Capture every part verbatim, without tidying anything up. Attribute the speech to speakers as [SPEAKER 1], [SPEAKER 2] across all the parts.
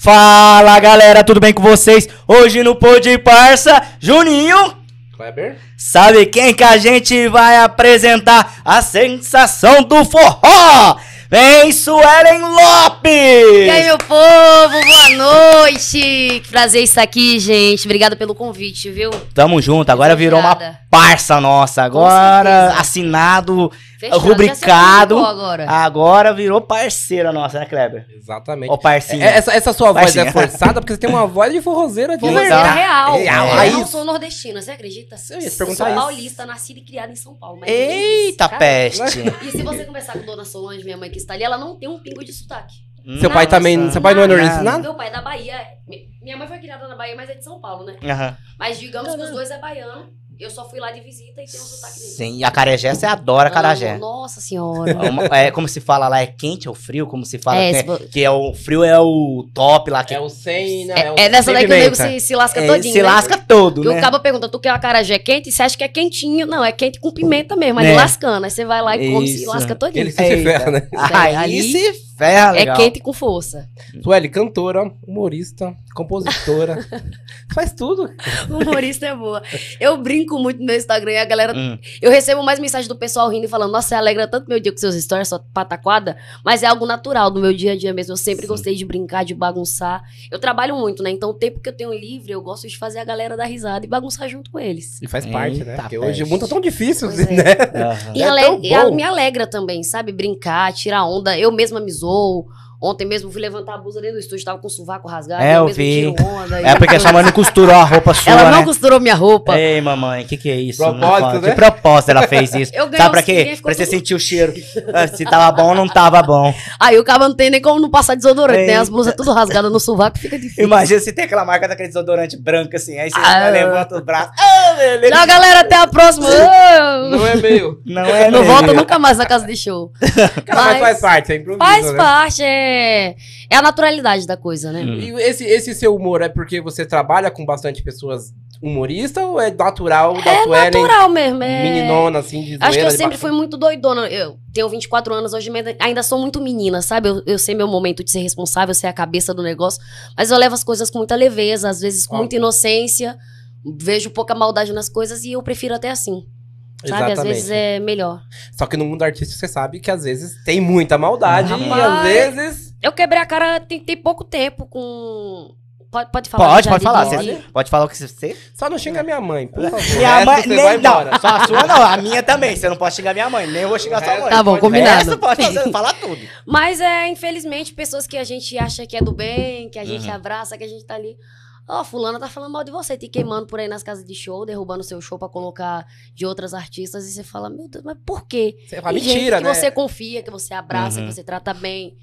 [SPEAKER 1] Fala galera, tudo bem com vocês? Hoje no Pod Parça, Juninho,
[SPEAKER 2] Kleber,
[SPEAKER 1] sabe quem que a gente vai apresentar? A sensação do forró! Vem, Suelen Lopes!
[SPEAKER 3] E aí, meu povo, boa noite! Que prazer estar aqui, gente. Obrigada pelo convite, viu?
[SPEAKER 1] Tamo junto, agora virou uma parça nossa. Agora assinado,
[SPEAKER 3] Fechado,
[SPEAKER 1] rubricado.
[SPEAKER 3] Agora.
[SPEAKER 1] agora virou parceira nossa, né, Kleber?
[SPEAKER 2] Exatamente.
[SPEAKER 1] Ô, parcinha.
[SPEAKER 2] É, Essa, essa sua
[SPEAKER 1] Parcinha.
[SPEAKER 2] voz é forçada porque você tem uma voz de forrozeira de
[SPEAKER 3] Forrozeira
[SPEAKER 2] verdade.
[SPEAKER 3] real.
[SPEAKER 2] É,
[SPEAKER 3] Eu
[SPEAKER 2] aí-
[SPEAKER 3] não sou nordestina, você acredita?
[SPEAKER 2] Eu ia te
[SPEAKER 3] Sou
[SPEAKER 2] perguntar isso.
[SPEAKER 3] paulista, nascida e criada em São Paulo. Mas
[SPEAKER 1] Eita,
[SPEAKER 3] cara,
[SPEAKER 1] peste!
[SPEAKER 3] E se você conversar com Dona Solange, minha mãe que está ali, ela não tem um pingo de sotaque.
[SPEAKER 2] Seu pai
[SPEAKER 3] Nada,
[SPEAKER 2] também,
[SPEAKER 1] Nossa.
[SPEAKER 2] seu pai não é
[SPEAKER 3] Nada.
[SPEAKER 2] nordestino? Nada?
[SPEAKER 3] Meu pai é da Bahia. Minha mãe foi criada na Bahia, mas é de São Paulo, né?
[SPEAKER 1] Aham.
[SPEAKER 3] Mas digamos que os dois é baiano. Eu só fui lá de visita e tem um sotaque dele.
[SPEAKER 1] Sim, e a acarajé, você adora acarajé.
[SPEAKER 3] Amo, Nossa senhora.
[SPEAKER 1] É uma- É como se fala lá, é quente ou frio? Como se fala
[SPEAKER 3] É,
[SPEAKER 1] que,
[SPEAKER 3] se
[SPEAKER 1] é,
[SPEAKER 3] vo-
[SPEAKER 1] que é o frio é o top lá. Que
[SPEAKER 2] É o sem, né?
[SPEAKER 3] É,
[SPEAKER 2] o
[SPEAKER 3] é nessa daí que o nego
[SPEAKER 2] pimenta.
[SPEAKER 3] se, se lasca
[SPEAKER 1] é,
[SPEAKER 3] todinho,
[SPEAKER 1] se
[SPEAKER 3] né?
[SPEAKER 1] lasca todo,
[SPEAKER 3] Porque
[SPEAKER 1] né?
[SPEAKER 3] o cabo pergunta, tu quer uma acarajé quente? E você acha que é quentinho. Não, é quente com pimenta mesmo, mas
[SPEAKER 1] É.
[SPEAKER 3] lascando. Aí você vai lá e come e se
[SPEAKER 1] Isso.
[SPEAKER 3] lasca todinho.
[SPEAKER 2] Ele se ferra, né?
[SPEAKER 1] Aí
[SPEAKER 3] Ali
[SPEAKER 1] se ferra,
[SPEAKER 3] É
[SPEAKER 1] legal.
[SPEAKER 3] quente com força.
[SPEAKER 2] Sueli, cantora, humorista, compositora. Faz tudo.
[SPEAKER 3] Humorista é boa. Eu brinco muito no meu Instagram e a galera...
[SPEAKER 1] Hum.
[SPEAKER 3] Eu recebo mais mensagem do pessoal rindo e falando, nossa, você alegra tanto meu dia com seus stories, sua pataquada, mas é algo natural do meu dia a dia mesmo. Eu sempre
[SPEAKER 1] Sim.
[SPEAKER 3] gostei de brincar, de bagunçar. Eu trabalho muito, né? Então o tempo que eu tenho livre, eu gosto de fazer a galera dar risada e bagunçar junto com eles.
[SPEAKER 2] E faz parte, né?
[SPEAKER 1] Eita,
[SPEAKER 2] Porque hoje
[SPEAKER 1] peste.
[SPEAKER 2] o mundo tá tão difícil,
[SPEAKER 3] Pois é.
[SPEAKER 2] né?
[SPEAKER 1] Aham.
[SPEAKER 3] E,
[SPEAKER 2] É
[SPEAKER 3] ale-
[SPEAKER 2] tão
[SPEAKER 3] e a-
[SPEAKER 2] bom.
[SPEAKER 3] me alegra também, sabe? Brincar, tirar onda. Eu mesma me zoo. Ontem mesmo fui levantar a blusa dentro do estúdio, tava com o sovaco rasgado.
[SPEAKER 1] É, eu
[SPEAKER 3] mesmo
[SPEAKER 1] vi.
[SPEAKER 3] tiro onda.
[SPEAKER 1] É porque sua mãe não costurou a roupa sua,
[SPEAKER 3] Ela não
[SPEAKER 1] né?
[SPEAKER 3] costurou minha roupa.
[SPEAKER 1] Ei, mamãe, o que que é isso?
[SPEAKER 2] Propósito,
[SPEAKER 1] Não fala.
[SPEAKER 2] né?
[SPEAKER 1] De propósito ela fez isso.
[SPEAKER 3] Eu ganhei
[SPEAKER 1] Sabe pra
[SPEAKER 3] uns
[SPEAKER 1] quê?
[SPEAKER 3] quinhentos, ficou
[SPEAKER 1] Pra você
[SPEAKER 3] tudo-
[SPEAKER 1] sentir o cheiro. Ah, se tava bom ou não tava bom.
[SPEAKER 3] Aí o cara não tem nem como não passar desodorante, né? As
[SPEAKER 1] Eita.
[SPEAKER 3] blusas tudo rasgadas no sovaco, fica difícil.
[SPEAKER 1] Imagina se tem aquela marca daquele desodorante branco assim, aí você
[SPEAKER 3] Ah.
[SPEAKER 1] levanta os braços. Ah, beleza.
[SPEAKER 3] Tchau, galera, até a próxima. Ah!
[SPEAKER 2] Não é meio.
[SPEAKER 1] Não é
[SPEAKER 3] Não
[SPEAKER 1] mesmo.
[SPEAKER 3] volta nunca mais na casa de show.
[SPEAKER 2] Cara, mas faz parte, é improviso,
[SPEAKER 3] Faz
[SPEAKER 2] né?
[SPEAKER 3] parte, é... é a naturalidade da coisa, né?
[SPEAKER 1] Hum.
[SPEAKER 2] E esse, esse seu humor é porque você trabalha com bastante pessoas humoristas ou é natural da
[SPEAKER 3] É
[SPEAKER 2] Suelen,
[SPEAKER 3] natural mesmo, é...
[SPEAKER 2] meninona, assim, de
[SPEAKER 3] Acho que eu
[SPEAKER 2] zoeira, de
[SPEAKER 3] sempre fui
[SPEAKER 2] bacana?
[SPEAKER 3] muito doidona. Eu tenho vinte e quatro anos hoje, mas ainda sou muito menina, sabe? Eu, eu sei meu momento de ser responsável, ser a cabeça do negócio. Mas eu levo as coisas com muita leveza, às vezes com
[SPEAKER 2] Ó.
[SPEAKER 3] muita inocência. Vejo pouca maldade nas coisas e eu prefiro até assim. Sabe? Às
[SPEAKER 2] Exatamente.
[SPEAKER 3] vezes é melhor.
[SPEAKER 2] Só que no mundo artístico você sabe que às vezes tem muita maldade e
[SPEAKER 3] Rapaz.
[SPEAKER 2] às vezes...
[SPEAKER 3] Eu quebrei a cara tem, tem pouco tempo com... Pode, pode falar.
[SPEAKER 1] Pode,
[SPEAKER 3] já
[SPEAKER 1] pode
[SPEAKER 3] de-
[SPEAKER 1] falar.
[SPEAKER 3] de-
[SPEAKER 1] Você pode falar o que você...
[SPEAKER 2] Só não xinga minha mãe, por favor.
[SPEAKER 1] Minha
[SPEAKER 2] O
[SPEAKER 1] mãe,
[SPEAKER 2] resto você
[SPEAKER 1] nem
[SPEAKER 2] vai
[SPEAKER 1] não,
[SPEAKER 2] embora.
[SPEAKER 1] só a sua não, a minha também. Você não pode xingar minha mãe, nem eu vou xingar sua mãe.
[SPEAKER 3] Tá bom,
[SPEAKER 1] Pode-
[SPEAKER 3] combinado.
[SPEAKER 1] O resto pode fazer, falar tudo.
[SPEAKER 3] Mas é, infelizmente, pessoas que a gente acha que é do bem, que a gente
[SPEAKER 1] Uhum.
[SPEAKER 3] abraça, que a gente tá ali. Ó, fulana tá falando mal de você, te queimando por aí nas casas de show, derrubando seu show pra colocar de outras artistas. E você fala, meu Deus, mas por quê?
[SPEAKER 2] Você fala,
[SPEAKER 3] Tem gente
[SPEAKER 2] mentira,
[SPEAKER 3] que
[SPEAKER 2] né?
[SPEAKER 3] você confia, que você abraça,
[SPEAKER 1] Uhum.
[SPEAKER 3] que você trata bem.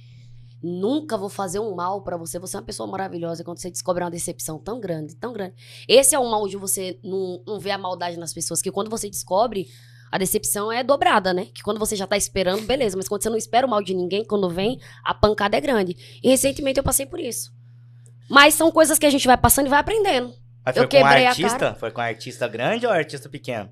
[SPEAKER 3] Nunca vou fazer um mal pra você. Você é uma pessoa maravilhosa. Quando você descobre uma decepção tão grande, tão grande. Esse é o mal de você não, não ver a maldade nas pessoas. Que quando você descobre, a decepção é dobrada, né? Que quando você já tá esperando, beleza. Mas quando você não espera o mal de ninguém, quando vem, a pancada é grande. E recentemente eu passei por isso. Mas são coisas que a gente vai passando e vai aprendendo.
[SPEAKER 1] Mas foi
[SPEAKER 3] Eu
[SPEAKER 1] com um
[SPEAKER 3] quebrei a
[SPEAKER 1] artista?
[SPEAKER 3] cara.
[SPEAKER 1] Foi com um artista grande ou artista pequeno?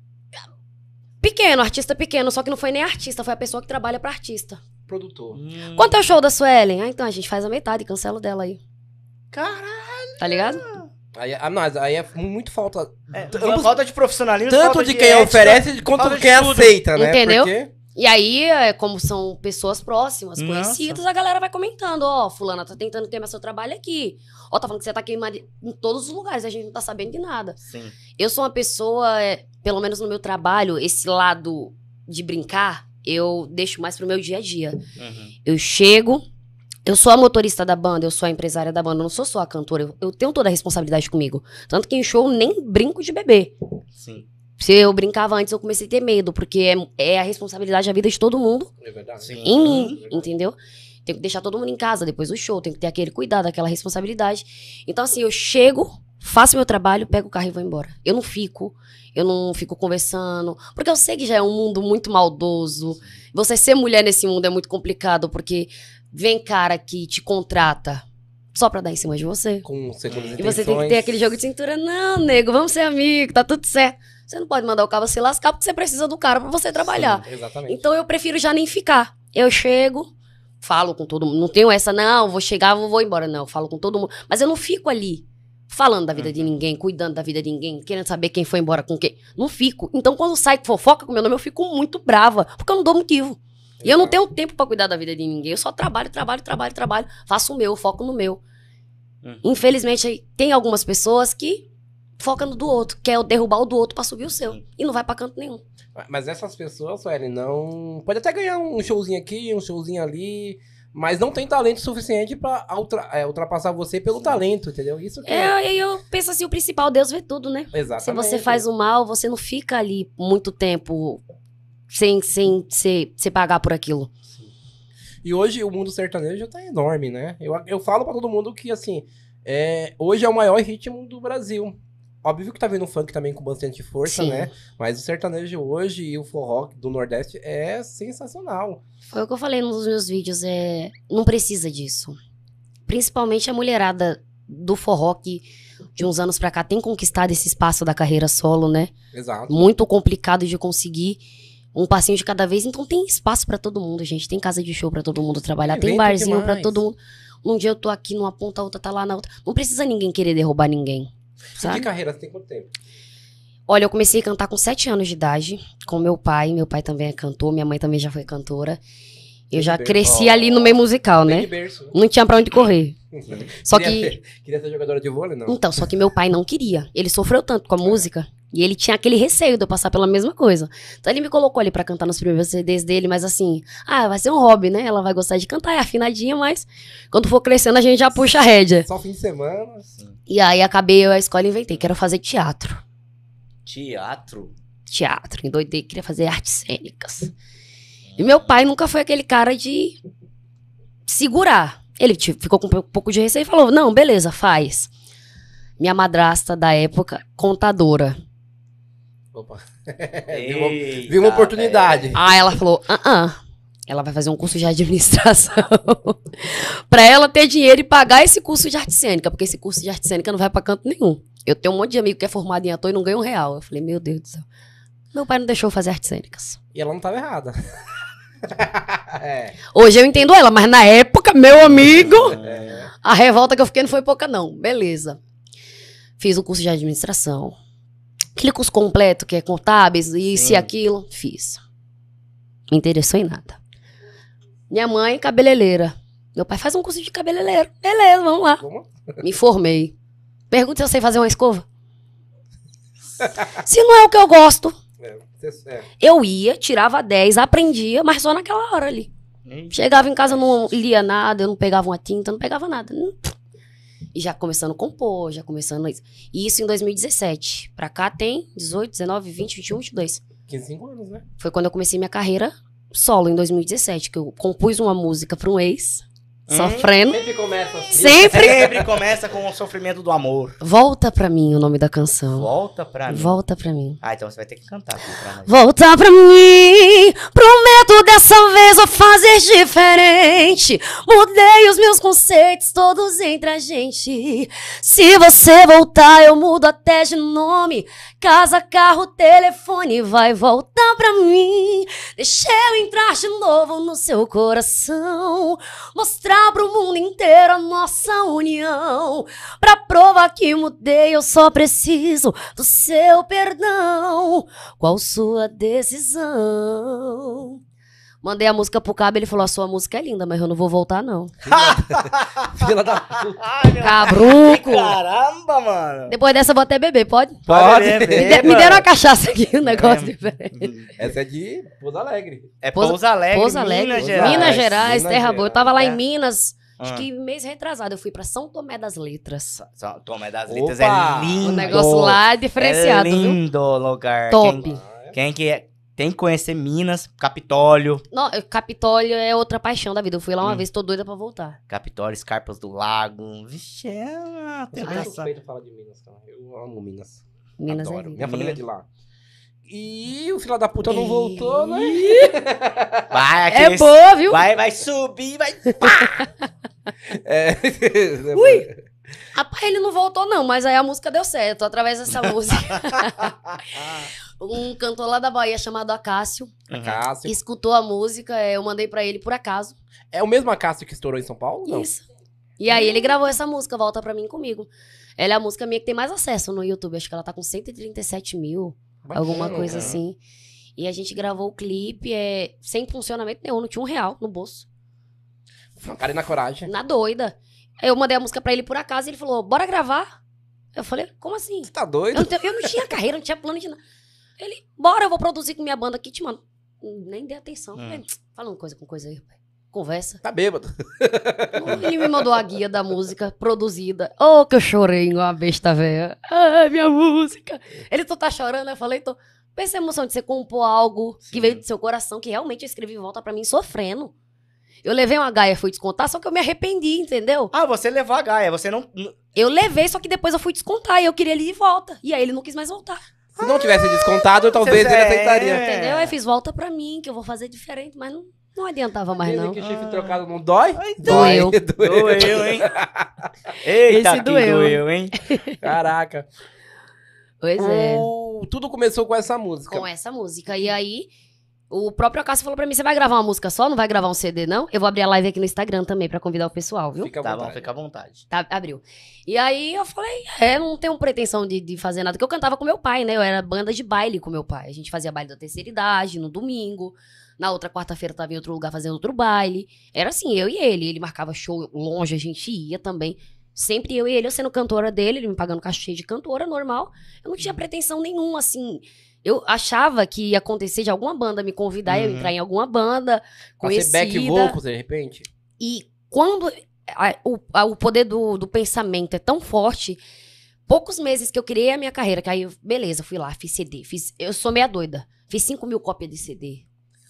[SPEAKER 3] Pequeno, artista pequeno. Só que não foi nem artista, foi a pessoa que trabalha pra artista.
[SPEAKER 2] Produtor.
[SPEAKER 1] Hum.
[SPEAKER 3] Quanto é o show da Suelen? Ah, então a gente faz a metade, cancela dela aí.
[SPEAKER 1] Caralho.
[SPEAKER 3] Tá ligado?
[SPEAKER 2] Aí, ah, não, aí é muito falta...
[SPEAKER 1] É,
[SPEAKER 2] ambos-
[SPEAKER 1] falta de profissionalismo,
[SPEAKER 2] tanto
[SPEAKER 1] falta
[SPEAKER 2] de quem
[SPEAKER 1] ética,
[SPEAKER 2] oferece quanto
[SPEAKER 1] falta
[SPEAKER 2] de
[SPEAKER 1] de
[SPEAKER 2] quem
[SPEAKER 1] tudo.
[SPEAKER 2] aceita, né?
[SPEAKER 3] Entendeu?
[SPEAKER 2] Porque...
[SPEAKER 3] E aí, é, como são pessoas próximas,
[SPEAKER 1] Nossa.
[SPEAKER 3] conhecidas, a galera vai comentando, ó, fulana tá tentando queimar seu trabalho aqui. Ó, tá falando que você tá queimando em todos os lugares, a gente não tá sabendo de nada.
[SPEAKER 1] Sim.
[SPEAKER 3] Eu sou uma pessoa, é, pelo menos no meu trabalho, esse lado de brincar, eu deixo mais pro meu dia a dia.
[SPEAKER 1] Uhum.
[SPEAKER 3] Eu chego, eu sou a motorista da banda, eu sou a empresária da banda, eu não sou só a cantora, eu, eu tenho toda a responsabilidade comigo. Tanto que em show eu nem brinco de beber.
[SPEAKER 1] Sim.
[SPEAKER 3] Se eu brincava antes, eu comecei a ter medo, porque é, é a responsabilidade da vida de todo mundo
[SPEAKER 2] É verdade.
[SPEAKER 1] Sim.
[SPEAKER 3] em mim,
[SPEAKER 2] verdade.
[SPEAKER 3] entendeu? Tenho que deixar todo mundo em casa depois do show, tenho que ter aquele cuidado, aquela responsabilidade. Então, assim, eu chego, faço meu trabalho, pego o carro e vou embora. Eu não fico, eu não fico conversando, porque eu sei que já é um mundo muito maldoso. Você ser mulher nesse mundo é muito complicado, porque vem cara que te contrata só pra dar em cima de você.
[SPEAKER 2] Com segundas
[SPEAKER 3] E
[SPEAKER 2] intenções.
[SPEAKER 3] você tem que ter aquele jogo de cintura. Não, nego, vamos ser amigo, tá tudo certo. Você não pode mandar o cara se lascar porque você precisa do cara pra você trabalhar.
[SPEAKER 2] Sim, exatamente.
[SPEAKER 3] Então eu prefiro já nem ficar. Eu chego, Falo com todo mundo. Não tenho essa, não, vou chegar, vou, vou embora. Não, eu falo com todo mundo. Mas eu não fico ali falando da vida uhum. de ninguém, cuidando da vida de ninguém, querendo saber quem foi embora com quem. Não fico. Então, quando sai fofoca com meu nome, eu fico muito brava, porque eu não dou motivo. E eu não tenho tempo pra cuidar da vida de ninguém. Eu só trabalho, trabalho, trabalho, trabalho. Faço o meu, foco no meu. Uhum. Infelizmente, tem algumas pessoas que focam no do outro, quer derrubar o do outro pra subir o seu. Uhum. E não vai pra canto nenhum.
[SPEAKER 2] Mas essas pessoas, Sueli, não... Pode até ganhar um showzinho aqui, um showzinho ali, mas não tem talento suficiente pra ultra... é, ultrapassar você pelo Sim. talento, entendeu? Isso que
[SPEAKER 3] é... é... Eu penso assim, o principal, Deus vê tudo, né?
[SPEAKER 2] Exatamente.
[SPEAKER 3] Se você faz o mal, você não fica ali muito tempo... Sem, sem se, se pagar por aquilo.
[SPEAKER 2] Sim. E hoje o mundo sertanejo tá enorme, né? Eu, eu falo pra todo mundo que, assim, é, hoje é o maior ritmo do Brasil. Óbvio que tá vindo o funk também com bastante força, Sim. né? Mas o sertanejo hoje e o forró do Nordeste é sensacional.
[SPEAKER 3] Foi o que eu falei nos meus vídeos, é, não precisa disso. Principalmente a mulherada do forró que... de uns anos pra cá tem conquistado esse espaço da carreira solo, né?
[SPEAKER 2] Exato.
[SPEAKER 3] Muito complicado de conseguir. Um passinho de cada vez, então tem espaço pra todo mundo, gente. Tem casa de show pra todo mundo trabalhar, tem, tem barzinho demais. Pra todo mundo. Um dia eu tô aqui numa ponta, a outra tá lá na outra. Não precisa ninguém querer derrubar ninguém. Sabe?
[SPEAKER 2] E de carreira, você tem quanto tempo?
[SPEAKER 3] Olha, eu comecei a cantar com sete anos de idade, com meu pai. Meu pai também é cantor, minha mãe também já foi cantora. Eu já cresci ali no meio musical, né? Berço, né? Não tinha pra onde correr. Só
[SPEAKER 2] queria
[SPEAKER 3] que...
[SPEAKER 2] Ser, queria ser jogadora de vôlei, não?
[SPEAKER 3] Então, só que meu pai não queria. Ele sofreu tanto com a música. E ele tinha aquele receio de eu passar pela mesma coisa. Então ele me colocou ali pra cantar nos primeiros C Ds dele, mas assim, ah, vai ser um hobby, né? Ela vai gostar de cantar, é afinadinha, mas quando for crescendo a gente já puxa a rédea.
[SPEAKER 2] Só fim de semana. Assim.
[SPEAKER 3] E aí acabei a escola e inventei, quero fazer teatro.
[SPEAKER 1] Teatro? Teatro,
[SPEAKER 3] endoidei, queria fazer artes cênicas. E meu pai nunca foi aquele cara de segurar. Ele ficou com um pouco de receio e falou, não, beleza, faz. Minha madrasta da época, contadora.
[SPEAKER 2] Opa. vi, uma, vi uma oportunidade.
[SPEAKER 3] É. Ah, ela falou, ah, ah. Ela vai fazer um curso de administração. Pra ela ter dinheiro e pagar esse curso de arte cênica, porque esse curso de arte cênica não vai pra canto nenhum. Eu tenho um monte de amigo que é formado em ator e não ganha um real. Eu falei, meu Deus do céu. Meu pai não deixou eu fazer artes cênicas.
[SPEAKER 2] E ela não tava errada.
[SPEAKER 3] é. Hoje eu entendo ela, mas na época, meu amigo, é. a revolta que eu fiquei não foi pouca não. Beleza. Fiz o curso de administração. Aquele curso completo, que é contábeis, isso e aquilo. Fiz. Me interessou em nada. Minha mãe, cabeleireira. Meu pai faz um curso de cabeleireiro. Beleza, vamos lá. Como? Me formei. Pergunta se eu sei fazer uma escova. Se não é o que eu gosto. É, é. Eu ia, tirava dez, aprendia, mas só naquela hora ali. Eita. Chegava em casa, não lia nada, eu não pegava uma tinta, não pegava nada. E já começando a compor, já começando isso. E isso em dois mil e dezessete. Pra cá tem dezoito, dezenove, vinte, vinte e um, vinte e dois.
[SPEAKER 2] quinze, cinco anos, né?
[SPEAKER 3] Foi quando eu comecei minha carreira solo, em dois mil e dezessete, que eu compus uma música pra um ex, hum, sofrendo.
[SPEAKER 2] Sempre começa assim.
[SPEAKER 3] Sempre.
[SPEAKER 1] Sempre começa com o sofrimento do amor.
[SPEAKER 3] Volta pra mim o nome da canção.
[SPEAKER 1] Volta pra mim.
[SPEAKER 3] Volta pra mim.
[SPEAKER 1] Ah, então você vai ter que cantar aqui pra nós.
[SPEAKER 3] Volta pra mim, prometo dessa vez vou fazer diferente. Mudei os meus conceitos todos entre a gente. Se você voltar eu mudo até de nome. Casa, carro, telefone, vai voltar pra mim. Deixa eu entrar de novo no seu coração. Mostrar pro mundo inteiro a nossa união. Pra provar que mudei eu só preciso do seu perdão. Qual sua decisão? Mandei a música pro Cabo, ele falou, a sua música é linda, mas eu não vou voltar, não.
[SPEAKER 2] Filha da puta.
[SPEAKER 3] Cabruco.
[SPEAKER 1] Caramba, mano.
[SPEAKER 3] Depois dessa eu vou até beber, pode?
[SPEAKER 2] Pode.
[SPEAKER 3] Me, de, me deram uma cachaça aqui, um negócio é. diferente.
[SPEAKER 2] Essa é de Pouso Alegre.
[SPEAKER 1] É Pouso Alegre,
[SPEAKER 3] Pouso Alegre,
[SPEAKER 1] Minas Gerais.
[SPEAKER 3] Minas Gerais,
[SPEAKER 2] Minas
[SPEAKER 3] terra
[SPEAKER 2] Gerais.
[SPEAKER 3] boa. Eu tava lá
[SPEAKER 1] É.
[SPEAKER 3] em Minas,
[SPEAKER 1] Ah.
[SPEAKER 3] acho que mês retrasado, eu fui pra São Tomé das Letras.
[SPEAKER 1] São Tomé das Letras
[SPEAKER 2] Opa!
[SPEAKER 1] é lindo.
[SPEAKER 3] O negócio lá é diferenciado,
[SPEAKER 1] É lindo o lugar.
[SPEAKER 3] Top.
[SPEAKER 1] Quem, quem que é, tem que conhecer Minas, Capitólio.
[SPEAKER 3] Não, Capitólio é outra paixão da vida. Eu fui lá uma
[SPEAKER 1] Hum.
[SPEAKER 3] vez, tô doida pra voltar.
[SPEAKER 1] Capitólio, Escarpas do Lago. Vixe, é uma
[SPEAKER 2] Eu sou
[SPEAKER 1] tentação.
[SPEAKER 2] suspeito falar de Minas, cara. Eu amo Minas.
[SPEAKER 3] Minas
[SPEAKER 2] Adoro.
[SPEAKER 3] é vida.
[SPEAKER 2] Minha família é de lá. E o filho da puta não voltou, né?
[SPEAKER 1] Vai,
[SPEAKER 3] É
[SPEAKER 1] aqueles-
[SPEAKER 3] boa, viu?
[SPEAKER 1] vai, vai subir, vai.
[SPEAKER 2] É.
[SPEAKER 3] Ui! Rapaz, ele não voltou não, mas aí a música deu certo, através dessa música. Um cantor lá da Bahia chamado Acácio.
[SPEAKER 2] A Cássio.
[SPEAKER 3] Escutou a música, é, eu mandei pra ele por acaso.
[SPEAKER 2] É o mesmo Acácio que estourou em São Paulo? Não.
[SPEAKER 3] Isso. E aí ele gravou essa música, Volta Pra Mim Comigo. Ela é a música minha que tem mais acesso no YouTube. Acho que ela tá com cento e trinta e sete mil,
[SPEAKER 2] Bacana,
[SPEAKER 3] alguma coisa
[SPEAKER 2] cara.
[SPEAKER 3] assim. E a gente gravou o clipe é, sem funcionamento nenhum, não tinha um real no bolso.
[SPEAKER 2] Cara, e na coragem.
[SPEAKER 3] Na doida. Eu mandei a música pra ele por acaso e ele falou, bora gravar? Eu falei, como assim?
[SPEAKER 2] Você tá
[SPEAKER 3] Eu
[SPEAKER 2] doido?
[SPEAKER 3] não, tenho- eu não tinha carreira, não tinha plano de nada. Ele, bora, eu vou produzir com minha banda aqui, te mando. Nem dei atenção.
[SPEAKER 1] Hum.
[SPEAKER 3] Falei, falando coisa com coisa aí, pai. Conversa.
[SPEAKER 2] Tá bêbado.
[SPEAKER 3] Ele me mandou a guia da música produzida. Oh, que eu chorei igual uma besta velha. Ai, minha música. Ele, tu tá chorando? Eu falei, tô. Pensa a emoção de você compor algo
[SPEAKER 1] Sim.
[SPEAKER 3] que veio do seu coração, que realmente eu escrevi Volta Pra Mim sofrendo. Eu levei uma gaia, fui descontar, só que eu me arrependi, entendeu?
[SPEAKER 1] Ah, você levou a Gaia, você não... n-
[SPEAKER 3] Eu levei, só que depois eu fui descontar e eu queria ele de volta. E aí ele não quis mais voltar.
[SPEAKER 2] Se não tivesse descontado, talvez
[SPEAKER 1] Você-
[SPEAKER 2] ele aceitaria.
[SPEAKER 1] É.
[SPEAKER 3] Entendeu? Aí fiz Volta Pra Mim, que eu vou fazer diferente, mas não, não adiantava mais,
[SPEAKER 2] Dizem
[SPEAKER 3] não.
[SPEAKER 2] que chifre
[SPEAKER 1] Ah.
[SPEAKER 2] trocado não dói?
[SPEAKER 3] Doeu.
[SPEAKER 1] Doeu, hein? Eita,
[SPEAKER 3] Esse
[SPEAKER 1] que
[SPEAKER 3] doeu.
[SPEAKER 1] doeu, hein?
[SPEAKER 2] Caraca.
[SPEAKER 3] Pois é.
[SPEAKER 2] O- Tudo começou com essa música.
[SPEAKER 3] Com essa música. E aí, o próprio Acácio falou pra mim, você vai gravar uma música só? Não vai gravar um C D, não? Eu vou abrir a live aqui no Instagram também pra convidar o pessoal, viu?
[SPEAKER 2] Fica à
[SPEAKER 1] Tá bom,
[SPEAKER 2] vontade.
[SPEAKER 1] fica à vontade.
[SPEAKER 3] Tá, abriu. E aí eu falei, é, não tenho pretensão de, de fazer nada, porque eu cantava com meu pai, né? Eu era banda de baile com meu pai. A gente fazia baile da terceira idade, no domingo. Na outra quarta-feira eu tava em outro lugar fazendo outro baile. Era assim, eu e ele. Ele marcava show longe, a gente ia também. Sempre eu e ele, eu sendo cantora dele, ele me pagando cachê de cantora, normal. Eu não tinha pretensão nenhuma, assim. Eu achava que ia acontecer de alguma banda me convidar, eu
[SPEAKER 1] Uhum.
[SPEAKER 3] entrar em alguma banda
[SPEAKER 2] Pra ser
[SPEAKER 3] conhecida.
[SPEAKER 2] back vocals, de repente.
[SPEAKER 3] E quando a- o, a- o poder do, do pensamento é tão forte, poucos meses que eu criei a minha carreira, que aí, eu- beleza, fui lá, fiz C D, fiz, eu sou meia doida, fiz cinco mil cópias de C D.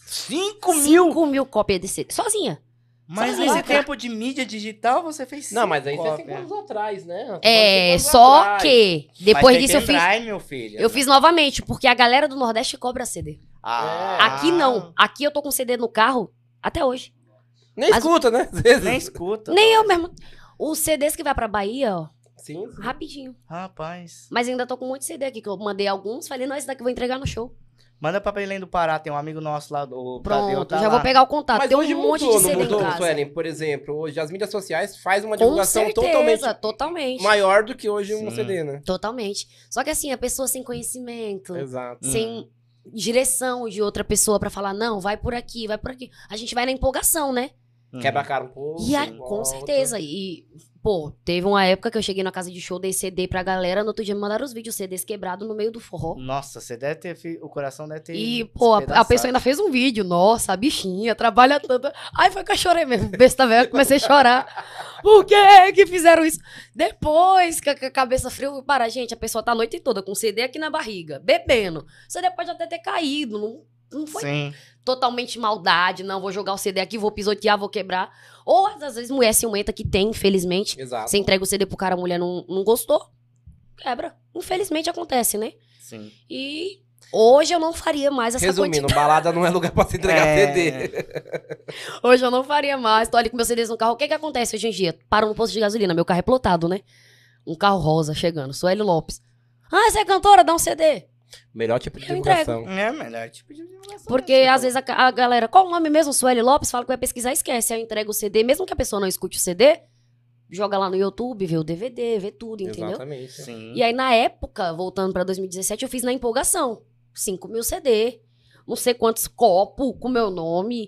[SPEAKER 1] Cinco mil?
[SPEAKER 3] cinco mil cópias de C D, sozinha.
[SPEAKER 1] Mas
[SPEAKER 3] Sozinha.
[SPEAKER 1] nesse tempo de mídia digital, você fez
[SPEAKER 2] Não,
[SPEAKER 1] cinco
[SPEAKER 2] mas aí isso é
[SPEAKER 1] cópias.
[SPEAKER 2] cinco anos atrás, né?
[SPEAKER 3] É,
[SPEAKER 2] Cinco anos
[SPEAKER 3] só
[SPEAKER 2] atrás.
[SPEAKER 3] que
[SPEAKER 1] Mas
[SPEAKER 3] depois
[SPEAKER 1] tem
[SPEAKER 3] disso eu fiz,
[SPEAKER 1] pendrive, meu filho.
[SPEAKER 3] eu fiz novamente, porque a galera do Nordeste cobra C D.
[SPEAKER 1] Ah.
[SPEAKER 3] Aqui não, aqui eu tô com C D no carro até hoje.
[SPEAKER 2] Nem
[SPEAKER 3] Mas-
[SPEAKER 2] escuta, né? Às vezes.
[SPEAKER 1] Nem escuta.
[SPEAKER 3] Nem eu mesmo. Os C Ds que vai pra Bahia, ó,
[SPEAKER 2] Sim, sim.
[SPEAKER 3] rapidinho.
[SPEAKER 1] Rapaz.
[SPEAKER 3] Mas ainda tô com um monte de C D aqui, que eu mandei alguns, falei, não, esse daqui eu vou entregar no show.
[SPEAKER 1] Manda pra Belém do Pará, tem um amigo nosso lá, o Tadeu
[SPEAKER 3] Pronto,
[SPEAKER 1] tá
[SPEAKER 3] já
[SPEAKER 1] lá.
[SPEAKER 3] vou pegar o contato.
[SPEAKER 2] Mas
[SPEAKER 3] Tem
[SPEAKER 2] hoje
[SPEAKER 3] um monte
[SPEAKER 2] mudou,
[SPEAKER 3] de
[SPEAKER 2] não
[SPEAKER 3] C D
[SPEAKER 2] mudou,
[SPEAKER 3] em casa.
[SPEAKER 2] Suelen? Por exemplo, hoje as mídias sociais fazem uma
[SPEAKER 3] Com
[SPEAKER 2] divulgação
[SPEAKER 3] certeza,
[SPEAKER 2] totalmente
[SPEAKER 3] totalmente.
[SPEAKER 2] maior do que hoje um
[SPEAKER 1] Sim.
[SPEAKER 2] C D, né?
[SPEAKER 3] Totalmente. Só que assim, a pessoa sem conhecimento,
[SPEAKER 2] Exato.
[SPEAKER 3] sem direção de outra pessoa pra falar, não, vai por aqui, vai por aqui. A gente vai na empolgação, né?
[SPEAKER 1] Uhum.
[SPEAKER 2] Quebra a cara um pouco.
[SPEAKER 3] E a-
[SPEAKER 2] volta.
[SPEAKER 3] com certeza. E, pô, teve uma época que eu cheguei na casa de show, dei C D pra galera, no outro dia me mandaram os vídeos, C Ds quebrados no meio do forró.
[SPEAKER 1] Nossa, você deve ter... fi- O coração deve ter...
[SPEAKER 3] E, pô, a, a
[SPEAKER 1] despedaçado.
[SPEAKER 3] pessoa ainda fez um vídeo. Nossa, a bichinha trabalha tanto. Aí foi que eu chorei mesmo. Besta velha, comecei a chorar. Por que que fizeram isso? Depois que a, que a cabeça fria, eu fui parar. Gente, a pessoa tá a noite toda com C D aqui na barriga, bebendo. O C D pode até ter caído. Não, não foi
[SPEAKER 1] Sim.
[SPEAKER 3] totalmente maldade. Não, vou jogar o C D aqui, vou pisotear, vou quebrar. Ou, às vezes, mulher ciumenta que tem, infelizmente.
[SPEAKER 2] Exato.
[SPEAKER 3] Você entrega o C D pro cara, a mulher não, não gostou. Quebra. Infelizmente acontece, né?
[SPEAKER 1] Sim.
[SPEAKER 3] E hoje eu não faria mais essa
[SPEAKER 2] Resumindo,
[SPEAKER 3] quantidade.
[SPEAKER 2] balada não é lugar pra se entregar
[SPEAKER 1] É.
[SPEAKER 2] C D.
[SPEAKER 3] Hoje eu não faria mais. Tô ali com meus C Ds no carro. O que que acontece hoje em dia? Paro no posto de gasolina. Meu carro é plotado, né? Um carro rosa chegando. Sueli Lopes. Ah, você é cantora? Dá um C D.
[SPEAKER 2] Melhor tipo de
[SPEAKER 3] Eu
[SPEAKER 2] divulgação.
[SPEAKER 1] É, melhor tipo de divulgação.
[SPEAKER 3] Porque às vezes a, a galera, qual o nome mesmo? Sueli Lopes, fala que vai pesquisar e esquece. Aí eu entrego o C D, mesmo que a pessoa não escute o C D, joga lá no YouTube, vê o D V D, vê tudo, entendeu?
[SPEAKER 2] Exatamente.
[SPEAKER 1] Sim.
[SPEAKER 3] E aí na época, voltando pra dois mil e dezessete, eu fiz na empolgação. cinco mil C D. Não sei quantos copos com meu nome.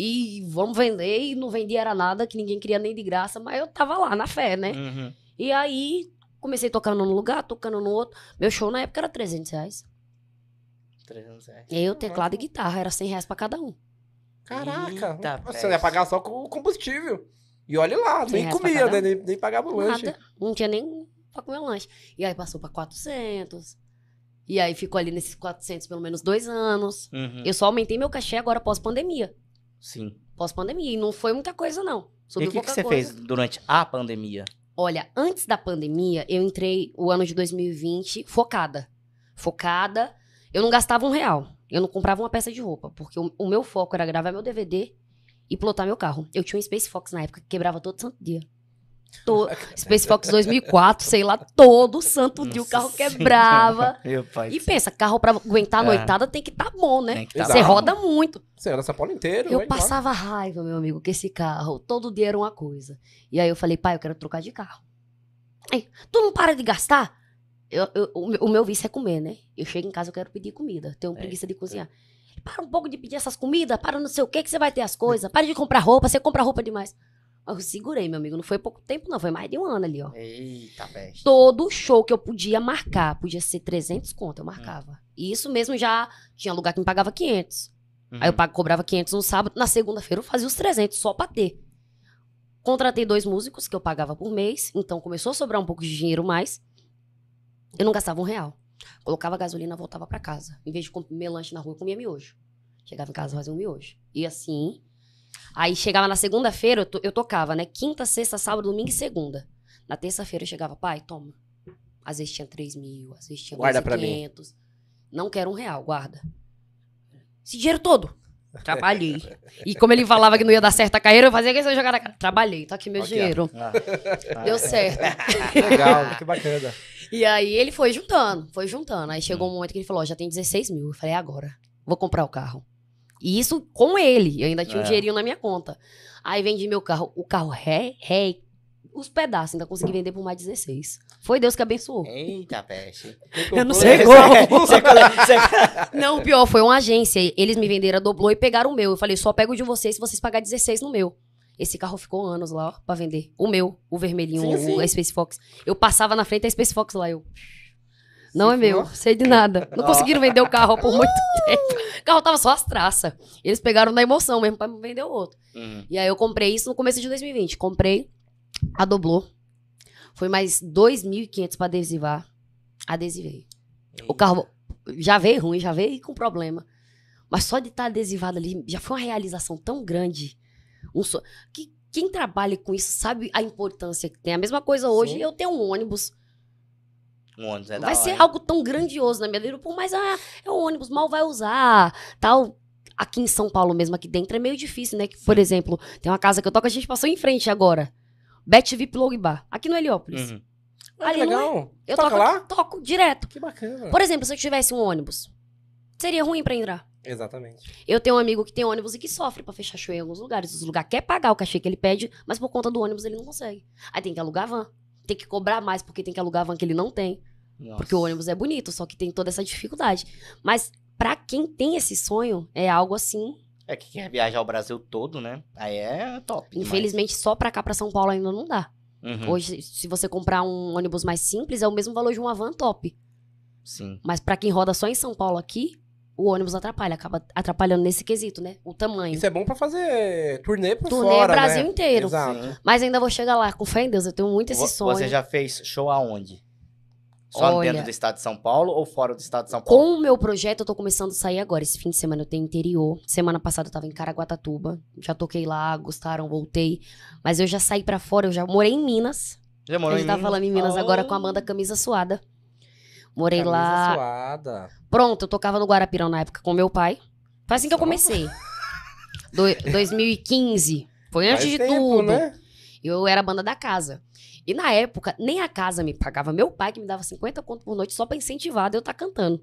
[SPEAKER 3] E vamos vender. E não vendia era nada, que ninguém queria nem de graça. Mas eu tava lá, na fé, né?
[SPEAKER 1] Uhum.
[SPEAKER 3] E aí, comecei tocando num lugar, tocando no outro. Meu show na época era trezentos reais.
[SPEAKER 1] trezentos reais.
[SPEAKER 3] E aí, o teclado e guitarra, era cem reais pra cada um.
[SPEAKER 2] Caraca.
[SPEAKER 1] Eita,
[SPEAKER 2] Você
[SPEAKER 1] peste.
[SPEAKER 2] não ia pagar só com o combustível. E olha lá,
[SPEAKER 3] Cem
[SPEAKER 2] nem
[SPEAKER 3] reais pra
[SPEAKER 2] comia,
[SPEAKER 3] cada
[SPEAKER 2] né?
[SPEAKER 3] um.
[SPEAKER 2] Nem, nem pagava o lanche.
[SPEAKER 3] Nada. Não tinha nem pra comer o lanche. E aí, passou pra quatrocentos. E aí, ficou ali nesses quatrocentos pelo menos dois anos.
[SPEAKER 1] Uhum.
[SPEAKER 3] Eu só aumentei meu cachê agora pós-pandemia.
[SPEAKER 1] Sim.
[SPEAKER 3] Pós-pandemia. E não foi muita coisa, não.
[SPEAKER 1] E
[SPEAKER 3] Subiu
[SPEAKER 1] o que, que
[SPEAKER 3] pouca
[SPEAKER 1] você
[SPEAKER 3] coisa.
[SPEAKER 1] fez durante a pandemia?
[SPEAKER 3] Olha, antes da pandemia, eu entrei o ano de dois mil e vinte focada. Focada. Eu não gastava um real. Eu não comprava uma peça de roupa. Porque o, o meu foco era gravar meu D V D e plotar meu carro. Eu tinha um Space Fox na época que quebrava todo santo dia. To... Space Fox dois mil e quatro, sei lá, todo santo dia o carro quebrava.
[SPEAKER 1] Meu pai.
[SPEAKER 3] E pensa, carro pra aguentar a noitada tem que tá bom, né?
[SPEAKER 1] Tá
[SPEAKER 3] Você
[SPEAKER 2] bom.
[SPEAKER 3] roda muito.
[SPEAKER 2] Você anda São Paulo inteiro.
[SPEAKER 3] Eu
[SPEAKER 2] vai embora.
[SPEAKER 3] passava raiva, meu amigo, que esse carro, todo dia era uma coisa. E aí eu falei, pai, eu quero trocar de carro. Aí, tu não para de gastar? Eu, eu, o, meu, o meu vício é comer, né? Eu chego em casa, eu quero pedir comida. Tenho preguiça de cozinhar. Para um pouco de pedir essas comidas, para não sei o que, que você vai ter as coisas. Para de comprar roupa, você compra roupa demais. Eu segurei, meu amigo. Não foi pouco tempo, não. Foi mais de um ano ali, ó.
[SPEAKER 1] Eita, peste.
[SPEAKER 3] Todo show que eu podia marcar, podia ser trezentos conto, eu marcava. E isso mesmo já tinha lugar que me pagava quinhentos.
[SPEAKER 1] Uhum.
[SPEAKER 3] Aí eu pag- cobrava quinhentos no sábado. Na segunda-feira eu fazia os trezentos só pra ter. Contratei dois músicos que eu pagava por mês. Então começou a sobrar um pouco de dinheiro mais. Eu não gastava um real. Colocava gasolina, voltava pra casa. Em vez de comer lanche na rua, eu comia miojo. Chegava em casa, fazia um miojo. E assim... Aí chegava na segunda-feira, eu, to- eu tocava, né? Quinta, sexta, sábado, domingo e segunda. Na terça-feira eu chegava, pai, toma. Às vezes tinha três mil, às vezes tinha
[SPEAKER 2] Guarda
[SPEAKER 3] dois mil e
[SPEAKER 2] pra mim.
[SPEAKER 3] quinhentos. Não quero um real, guarda. Esse dinheiro todo. Trabalhei. E como ele falava que não ia dar certo a carreira, eu fazia questão de jogar na cara. Trabalhei, tá aqui meu
[SPEAKER 2] Aqui, ó.
[SPEAKER 3] dinheiro.
[SPEAKER 1] Ah.
[SPEAKER 3] Deu certo.
[SPEAKER 2] Legal, que bacana.
[SPEAKER 3] E aí ele foi juntando, foi juntando. Aí chegou um momento que ele falou, ó, já tem dezesseis mil. Eu falei, é agora, vou comprar o carro. E isso com ele, eu ainda tinha um
[SPEAKER 1] É.
[SPEAKER 3] dinheirinho na minha conta. Aí vendi meu carro, o carro ré, ré, os pedaços, ainda consegui vender por mais dezesseis. Foi Deus que abençoou.
[SPEAKER 1] Eita, peste.
[SPEAKER 3] Eu não
[SPEAKER 2] comprou?
[SPEAKER 3] sei
[SPEAKER 1] Você-
[SPEAKER 3] como.
[SPEAKER 1] você- você-
[SPEAKER 3] Não, o pior, foi uma agência. Eles me venderam a Doblô e pegaram o meu. Eu falei, só pego o de vocês se vocês pagarem dezesseis no meu. Esse carro ficou anos lá, ó, pra vender. O meu, o vermelhinho,
[SPEAKER 2] Sim, sim.
[SPEAKER 3] o Space Fox. Eu passava na frente da Space Fox lá, eu... Não
[SPEAKER 2] Se
[SPEAKER 3] é meu,
[SPEAKER 2] for.
[SPEAKER 3] sei de nada. Não conseguiram vender o carro por muito tempo. O carro tava só as traças. Eles pegaram na emoção mesmo pra vender o outro.
[SPEAKER 1] Uhum.
[SPEAKER 3] E aí eu comprei isso no começo de dois mil e vinte. Comprei, adoblou. Foi mais dois mil e quinhentos pra adesivar. Adesivei. O carro já veio ruim, já veio com problema. Mas só de estar adesivado ali, já foi uma realização tão grande. Um so... que quem trabalha com isso sabe a importância que tem. A mesma coisa hoje,
[SPEAKER 2] Sim.
[SPEAKER 3] eu tenho um ônibus.
[SPEAKER 1] Um ônibus é da
[SPEAKER 3] Vai
[SPEAKER 1] hora,
[SPEAKER 3] ser
[SPEAKER 1] hein?
[SPEAKER 3] algo tão grandioso na minha vida. Por mais, ah, é um ônibus, mal vai usar, tal. Aqui em São Paulo mesmo, aqui dentro, é meio difícil, né? Que, por exemplo, tem uma casa que eu toco, a gente passou em frente agora. Bet V I P Log Bar, aqui no Heliópolis.
[SPEAKER 1] Uhum.
[SPEAKER 2] Ah, que
[SPEAKER 3] Ali não é-
[SPEAKER 2] legal.
[SPEAKER 3] Eu
[SPEAKER 2] Toca
[SPEAKER 3] toco,
[SPEAKER 2] lá?
[SPEAKER 3] toco direto.
[SPEAKER 2] Que bacana.
[SPEAKER 3] Por exemplo, se eu tivesse um ônibus, seria ruim pra entrar.
[SPEAKER 2] Exatamente.
[SPEAKER 3] Eu tenho um amigo que tem ônibus e que sofre pra fechar show em alguns lugares. Os lugares quer pagar o cachê que ele pede, mas por conta do ônibus ele não consegue. Aí tem que alugar van. Tem que cobrar mais porque tem que alugar van que ele não tem.
[SPEAKER 1] Nossa.
[SPEAKER 3] Porque o ônibus é bonito, só que tem toda essa dificuldade. Mas pra quem tem esse sonho, é algo assim.
[SPEAKER 1] É que quer viajar o Brasil todo, né? Aí é top. demais.
[SPEAKER 3] Infelizmente, só pra cá, pra São Paulo, ainda não dá.
[SPEAKER 1] Uhum.
[SPEAKER 3] Hoje, se você comprar um ônibus mais simples, é o mesmo valor de uma van top.
[SPEAKER 1] Sim.
[SPEAKER 3] Mas pra quem roda só em São Paulo aqui, o ônibus atrapalha, acaba atrapalhando nesse quesito, né? O tamanho.
[SPEAKER 2] Isso é bom pra fazer turnê por
[SPEAKER 3] Turnê
[SPEAKER 2] fora,
[SPEAKER 3] Brasil
[SPEAKER 2] né?
[SPEAKER 3] inteiro.
[SPEAKER 2] Exato.
[SPEAKER 1] Sim.
[SPEAKER 3] Mas ainda vou chegar lá, com fé em Deus, eu tenho muito esse
[SPEAKER 1] Vo-
[SPEAKER 3] sonho.
[SPEAKER 1] Você já fez show aonde? Só
[SPEAKER 3] Olha-
[SPEAKER 1] dentro do estado de São Paulo ou fora do estado de São Paulo?
[SPEAKER 3] Com o meu projeto, eu tô começando a sair agora. Esse fim de semana eu tenho interior. Semana passada eu tava em Caraguatatuba. Já toquei lá, gostaram, voltei. Mas eu já saí pra fora, eu já morei em Minas.
[SPEAKER 1] Já
[SPEAKER 3] A
[SPEAKER 1] morou
[SPEAKER 3] gente
[SPEAKER 1] em
[SPEAKER 3] tava
[SPEAKER 1] Minas?
[SPEAKER 3] falando em Minas
[SPEAKER 1] Oh.
[SPEAKER 3] agora com a Amanda Camisa Suada. Morei
[SPEAKER 2] Camisa
[SPEAKER 3] lá.
[SPEAKER 2] suada.
[SPEAKER 3] Pronto, eu tocava no Guarapirão na época com meu pai. Foi assim que eu
[SPEAKER 2] Só?
[SPEAKER 3] comecei. Do, dois mil e quinze. Foi antes
[SPEAKER 2] Faz
[SPEAKER 3] de
[SPEAKER 2] tempo,
[SPEAKER 3] tudo.
[SPEAKER 2] né?
[SPEAKER 3] Eu era a banda da casa. E na época, nem a casa me pagava. Meu pai que me dava cinquenta conto por noite só pra incentivar de eu estar cantando.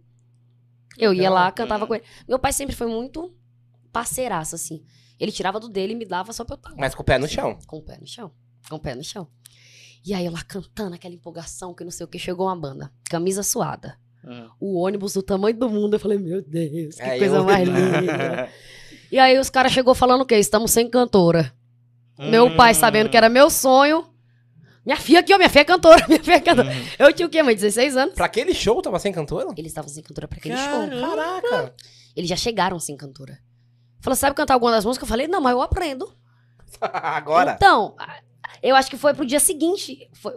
[SPEAKER 3] Eu ia
[SPEAKER 2] Legal.
[SPEAKER 3] lá, cantava com ele. Meu pai sempre foi muito parceiraço, assim. Ele tirava do dele e me dava só pra eu estar.
[SPEAKER 2] Mas com o pé no chão.
[SPEAKER 3] Com o pé no chão. Com o pé no chão. E aí eu lá cantando, aquela empolgação, que não sei o que, chegou uma banda. Camisa Suada.
[SPEAKER 1] Hum.
[SPEAKER 3] O ônibus do tamanho do mundo. Eu falei, meu Deus, que
[SPEAKER 2] É,
[SPEAKER 3] coisa
[SPEAKER 2] eu-
[SPEAKER 3] mais linda. E aí os caras chegou falando o quê? Estamos sem cantora. Meu pai, sabendo que era meu sonho. Minha filha aqui, ó, minha filha é cantora, minha filha é cantora.
[SPEAKER 1] Hum.
[SPEAKER 3] Eu tinha o quê, mãe? dezesseis anos?
[SPEAKER 2] Pra aquele show tava sem cantora?
[SPEAKER 3] Eles estavam sem cantora pra aquele
[SPEAKER 1] Caramba.
[SPEAKER 3] show.
[SPEAKER 2] Caraca.
[SPEAKER 3] Eles já chegaram sem cantora. Falou, sabe cantar alguma das músicas? Eu falei, não, mas eu aprendo.
[SPEAKER 2] Agora.
[SPEAKER 3] Então, eu acho que foi pro dia seguinte. Foi...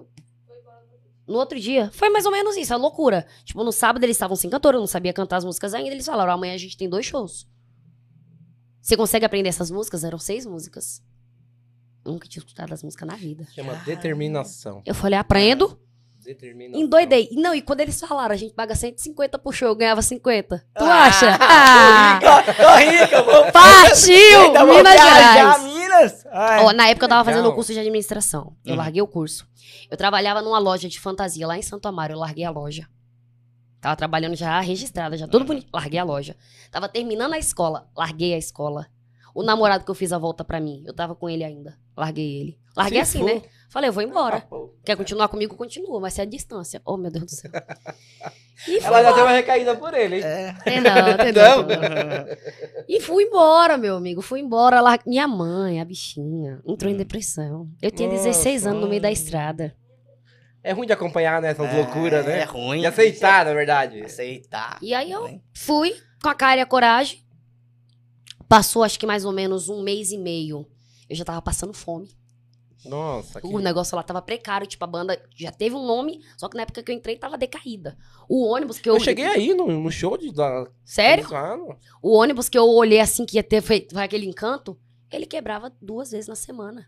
[SPEAKER 3] No outro dia. Foi mais ou menos isso, a loucura. Tipo, no sábado eles estavam sem cantora, eu não sabia cantar as músicas ainda. Eles falaram, amanhã a gente tem dois shows. Você consegue aprender essas músicas? Eram seis músicas. Nunca tinha escutado as músicas na vida.
[SPEAKER 2] Chama determinação.
[SPEAKER 3] Eu falei, aprendo.
[SPEAKER 2] Determinação.
[SPEAKER 3] Endoidei. Não, e quando eles falaram, a gente paga cento e cinquenta por show, eu ganhava cinquenta. Tu
[SPEAKER 1] Ah,
[SPEAKER 3] acha? Ah,
[SPEAKER 1] Tô rica, tô rica, vou
[SPEAKER 3] partiu!
[SPEAKER 1] Ainda vou
[SPEAKER 3] Minas
[SPEAKER 1] viajar,
[SPEAKER 3] Gerais.
[SPEAKER 1] Minas. business! Ai.
[SPEAKER 3] Ó, na época eu tava
[SPEAKER 2] legal.
[SPEAKER 3] fazendo o curso de administração. Eu
[SPEAKER 1] Uhum.
[SPEAKER 3] larguei o curso. Eu trabalhava numa loja de fantasia lá em Santo Amaro. Eu larguei a loja. Tava trabalhando já registrada, já tudo
[SPEAKER 1] Uhum.
[SPEAKER 3] bonito. Larguei a loja. Tava terminando a escola. Larguei a escola. O namorado que eu fiz a volta pra mim, eu tava com ele ainda. Larguei ele. Larguei
[SPEAKER 2] Se
[SPEAKER 3] assim,
[SPEAKER 2] for.
[SPEAKER 3] né? Falei, eu vou embora.
[SPEAKER 2] Ah, pô.
[SPEAKER 3] Quer continuar comigo? Continua, mas é a distância. Oh, meu Deus do céu. E fui
[SPEAKER 2] Ela já
[SPEAKER 3] embora.
[SPEAKER 2] deu uma recaída por ele, hein?
[SPEAKER 1] É.
[SPEAKER 3] Tem não, tem não.
[SPEAKER 2] Não?
[SPEAKER 3] tem não. E fui embora, meu amigo. Fui embora. Lá. Minha mãe, a bichinha, entrou em depressão. Eu tinha dezesseis
[SPEAKER 2] Nossa.
[SPEAKER 3] anos no meio da estrada.
[SPEAKER 2] É ruim de acompanhar, né? Essas
[SPEAKER 1] É,
[SPEAKER 2] loucuras, né?
[SPEAKER 1] É ruim.
[SPEAKER 2] E aceitar, na verdade.
[SPEAKER 1] Aceitar.
[SPEAKER 3] E aí eu
[SPEAKER 1] Hein?
[SPEAKER 3] fui com a cara e a coragem. Passou acho que mais ou menos um mês e meio. Eu já tava passando fome.
[SPEAKER 2] Nossa, que...
[SPEAKER 3] O negócio lá tava precário. Tipo, a banda já teve um nome, só que na época que eu entrei tava decaída. O ônibus que eu...
[SPEAKER 2] Eu cheguei aí no, no show de... Da...
[SPEAKER 3] Sério?
[SPEAKER 2] Ah, não.
[SPEAKER 3] O ônibus que eu olhei assim que ia ter feito aquele encanto, ele quebrava duas vezes na semana.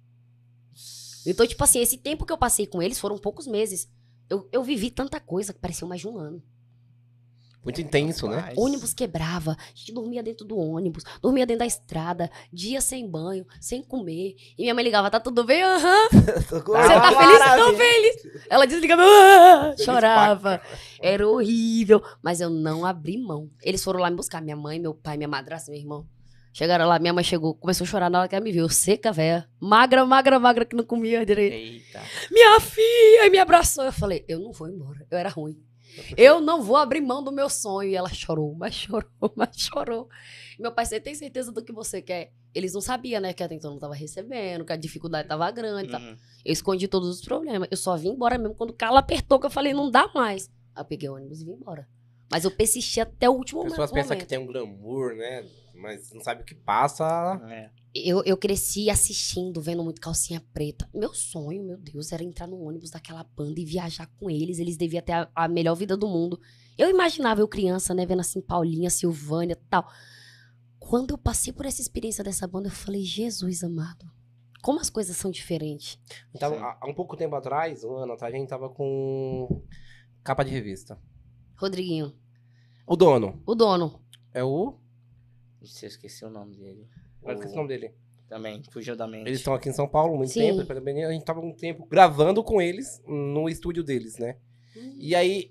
[SPEAKER 3] Então, tipo assim, esse tempo que eu passei com eles foram poucos meses. Eu, eu vivi tanta coisa que pareceu mais de um ano.
[SPEAKER 2] Muito intenso, né?
[SPEAKER 1] Mas-
[SPEAKER 3] Ônibus quebrava, a gente dormia dentro do ônibus, dormia dentro da estrada, dia sem banho, sem comer. E minha mãe ligava, tá tudo bem? Aham. Você tá feliz? Tô feliz. Ela desligava, ah,
[SPEAKER 2] Feliz
[SPEAKER 3] chorava. Era horrível, mas eu não abri mão. Eles foram lá me buscar, minha mãe, meu pai, minha madrasta, meu irmão. Chegaram lá, minha mãe chegou, começou a chorar na hora que ela me viu. Seca, velha. Magra, magra, magra, que não comia direito.
[SPEAKER 1] Eita.
[SPEAKER 3] Minha filha! E me abraçou. Eu falei, eu não vou embora. Eu era ruim. Eu não vou abrir mão do meu sonho. E ela chorou, mas chorou, mas chorou. E meu pai, você tem certeza do que você quer? Eles não sabiam, né, que até então não tava recebendo, que a dificuldade tava grande. Tá?
[SPEAKER 1] Uhum.
[SPEAKER 3] Eu escondi todos os problemas. Eu só vim embora mesmo quando o calo apertou, que eu falei, não dá mais. Aí eu peguei o ônibus e vim embora. Mas eu persisti até o último
[SPEAKER 2] As
[SPEAKER 3] momento.
[SPEAKER 2] pessoas pensam que tem um glamour, né? Mas não sabe o que passa.
[SPEAKER 1] É.
[SPEAKER 3] Eu, eu cresci assistindo, vendo muito Calcinha Preta. Meu sonho, meu Deus, era entrar no ônibus daquela banda e viajar com eles. Eles deviam ter a, a melhor vida do mundo. Eu imaginava eu criança, né, vendo assim Paulinha, Silvânia e tal. Quando eu passei por essa experiência dessa banda, eu falei, Jesus amado, como as coisas são diferentes.
[SPEAKER 2] Então,
[SPEAKER 1] Sim.
[SPEAKER 2] há, há um pouco tempo atrás, um ano atrás, a gente tava com capa de revista.
[SPEAKER 3] Rodriguinho,
[SPEAKER 2] O dono
[SPEAKER 3] o dono.
[SPEAKER 2] é o...
[SPEAKER 1] Ixi, eu esqueci o nome dele.
[SPEAKER 2] Qual é o nome dele?
[SPEAKER 1] Também, fugiu da mente.
[SPEAKER 2] Eles estão aqui em São Paulo há muito
[SPEAKER 3] Sim.
[SPEAKER 2] tempo. depois também A gente tava um tempo gravando com eles no estúdio deles, né? E aí...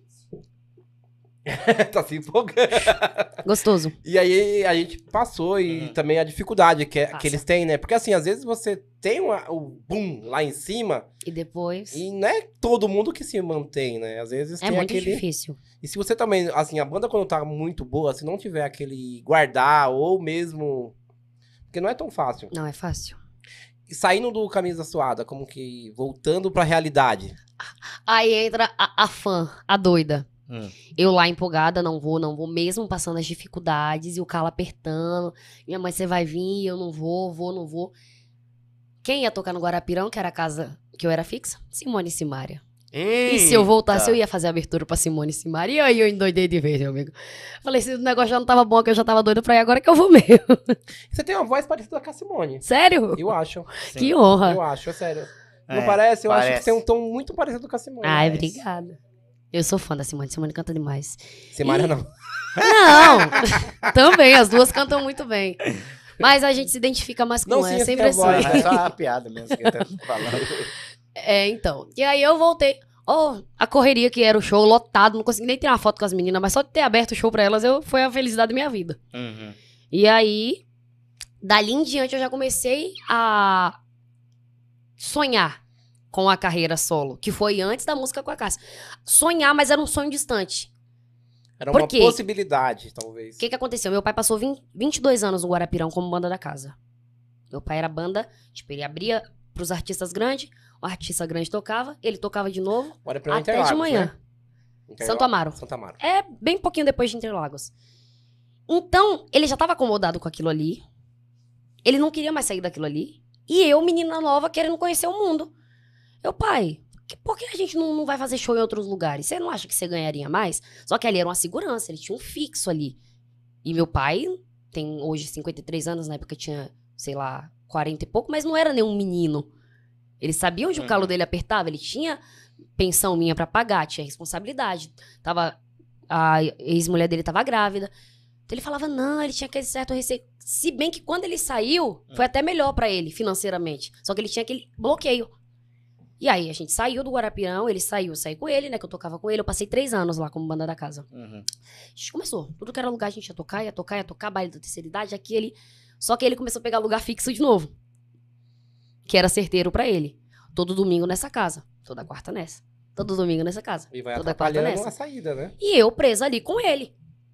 [SPEAKER 2] tá se empolgando.
[SPEAKER 3] Gostoso.
[SPEAKER 2] E aí a gente passou e
[SPEAKER 1] Uhum.
[SPEAKER 2] também a dificuldade que, é-
[SPEAKER 3] Passa.
[SPEAKER 2] que eles têm, né? Porque assim, às vezes você tem uma- o boom lá em cima
[SPEAKER 3] E depois...
[SPEAKER 2] e não é todo mundo que se mantém, né? Às vezes
[SPEAKER 3] é
[SPEAKER 2] tem
[SPEAKER 3] muito
[SPEAKER 2] aquele...
[SPEAKER 3] difícil.
[SPEAKER 2] E se você também, assim, a banda quando tá muito boa, se não tiver aquele guardar ou mesmo... Porque não é tão fácil.
[SPEAKER 3] Não é fácil.
[SPEAKER 2] E saindo do Camisa Suada, como que voltando pra realidade.
[SPEAKER 3] Aí entra a, a fã, a doida.
[SPEAKER 1] Hum.
[SPEAKER 3] Eu lá empolgada, não vou, não vou, mesmo passando as dificuldades e o calo apertando. Minha mãe, você vai vir, eu não vou, vou, não vou. Quem ia tocar no Guarapirão, que era a casa que eu era fixa? Simone e Simaria. E se eu voltasse, eu ia fazer a abertura pra Simone e Simaria. E aí eu endoidei de vez, meu amigo. Falei, se o negócio já não tava bom, que eu já tava doida pra ir, agora que eu vou mesmo.
[SPEAKER 2] Você tem uma voz parecida com a Simone.
[SPEAKER 3] Sério?
[SPEAKER 2] Eu acho.
[SPEAKER 1] Sim.
[SPEAKER 3] Que honra.
[SPEAKER 2] Eu acho, é sério. Não
[SPEAKER 1] É,
[SPEAKER 2] parece? Eu acho que
[SPEAKER 1] parece.
[SPEAKER 2] você tem um tom muito parecido com a Simone.
[SPEAKER 3] Ai,
[SPEAKER 1] Mas-
[SPEAKER 3] obrigada. Eu sou fã da Simone. Simone canta demais.
[SPEAKER 2] Simaria
[SPEAKER 3] E-
[SPEAKER 2] não.
[SPEAKER 3] Não! Também, as duas cantam muito bem. Mas a gente se identifica mais com
[SPEAKER 2] Não,
[SPEAKER 3] ela.
[SPEAKER 2] sim,
[SPEAKER 3] É
[SPEAKER 2] essa
[SPEAKER 3] sempre
[SPEAKER 2] é a
[SPEAKER 3] assim.
[SPEAKER 2] voz.
[SPEAKER 1] É só uma piada mesmo que eu tô falando.
[SPEAKER 3] É, então. E aí eu voltei. Oh, a correria que era o show, lotado, não consegui nem tirar uma foto com as meninas, mas só de ter aberto o show pra elas, eu, foi a felicidade da minha vida.
[SPEAKER 1] Uhum.
[SPEAKER 3] E aí, dali em diante, eu já comecei a sonhar com a carreira solo, que foi antes da música com a Cássia. Sonhar, mas era um sonho distante.
[SPEAKER 2] Era
[SPEAKER 3] Por
[SPEAKER 2] uma
[SPEAKER 3] quê?
[SPEAKER 2] possibilidade, talvez.
[SPEAKER 3] O que que aconteceu? Meu pai passou vinte, vinte e dois anos no Guarapirão como banda da casa. Meu pai era banda, tipo, ele abria pros artistas grandes, o artista grande tocava, ele tocava de novo,
[SPEAKER 2] Agora é pra
[SPEAKER 3] até
[SPEAKER 2] Interlagos,
[SPEAKER 3] de manhã.
[SPEAKER 2] né? Interlagos.
[SPEAKER 3] Santo Amaro.
[SPEAKER 2] Santo Amaro.
[SPEAKER 3] É bem pouquinho depois de Interlagos. Então, ele já tava acomodado com aquilo ali. Ele não queria mais sair daquilo ali. E eu, menina nova, querendo conhecer o mundo. Eu, pai, que- por que a gente não, não vai fazer show em outros lugares? Você não acha que você ganharia mais? Só que ali era uma segurança, ele tinha um fixo ali. E meu pai tem hoje cinquenta e três anos, na época tinha, sei lá, quarenta e pouco, mas não era nenhum menino. Ele sabia onde o calo
[SPEAKER 1] Uhum.
[SPEAKER 3] dele apertava, ele tinha pensão minha pra pagar, tinha responsabilidade. Tava, a ex-mulher dele tava grávida. Então ele falava, não, ele tinha aquele certo receio. Se bem que quando ele saiu, foi até melhor pra ele, financeiramente. Só que ele tinha aquele bloqueio. E aí, a gente saiu do Guarapirão, ele saiu, eu saí com ele, né, que eu tocava com ele. Eu passei três anos lá como banda da casa.
[SPEAKER 1] Uhum.
[SPEAKER 3] A gente começou. Tudo que era lugar a gente ia tocar, ia tocar, ia tocar, baile da terceira idade, aqui ele... Só que ele começou a pegar lugar fixo de novo. Que era certeiro pra ele. Todo domingo nessa casa. Toda quarta nessa. Todo domingo nessa casa.
[SPEAKER 2] E vai
[SPEAKER 3] toda quarta
[SPEAKER 2] atrapalhando
[SPEAKER 3] nessa.
[SPEAKER 2] a saída, né?
[SPEAKER 3] E eu presa ali com ele.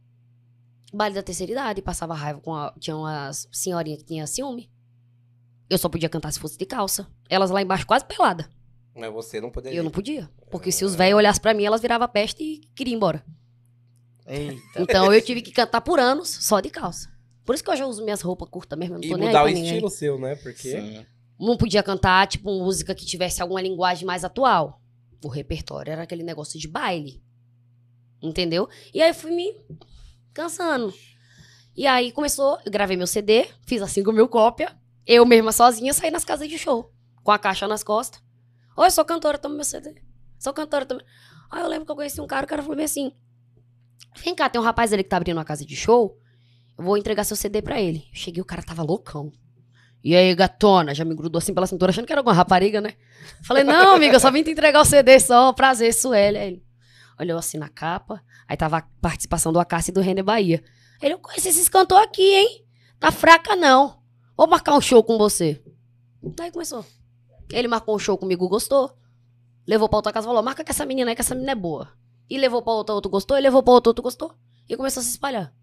[SPEAKER 3] Baile da terceira idade, passava raiva com a... Tinha umas senhorinhas que tinha ciúme. Eu só podia cantar se fosse de calça. Elas lá embaixo quase pelada.
[SPEAKER 2] Mas você não poderia.
[SPEAKER 3] Eu não podia. Porque se os velhos olhassem pra mim, elas viravam peste e queriam ir embora.
[SPEAKER 1] Eita.
[SPEAKER 3] Então eu tive que cantar por anos só de calça. Por isso que hoje eu uso minhas roupas curtas mesmo. Eu não
[SPEAKER 2] E
[SPEAKER 3] tô nem aí
[SPEAKER 2] mudar o
[SPEAKER 3] pra ninguém.
[SPEAKER 2] estilo seu, né? Porque...
[SPEAKER 1] Sim.
[SPEAKER 3] Não podia cantar, tipo, música que tivesse alguma linguagem mais atual. O repertório era aquele negócio de baile. Entendeu? E aí eu fui me cansando. E aí começou, eu gravei meu C D, fiz as cinco mil cópias. Eu mesma sozinha saí nas casas de show. Com a caixa nas costas. Oi, sou cantora, toma meu C D. Sou cantora, toma... Aí eu lembro que eu conheci um cara, o cara falou bem assim... Vem cá, tem um rapaz ali que tá abrindo uma casa de show. Eu vou entregar seu C D pra ele. Eu cheguei, o cara tava loucão. E aí, gatona, já me grudou assim pela cintura, achando que era alguma rapariga, né? Falei, não, amiga, eu só vim te entregar o C D só, prazer, Sueli. Aí ele olhou assim na capa, aí tava a participação do Acácio e do Renner Bahia. Ele, eu conheci esses cantores aqui, hein? Tá fraca, não. Vou marcar um show com você. Daí começou. Ele marcou um show comigo, gostou. Levou pra outra casa e falou, marca com essa menina aí, que essa menina é boa. E levou pra outra, outro gostou, e levou pra outro, outro gostou. E começou a se espalhar.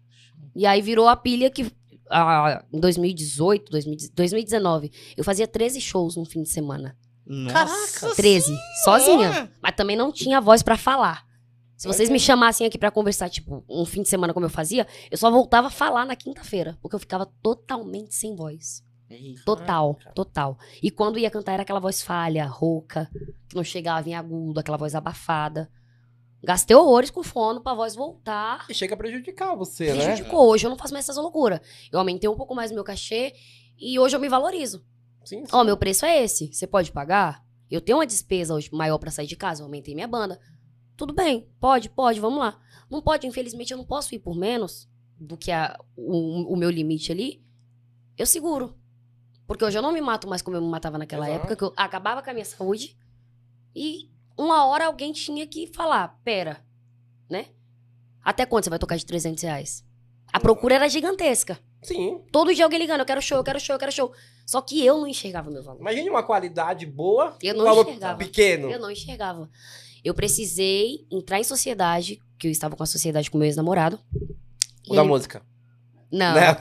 [SPEAKER 3] E aí virou a pilha que... Ah, em dois mil e dezoito, dois mil e dezenove, eu fazia treze shows no fim de semana.
[SPEAKER 1] Nossa.
[SPEAKER 3] treze, sozinha. Mas também não tinha voz pra falar. Se vocês me chamassem aqui pra conversar, tipo, um fim de semana como eu fazia, eu só voltava a falar na quinta-feira, porque eu ficava totalmente sem voz.
[SPEAKER 1] Eita.
[SPEAKER 3] Total, total. E quando ia cantar era aquela voz falha, rouca, que não chegava em agudo, aquela voz abafada. Gastei horrores com fono pra voz voltar.
[SPEAKER 2] E chega a prejudicar você, né?
[SPEAKER 3] Prejudicou. Hoje eu não faço mais essas loucuras. Eu aumentei um pouco mais o meu cachê e hoje eu me valorizo.
[SPEAKER 2] Sim, sim.
[SPEAKER 3] Ó, meu preço é esse. Você pode pagar? Eu tenho uma despesa hoje maior pra sair de casa. Eu aumentei minha banda. Tudo bem. Pode, pode. Vamos lá. Não pode, infelizmente, eu não posso ir por menos do que a, o, o meu limite ali. Eu seguro. Porque hoje eu não me mato mais como eu me matava naquela
[SPEAKER 2] Exato.
[SPEAKER 3] época, que eu acabava com a minha saúde e uma hora alguém tinha que falar, pera, né? Até quando você vai tocar de trezentos reais? A procura era gigantesca.
[SPEAKER 2] Sim.
[SPEAKER 3] Todo dia alguém ligando, eu quero show, eu quero show, eu quero show. Só que eu não enxergava meu valor.
[SPEAKER 2] Imagine uma qualidade boa
[SPEAKER 3] Eu
[SPEAKER 2] um
[SPEAKER 3] não
[SPEAKER 2] valor
[SPEAKER 3] enxergava.
[SPEAKER 2] pequeno.
[SPEAKER 3] Eu não enxergava. Eu precisei entrar em sociedade, que eu estava com a sociedade com meu ex-namorado.
[SPEAKER 2] Ou da
[SPEAKER 3] Ele-
[SPEAKER 2] música.
[SPEAKER 3] Não.
[SPEAKER 2] Né?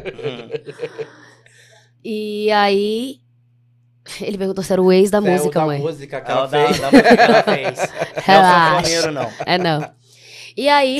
[SPEAKER 3] E aí... Ele perguntou se era o ex da
[SPEAKER 2] É o
[SPEAKER 3] música,
[SPEAKER 2] da
[SPEAKER 3] mãe.
[SPEAKER 2] música que
[SPEAKER 1] É
[SPEAKER 2] ela
[SPEAKER 1] o da,
[SPEAKER 2] fez.
[SPEAKER 1] da música que ela fez. Não é o
[SPEAKER 3] Relaxa.
[SPEAKER 1] sanfoneiro, não.
[SPEAKER 3] É, não. E aí...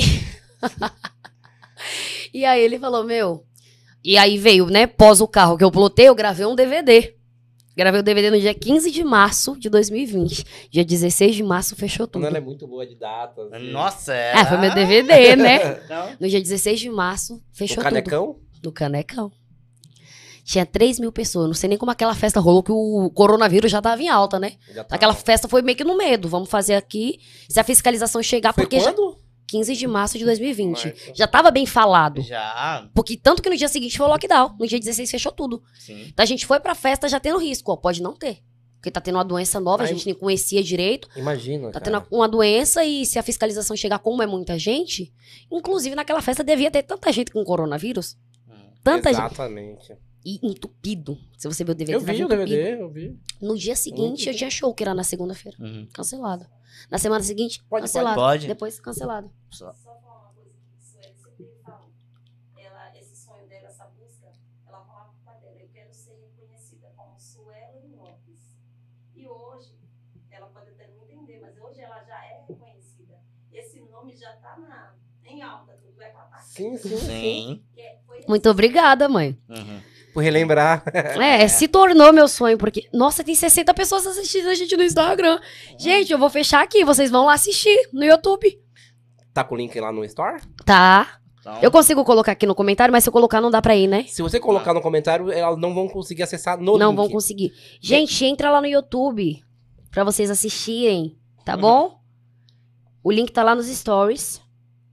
[SPEAKER 3] e aí ele falou, meu... E aí veio, né, pós o carro que eu plotei, eu gravei um D V D. Gravei o D V D no dia quinze de março de dois mil e vinte. Dia dezesseis de março fechou tudo.
[SPEAKER 2] Quando ela é muito boa de datas. e-
[SPEAKER 1] Nossa, é.
[SPEAKER 3] É, foi meu D V D, né?
[SPEAKER 1] Não.
[SPEAKER 3] No dia dezesseis de março, fechou
[SPEAKER 2] O canecão?
[SPEAKER 3] tudo. No Canecão. Tinha três mil pessoas. Não sei nem como aquela festa rolou, que o coronavírus já tava em alta, né?
[SPEAKER 2] Já tá.
[SPEAKER 3] Aquela festa foi meio que no medo. Vamos fazer aqui. Se a fiscalização chegar,
[SPEAKER 2] Foi
[SPEAKER 3] porque já...
[SPEAKER 2] quando?
[SPEAKER 3] quinze de março de dois mil e vinte.
[SPEAKER 2] Março.
[SPEAKER 3] Já tava bem falado.
[SPEAKER 1] Já.
[SPEAKER 3] Porque tanto que no dia seguinte foi o lockdown. No dia dezesseis fechou tudo.
[SPEAKER 1] Sim.
[SPEAKER 3] Então a gente foi pra festa já tendo risco. Ó, pode não ter. Porque tá tendo uma doença nova,
[SPEAKER 2] Ai,
[SPEAKER 3] a gente nem conhecia direito.
[SPEAKER 2] Imagina,
[SPEAKER 3] Tá
[SPEAKER 2] cara.
[SPEAKER 3] tendo uma doença e se a fiscalização chegar, como é muita gente... Inclusive naquela festa devia ter tanta gente com coronavírus.
[SPEAKER 1] Hum.
[SPEAKER 3] Tanta gente.
[SPEAKER 2] Exatamente.
[SPEAKER 3] E entupido. Se você ver o D V D,
[SPEAKER 2] Eu
[SPEAKER 3] tava
[SPEAKER 2] vi o
[SPEAKER 3] entupido.
[SPEAKER 2] D V D, eu vi.
[SPEAKER 3] No dia seguinte, eu tinha show, que era na segunda-feira.
[SPEAKER 1] Uhum.
[SPEAKER 3] Cancelado. Na semana seguinte,
[SPEAKER 2] Pode,
[SPEAKER 3] cancelado.
[SPEAKER 1] pode.
[SPEAKER 3] Depois, cancelado.
[SPEAKER 1] Só.
[SPEAKER 4] Só falar uma coisa que isso ele sempre fala. Ela, esse sonho dela, essa busca, ela falava com o pai dela, eu quero ser reconhecida como Suelen Lopes. E hoje, ela pode até não entender, mas hoje ela já é reconhecida. Esse nome já está em alta, tudo é com a parte.
[SPEAKER 2] Sim, sim, sim.
[SPEAKER 1] Sim.
[SPEAKER 3] Muito obrigada, mãe.
[SPEAKER 1] Uhum.
[SPEAKER 2] Por relembrar.
[SPEAKER 3] É, se tornou meu sonho, porque... Nossa, tem sessenta pessoas assistindo a gente no Instagram. Gente, eu vou fechar aqui, vocês vão lá assistir no YouTube.
[SPEAKER 2] Tá com o link lá no Store?
[SPEAKER 3] Tá.
[SPEAKER 1] Então,
[SPEAKER 3] Eu consigo colocar aqui no comentário, mas se eu colocar não dá pra ir, né?
[SPEAKER 2] Se você colocar no comentário, elas não vão conseguir acessar no
[SPEAKER 3] Não
[SPEAKER 2] link.
[SPEAKER 3] vão conseguir. Gente, entra lá no YouTube pra vocês assistirem, tá bom? O link tá lá nos stories.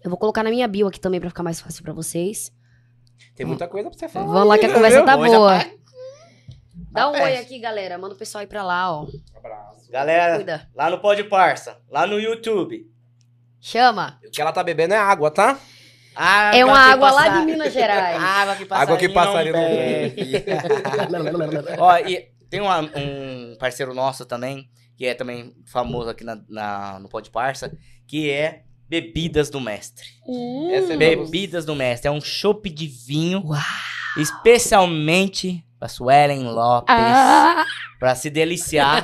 [SPEAKER 3] Eu vou colocar na minha bio aqui também pra ficar mais fácil pra vocês.
[SPEAKER 2] Tem muita coisa pra você falar.
[SPEAKER 3] Vamos lá que a
[SPEAKER 2] né,
[SPEAKER 3] conversa
[SPEAKER 2] viu?
[SPEAKER 3] tá
[SPEAKER 1] Hoje
[SPEAKER 3] boa.
[SPEAKER 1] a-
[SPEAKER 3] Dá um
[SPEAKER 1] Aperta.
[SPEAKER 3] oi aqui, galera. Manda o pessoal ir pra lá, ó.
[SPEAKER 2] Abraço.
[SPEAKER 1] Galera,
[SPEAKER 3] Cuida.
[SPEAKER 1] lá no Pode Parça, lá no YouTube.
[SPEAKER 3] Chama.
[SPEAKER 2] O que ela tá bebendo é água, tá?
[SPEAKER 1] Água
[SPEAKER 3] É uma
[SPEAKER 1] que
[SPEAKER 3] água lá
[SPEAKER 1] passa-
[SPEAKER 3] de Minas Gerais.
[SPEAKER 1] Água que
[SPEAKER 2] Água que
[SPEAKER 1] passarinho
[SPEAKER 2] passarinho
[SPEAKER 1] não
[SPEAKER 2] não
[SPEAKER 1] bebe. Ó, e tem uma- um parceiro nosso também, que é também famoso aqui na, na- no Pode Parça, que é Bebidas do Mestre.
[SPEAKER 3] Hum.
[SPEAKER 2] Essa é
[SPEAKER 1] Bebidas do Mestre. É um chopp de vinho,
[SPEAKER 3] Uau.
[SPEAKER 1] especialmente pra Suelen Lopes,
[SPEAKER 3] Ah.
[SPEAKER 1] pra se deliciar.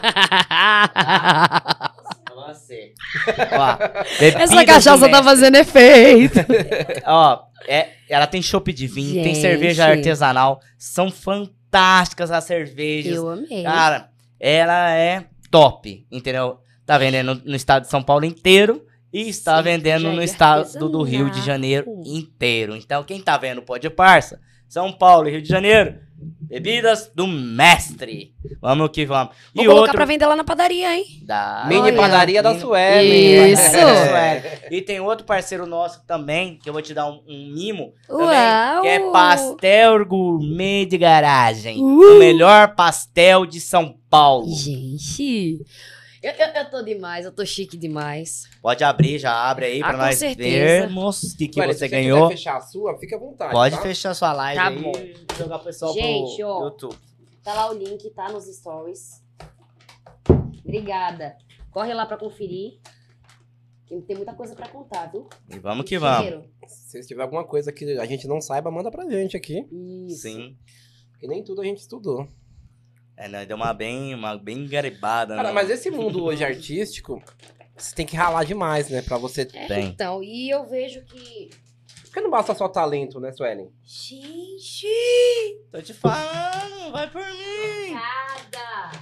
[SPEAKER 1] Você. Ó, Bebidas
[SPEAKER 3] Essa cachaça
[SPEAKER 1] do
[SPEAKER 3] tá
[SPEAKER 1] Mestre.
[SPEAKER 3] fazendo efeito.
[SPEAKER 1] Ó, é, ela tem chopp de vinho, tem
[SPEAKER 3] Gente.
[SPEAKER 1] cerveja artesanal. São fantásticas as cervejas.
[SPEAKER 3] Eu amei.
[SPEAKER 1] Cara, ela é top, entendeu? Tá vendendo no estado de São Paulo inteiro e está
[SPEAKER 3] Sim,
[SPEAKER 1] vendendo
[SPEAKER 3] já
[SPEAKER 1] no
[SPEAKER 3] é
[SPEAKER 1] estado do Rio de
[SPEAKER 3] artesanal.
[SPEAKER 1] Janeiro inteiro. Então, quem tá vendo Pode Parça, São Paulo e Rio de Janeiro, Bebidas do Mestre. Vamos que vamos.
[SPEAKER 3] Vou
[SPEAKER 1] e
[SPEAKER 3] colocar
[SPEAKER 1] outro
[SPEAKER 3] pra vender lá na padaria, hein?
[SPEAKER 1] da
[SPEAKER 2] Mini
[SPEAKER 3] Olha.
[SPEAKER 2] padaria da
[SPEAKER 1] Mini-
[SPEAKER 2] Suelen.
[SPEAKER 3] Isso.
[SPEAKER 1] Suelen. E tem outro parceiro nosso também, que eu vou te dar um, um mimo, também,
[SPEAKER 3] Uau.
[SPEAKER 1] que é Pastel Gourmet de Garagem.
[SPEAKER 3] Uh.
[SPEAKER 1] O melhor pastel de São Paulo.
[SPEAKER 3] Gente, eu, eu, eu tô demais, eu tô chique demais.
[SPEAKER 1] Pode abrir, já abre aí
[SPEAKER 3] Ah,
[SPEAKER 1] pra
[SPEAKER 3] com
[SPEAKER 1] nós
[SPEAKER 3] certeza.
[SPEAKER 1] vermos o que, que
[SPEAKER 2] Suelen,
[SPEAKER 1] você
[SPEAKER 2] se
[SPEAKER 1] ganhou.
[SPEAKER 2] quiser fechar a sua, fica à vontade.
[SPEAKER 1] Pode
[SPEAKER 2] tá?
[SPEAKER 1] fechar sua live
[SPEAKER 3] Tá
[SPEAKER 1] aí
[SPEAKER 3] bom.
[SPEAKER 1] e jogar o pessoal
[SPEAKER 3] Gente,
[SPEAKER 1] pro
[SPEAKER 3] ó.
[SPEAKER 1] YouTube.
[SPEAKER 3] Tá lá o link, tá nos stories. Obrigada. Corre lá pra conferir. que Tem muita coisa pra contar, viu?
[SPEAKER 1] E vamos que vamos.
[SPEAKER 3] Cheiro.
[SPEAKER 2] Se tiver alguma coisa que a gente não saiba, manda pra gente aqui.
[SPEAKER 3] Isso.
[SPEAKER 1] Sim.
[SPEAKER 2] Porque nem tudo a gente estudou.
[SPEAKER 1] É, né, deu uma bem, uma bem garibada.
[SPEAKER 2] Cara,
[SPEAKER 1] né?
[SPEAKER 2] mas esse mundo hoje artístico, você tem que ralar demais, né? Pra você...
[SPEAKER 3] É,
[SPEAKER 1] Tem.
[SPEAKER 3] então, e eu vejo que...
[SPEAKER 2] Porque não basta só talento, né, Suelen?
[SPEAKER 3] Gente!
[SPEAKER 1] Tô te falando, vai por mim.
[SPEAKER 3] Nada!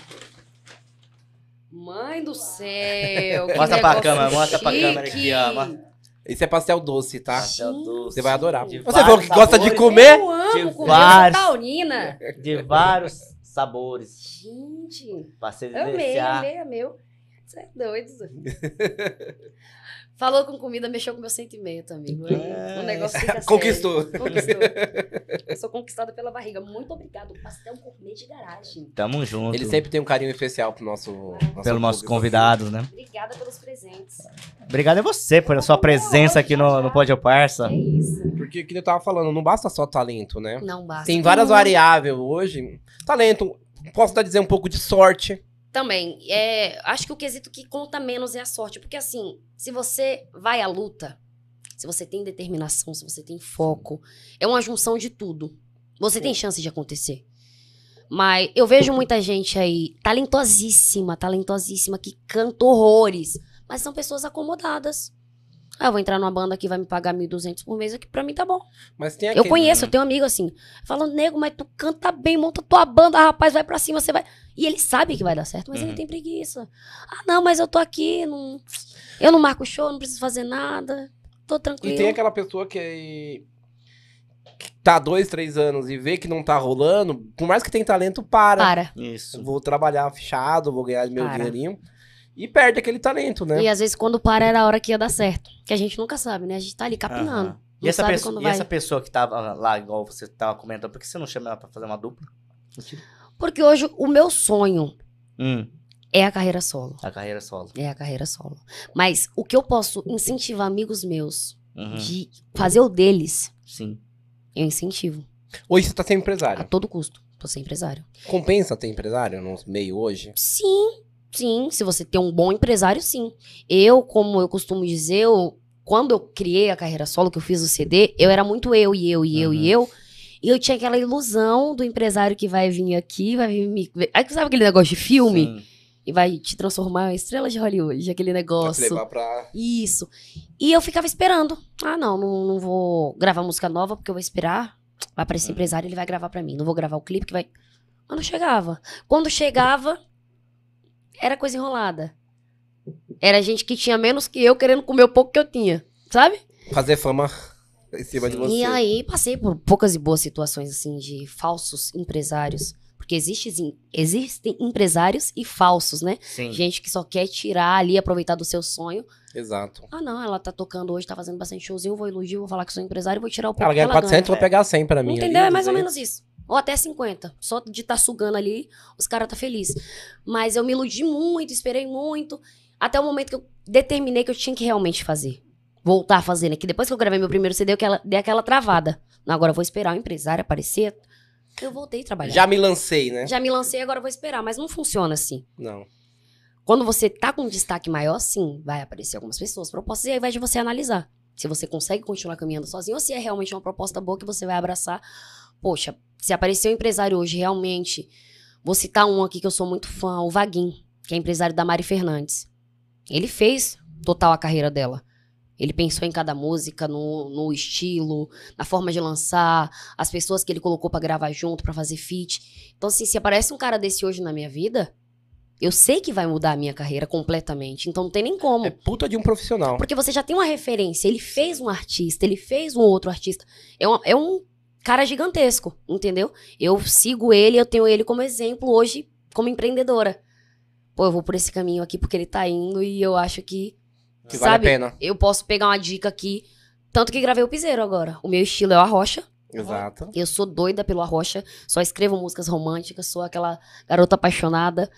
[SPEAKER 3] Mãe do céu! que
[SPEAKER 1] Mostra pra
[SPEAKER 3] negócio
[SPEAKER 1] câmera, mostra pra
[SPEAKER 3] chique.
[SPEAKER 1] câmera aqui, ó.
[SPEAKER 2] Esse é pastel doce, tá?
[SPEAKER 1] Pastel doce.
[SPEAKER 2] Você vai adorar.
[SPEAKER 1] De
[SPEAKER 2] Você falou
[SPEAKER 1] vários
[SPEAKER 2] que gosta de
[SPEAKER 1] sabores.
[SPEAKER 2] comer?
[SPEAKER 3] Eu amo
[SPEAKER 1] De
[SPEAKER 3] comer
[SPEAKER 1] vários-
[SPEAKER 3] essa taurina.
[SPEAKER 1] De vários sabores.
[SPEAKER 3] Gente,
[SPEAKER 1] Pra se
[SPEAKER 3] amei,
[SPEAKER 1] deliciar.
[SPEAKER 3] amei, amei. Você é doido. Zé. Falou com comida, mexeu com meu sentimento, amigo. Aí
[SPEAKER 1] É.
[SPEAKER 3] o negócio fica sério.
[SPEAKER 2] Conquistou.
[SPEAKER 3] Conquistou. Eu sou conquistada pela barriga. Muito obrigado. Pastel gourmet de garagem.
[SPEAKER 1] Tamo junto.
[SPEAKER 2] Ele sempre tem um carinho especial pro nosso... nosso
[SPEAKER 1] Pelos nossos
[SPEAKER 2] público.
[SPEAKER 1] convidados, né?
[SPEAKER 3] Obrigada pelos presentes.
[SPEAKER 1] Obrigado a você por a sua presença aqui no, no Pode Parça.
[SPEAKER 3] É isso.
[SPEAKER 2] Porque, como eu tava falando, não basta só talento, né?
[SPEAKER 3] Não basta.
[SPEAKER 2] Tem várias variáveis hoje. Talento, posso até dizer um pouco de sorte.
[SPEAKER 3] Também, é, acho que o quesito que conta menos é a sorte. Porque assim, se você vai à luta, se você tem determinação, se você tem foco, é uma junção de tudo. Você tem chance de acontecer. Mas eu vejo muita gente aí, talentosíssima, talentosíssima, que canta horrores. Mas são pessoas acomodadas. Ah, eu vou entrar numa banda que vai me pagar mil e duzentos por mês, aqui pra mim tá bom.
[SPEAKER 2] Mas tem
[SPEAKER 3] Eu
[SPEAKER 2] aquele...
[SPEAKER 3] conheço, eu tenho um amigo assim. Falando, nego, mas tu canta bem, monta tua banda, rapaz, vai pra cima, você vai. E ele sabe que vai dar certo, mas
[SPEAKER 1] Uhum.
[SPEAKER 3] ele tem preguiça. Ah, não, mas eu tô aqui, não... eu não marco show, não preciso fazer nada. Tô tranquilo.
[SPEAKER 2] E tem aquela pessoa que... que tá dois, três anos e vê que não tá rolando, por mais que tem talento, para.
[SPEAKER 3] Para.
[SPEAKER 1] Isso.
[SPEAKER 2] Vou trabalhar fechado, vou ganhar meu
[SPEAKER 3] Para.
[SPEAKER 2] dinheirinho. E perde aquele talento, né?
[SPEAKER 3] E às vezes quando para era a hora que ia dar certo. Que a gente nunca sabe, né? A gente tá ali capinando.
[SPEAKER 1] Aham.
[SPEAKER 3] Não
[SPEAKER 1] E, essa
[SPEAKER 3] sabe
[SPEAKER 1] pessoa,
[SPEAKER 3] quando
[SPEAKER 1] e
[SPEAKER 3] vai.
[SPEAKER 1] essa pessoa que tava lá, igual você tava comentando, por que você não chama ela pra fazer uma dupla?
[SPEAKER 3] Porque hoje o meu sonho
[SPEAKER 1] Hum,
[SPEAKER 3] é a carreira solo.
[SPEAKER 1] a carreira solo.
[SPEAKER 3] É a carreira solo. Mas o que eu posso incentivar amigos meus
[SPEAKER 1] Uhum,
[SPEAKER 3] de fazer o deles,
[SPEAKER 1] sim.
[SPEAKER 3] eu incentivo.
[SPEAKER 2] Hoje você tá sem
[SPEAKER 3] A
[SPEAKER 2] empresário.
[SPEAKER 3] todo custo. Tô ser empresário.
[SPEAKER 2] Compensa ter empresário no meio hoje?
[SPEAKER 3] Sim, sim. Se você tem um bom empresário, sim. Eu, como eu costumo dizer, eu, quando eu criei a carreira solo, que eu fiz o C D, eu era muito eu e eu e eu
[SPEAKER 1] Uhum.
[SPEAKER 3] e eu. E eu tinha aquela ilusão do empresário que vai vir aqui, vai vir me... Aí, sabe aquele negócio de filme?
[SPEAKER 1] Sim.
[SPEAKER 3] E vai te transformar em estrela de Hollywood, aquele
[SPEAKER 2] Pra te
[SPEAKER 3] negócio.
[SPEAKER 2] levar pra...
[SPEAKER 3] Isso. E eu ficava esperando. Ah, não, não, não vou gravar música nova, porque eu vou esperar. Vai aparecer
[SPEAKER 1] Uhum.
[SPEAKER 3] empresário, ele vai gravar pra mim. Não vou gravar o clipe que vai... Mas não chegava. Quando chegava, era coisa enrolada. Era gente que tinha menos que eu, querendo comer o pouco que eu tinha. Sabe?
[SPEAKER 2] Fazer fama em cima de
[SPEAKER 1] Sim.
[SPEAKER 2] você.
[SPEAKER 3] E aí, passei por poucas e boas situações, assim, de falsos empresários. Porque Porque existe, existem empresários e falsos, né?
[SPEAKER 1] Sim.
[SPEAKER 3] Gente que só quer tirar ali, aproveitar do seu sonho.
[SPEAKER 2] Exato.
[SPEAKER 3] Ah, não, ela tá tocando hoje, tá fazendo bastante showzinho, vou elogiar, vou falar que sou empresário e vou tirar o pouco
[SPEAKER 2] Ela ganha
[SPEAKER 3] que
[SPEAKER 2] quatrocentos,
[SPEAKER 3] ganha.
[SPEAKER 2] vou pegar cem pra mim.
[SPEAKER 3] Entendeu?
[SPEAKER 2] ali,
[SPEAKER 3] É mais ou
[SPEAKER 2] duzentos.
[SPEAKER 3] menos isso. Ou até cinquenta. Só de estar tá sugando ali, os caras tá feliz. Mas eu me iludi muito, esperei muito. Até o momento que eu determinei que eu tinha que realmente fazer. Voltar a fazer, né? Que depois que eu gravei meu primeiro C D, eu aquela- dei aquela travada. Agora eu vou esperar o empresário aparecer. Eu voltei a trabalhar.
[SPEAKER 2] Já me lancei, né?
[SPEAKER 3] Já me lancei, agora eu vou esperar. Mas não funciona assim.
[SPEAKER 2] Não.
[SPEAKER 3] Quando você tá com um destaque maior, sim, vai aparecer algumas pessoas, propostas, e aí vai de você analisar. Se você consegue continuar caminhando sozinho, ou se é realmente uma proposta boa que você vai abraçar. Poxa, se aparecer um empresário hoje, realmente, vou citar um aqui que eu sou muito fã, o Vaguinho, que é empresário da Mari Fernandes. Ele fez total a carreira dela. Ele pensou em cada música, no, no estilo, na forma de lançar, as pessoas que ele colocou pra gravar junto, pra fazer feat. Então, assim, se aparece um cara desse hoje na minha vida, eu sei que vai mudar a minha carreira completamente. Então, não tem nem como.
[SPEAKER 2] É puta de um profissional.
[SPEAKER 3] Porque você já tem uma referência. Ele fez um artista, ele fez um outro artista. É, uma, é um cara gigantesco, entendeu? Eu sigo ele, eu tenho ele como exemplo hoje, como empreendedora. Pô, eu vou por esse caminho aqui porque ele tá indo e eu acho que,
[SPEAKER 2] Que vale
[SPEAKER 3] sabe,
[SPEAKER 2] a pena.
[SPEAKER 3] eu posso pegar uma dica aqui. Tanto que gravei o Piseiro agora. O meu estilo é o Arrocha.
[SPEAKER 2] Exato.
[SPEAKER 3] Eu sou doida pelo Arrocha. Só escrevo músicas românticas, sou aquela garota apaixonada.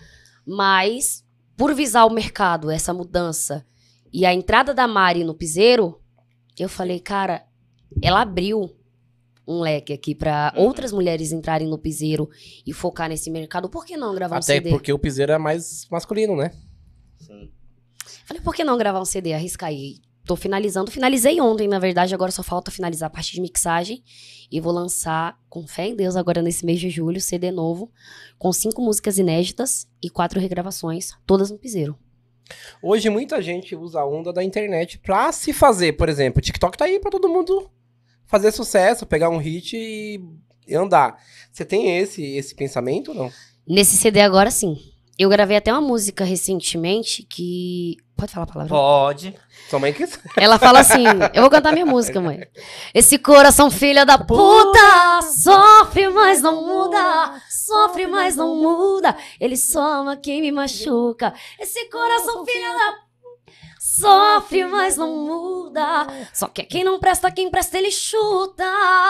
[SPEAKER 3] Mas, por visar o mercado, essa mudança, e a entrada da Mari no Piseiro, eu falei, cara, ela abriu um leque aqui pra
[SPEAKER 1] Uhum.
[SPEAKER 3] outras mulheres entrarem no Piseiro e focar nesse mercado. Por que não gravar um
[SPEAKER 2] Até
[SPEAKER 3] C D?
[SPEAKER 2] porque o piseiro é mais masculino, né?
[SPEAKER 1] Sim.
[SPEAKER 3] Falei, por que não gravar um C D? Arriscar aí. Tô finalizando. Finalizei ontem, na verdade. Agora só falta finalizar a parte de mixagem. E vou lançar, com fé em Deus, agora nesse mês de julho, C D novo. Com cinco músicas inéditas e quatro regravações. Todas no Piseiro.
[SPEAKER 2] Hoje muita gente usa a onda da internet pra se fazer, por exemplo. O TikTok tá aí pra todo mundo fazer sucesso, pegar um hit e, e andar. Você tem esse, esse pensamento ou não?
[SPEAKER 3] Nesse C D agora, sim. Eu gravei até uma música recentemente que... Pode falar a palavra?
[SPEAKER 1] Pode.
[SPEAKER 2] Sua mãe que...
[SPEAKER 3] Ela fala assim, eu vou cantar minha música, mãe. Esse coração filha da puta, sofre, mas não muda. Sofre, mas não muda. Ele só ama quem me machuca. Esse coração filha da puta, sofre, mas não muda. Só que quem não presta, quem presta, ele chuta.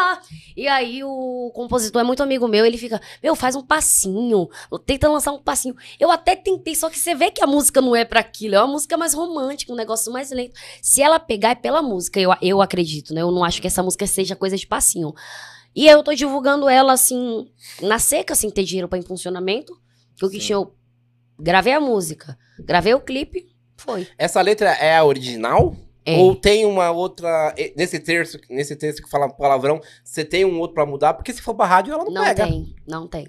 [SPEAKER 3] E aí o compositor é muito amigo meu, ele fica, meu, faz um passinho, tenta lançar um passinho. Eu até tentei, só que você vê que a música não é pra aquilo, é uma música mais romântica, um negócio mais lento. Se ela pegar é pela música, eu, eu acredito, né? Eu não acho que essa música seja coisa de passinho. E eu tô divulgando ela, assim, na seca, sem ter dinheiro pra impulsionamento. Que o que tinha, eu gravei a música, gravei o clipe, foi.
[SPEAKER 2] Essa letra é a original?
[SPEAKER 3] É.
[SPEAKER 2] Ou tem uma outra... eh, Nesse texto, nesse texto que fala palavrão, você tem um outro pra mudar? Porque se for pra rádio, ela não,
[SPEAKER 3] Não
[SPEAKER 2] pega.
[SPEAKER 3] tem, não tem.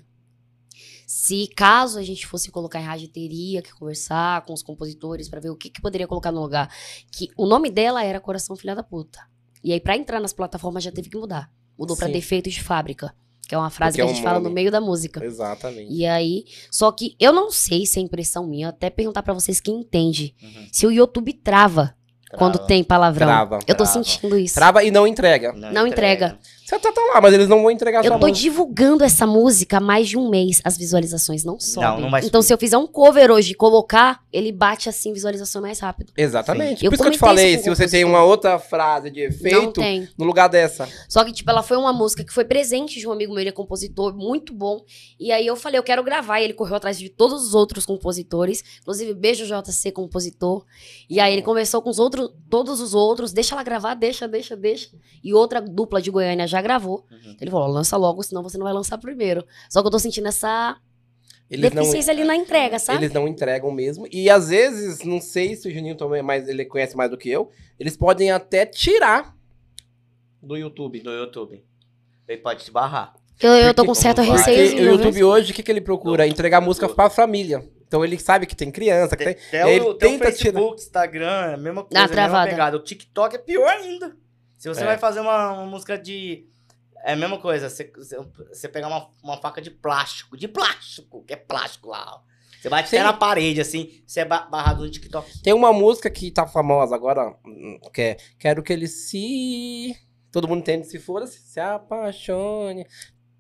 [SPEAKER 3] Se caso a gente fosse colocar em rádio, teria que conversar com os compositores pra ver o que, que poderia colocar no lugar. Que o nome dela era Coração Filha da Puta. E aí, pra entrar nas plataformas, já teve que mudar. Mudou pra
[SPEAKER 2] Sim.
[SPEAKER 3] Defeitos de Fábrica. Que é uma frase
[SPEAKER 2] Porque é
[SPEAKER 3] que a
[SPEAKER 2] um
[SPEAKER 3] gente fala
[SPEAKER 2] nome.
[SPEAKER 3] no meio da música.
[SPEAKER 2] Exatamente.
[SPEAKER 3] E aí, só que eu não sei se é impressão minha, até perguntar pra vocês quem entende.
[SPEAKER 1] Uhum.
[SPEAKER 3] Se o YouTube trava quando
[SPEAKER 1] Trava.
[SPEAKER 3] tem palavrão.
[SPEAKER 2] Trava.
[SPEAKER 3] Eu tô
[SPEAKER 1] Trava.
[SPEAKER 3] sentindo isso.
[SPEAKER 2] Trava e não entrega.
[SPEAKER 3] Não entrega.
[SPEAKER 2] Você tá, tá lá, mas eles não vão entregar
[SPEAKER 3] Eu
[SPEAKER 2] sua
[SPEAKER 3] tô
[SPEAKER 2] música.
[SPEAKER 3] divulgando essa música há mais de um mês. As visualizações não sobem.
[SPEAKER 1] não vai
[SPEAKER 3] Então,
[SPEAKER 1] subir.
[SPEAKER 3] se eu fizer um cover hoje e colocar, ele bate assim, visualização mais rápido.
[SPEAKER 2] Exatamente.
[SPEAKER 3] Sim. Eu
[SPEAKER 2] Por isso que eu te
[SPEAKER 3] comentei
[SPEAKER 2] falei,
[SPEAKER 3] isso
[SPEAKER 2] se
[SPEAKER 3] com o
[SPEAKER 2] você tem
[SPEAKER 3] compositor.
[SPEAKER 2] uma outra frase de
[SPEAKER 3] Não
[SPEAKER 2] efeito
[SPEAKER 3] tem.
[SPEAKER 2] no lugar dessa.
[SPEAKER 3] Só que, tipo, ela foi uma música que foi presente de um amigo meu, ele é compositor, muito bom. E aí eu falei, eu quero gravar. E ele correu atrás de todos os outros compositores. Inclusive, beijo J C, compositor. E aí ele conversou com os outros, todos os outros. Deixa ela gravar, deixa, deixa, deixa. E outra dupla de Goiânia já gravou.
[SPEAKER 1] Uhum.
[SPEAKER 3] Ele falou, lança logo, senão você não vai lançar primeiro. Só que eu tô sentindo essa
[SPEAKER 2] Eles não,
[SPEAKER 3] deficiência ali na entrega, sabe?
[SPEAKER 2] eles não entregam mesmo. E às vezes, não sei se o Juninho também, mas ele conhece mais do que eu, eles podem até tirar do YouTube.
[SPEAKER 1] Do YouTube. Ele pode te barrar.
[SPEAKER 3] Eu, eu tô
[SPEAKER 2] Porque-
[SPEAKER 3] com certo
[SPEAKER 1] Como vai?
[SPEAKER 2] Porque
[SPEAKER 3] receio.
[SPEAKER 2] o YouTube hoje, o que, que ele procura? Entregar música pra família. Então ele sabe que tem criança, que tem...
[SPEAKER 1] Até
[SPEAKER 2] ele
[SPEAKER 1] o, até o
[SPEAKER 2] tenta
[SPEAKER 1] Facebook, Instagram, é a mesma coisa,
[SPEAKER 3] Dá uma
[SPEAKER 1] a mesma
[SPEAKER 3] travada.
[SPEAKER 1] pegada. O TikTok é pior ainda. Se você
[SPEAKER 2] É.
[SPEAKER 1] vai fazer uma, uma música de... É a mesma coisa, você, você, você pegar uma, uma faca de plástico, de plástico, que é plástico lá, ó. Você bate
[SPEAKER 2] Sim.
[SPEAKER 1] até na parede, assim, você é ba- barrado no TikTok.
[SPEAKER 2] Tem uma música que tá famosa agora, hum, que é Quero que ele se... Todo mundo entende, se for, se apaixone.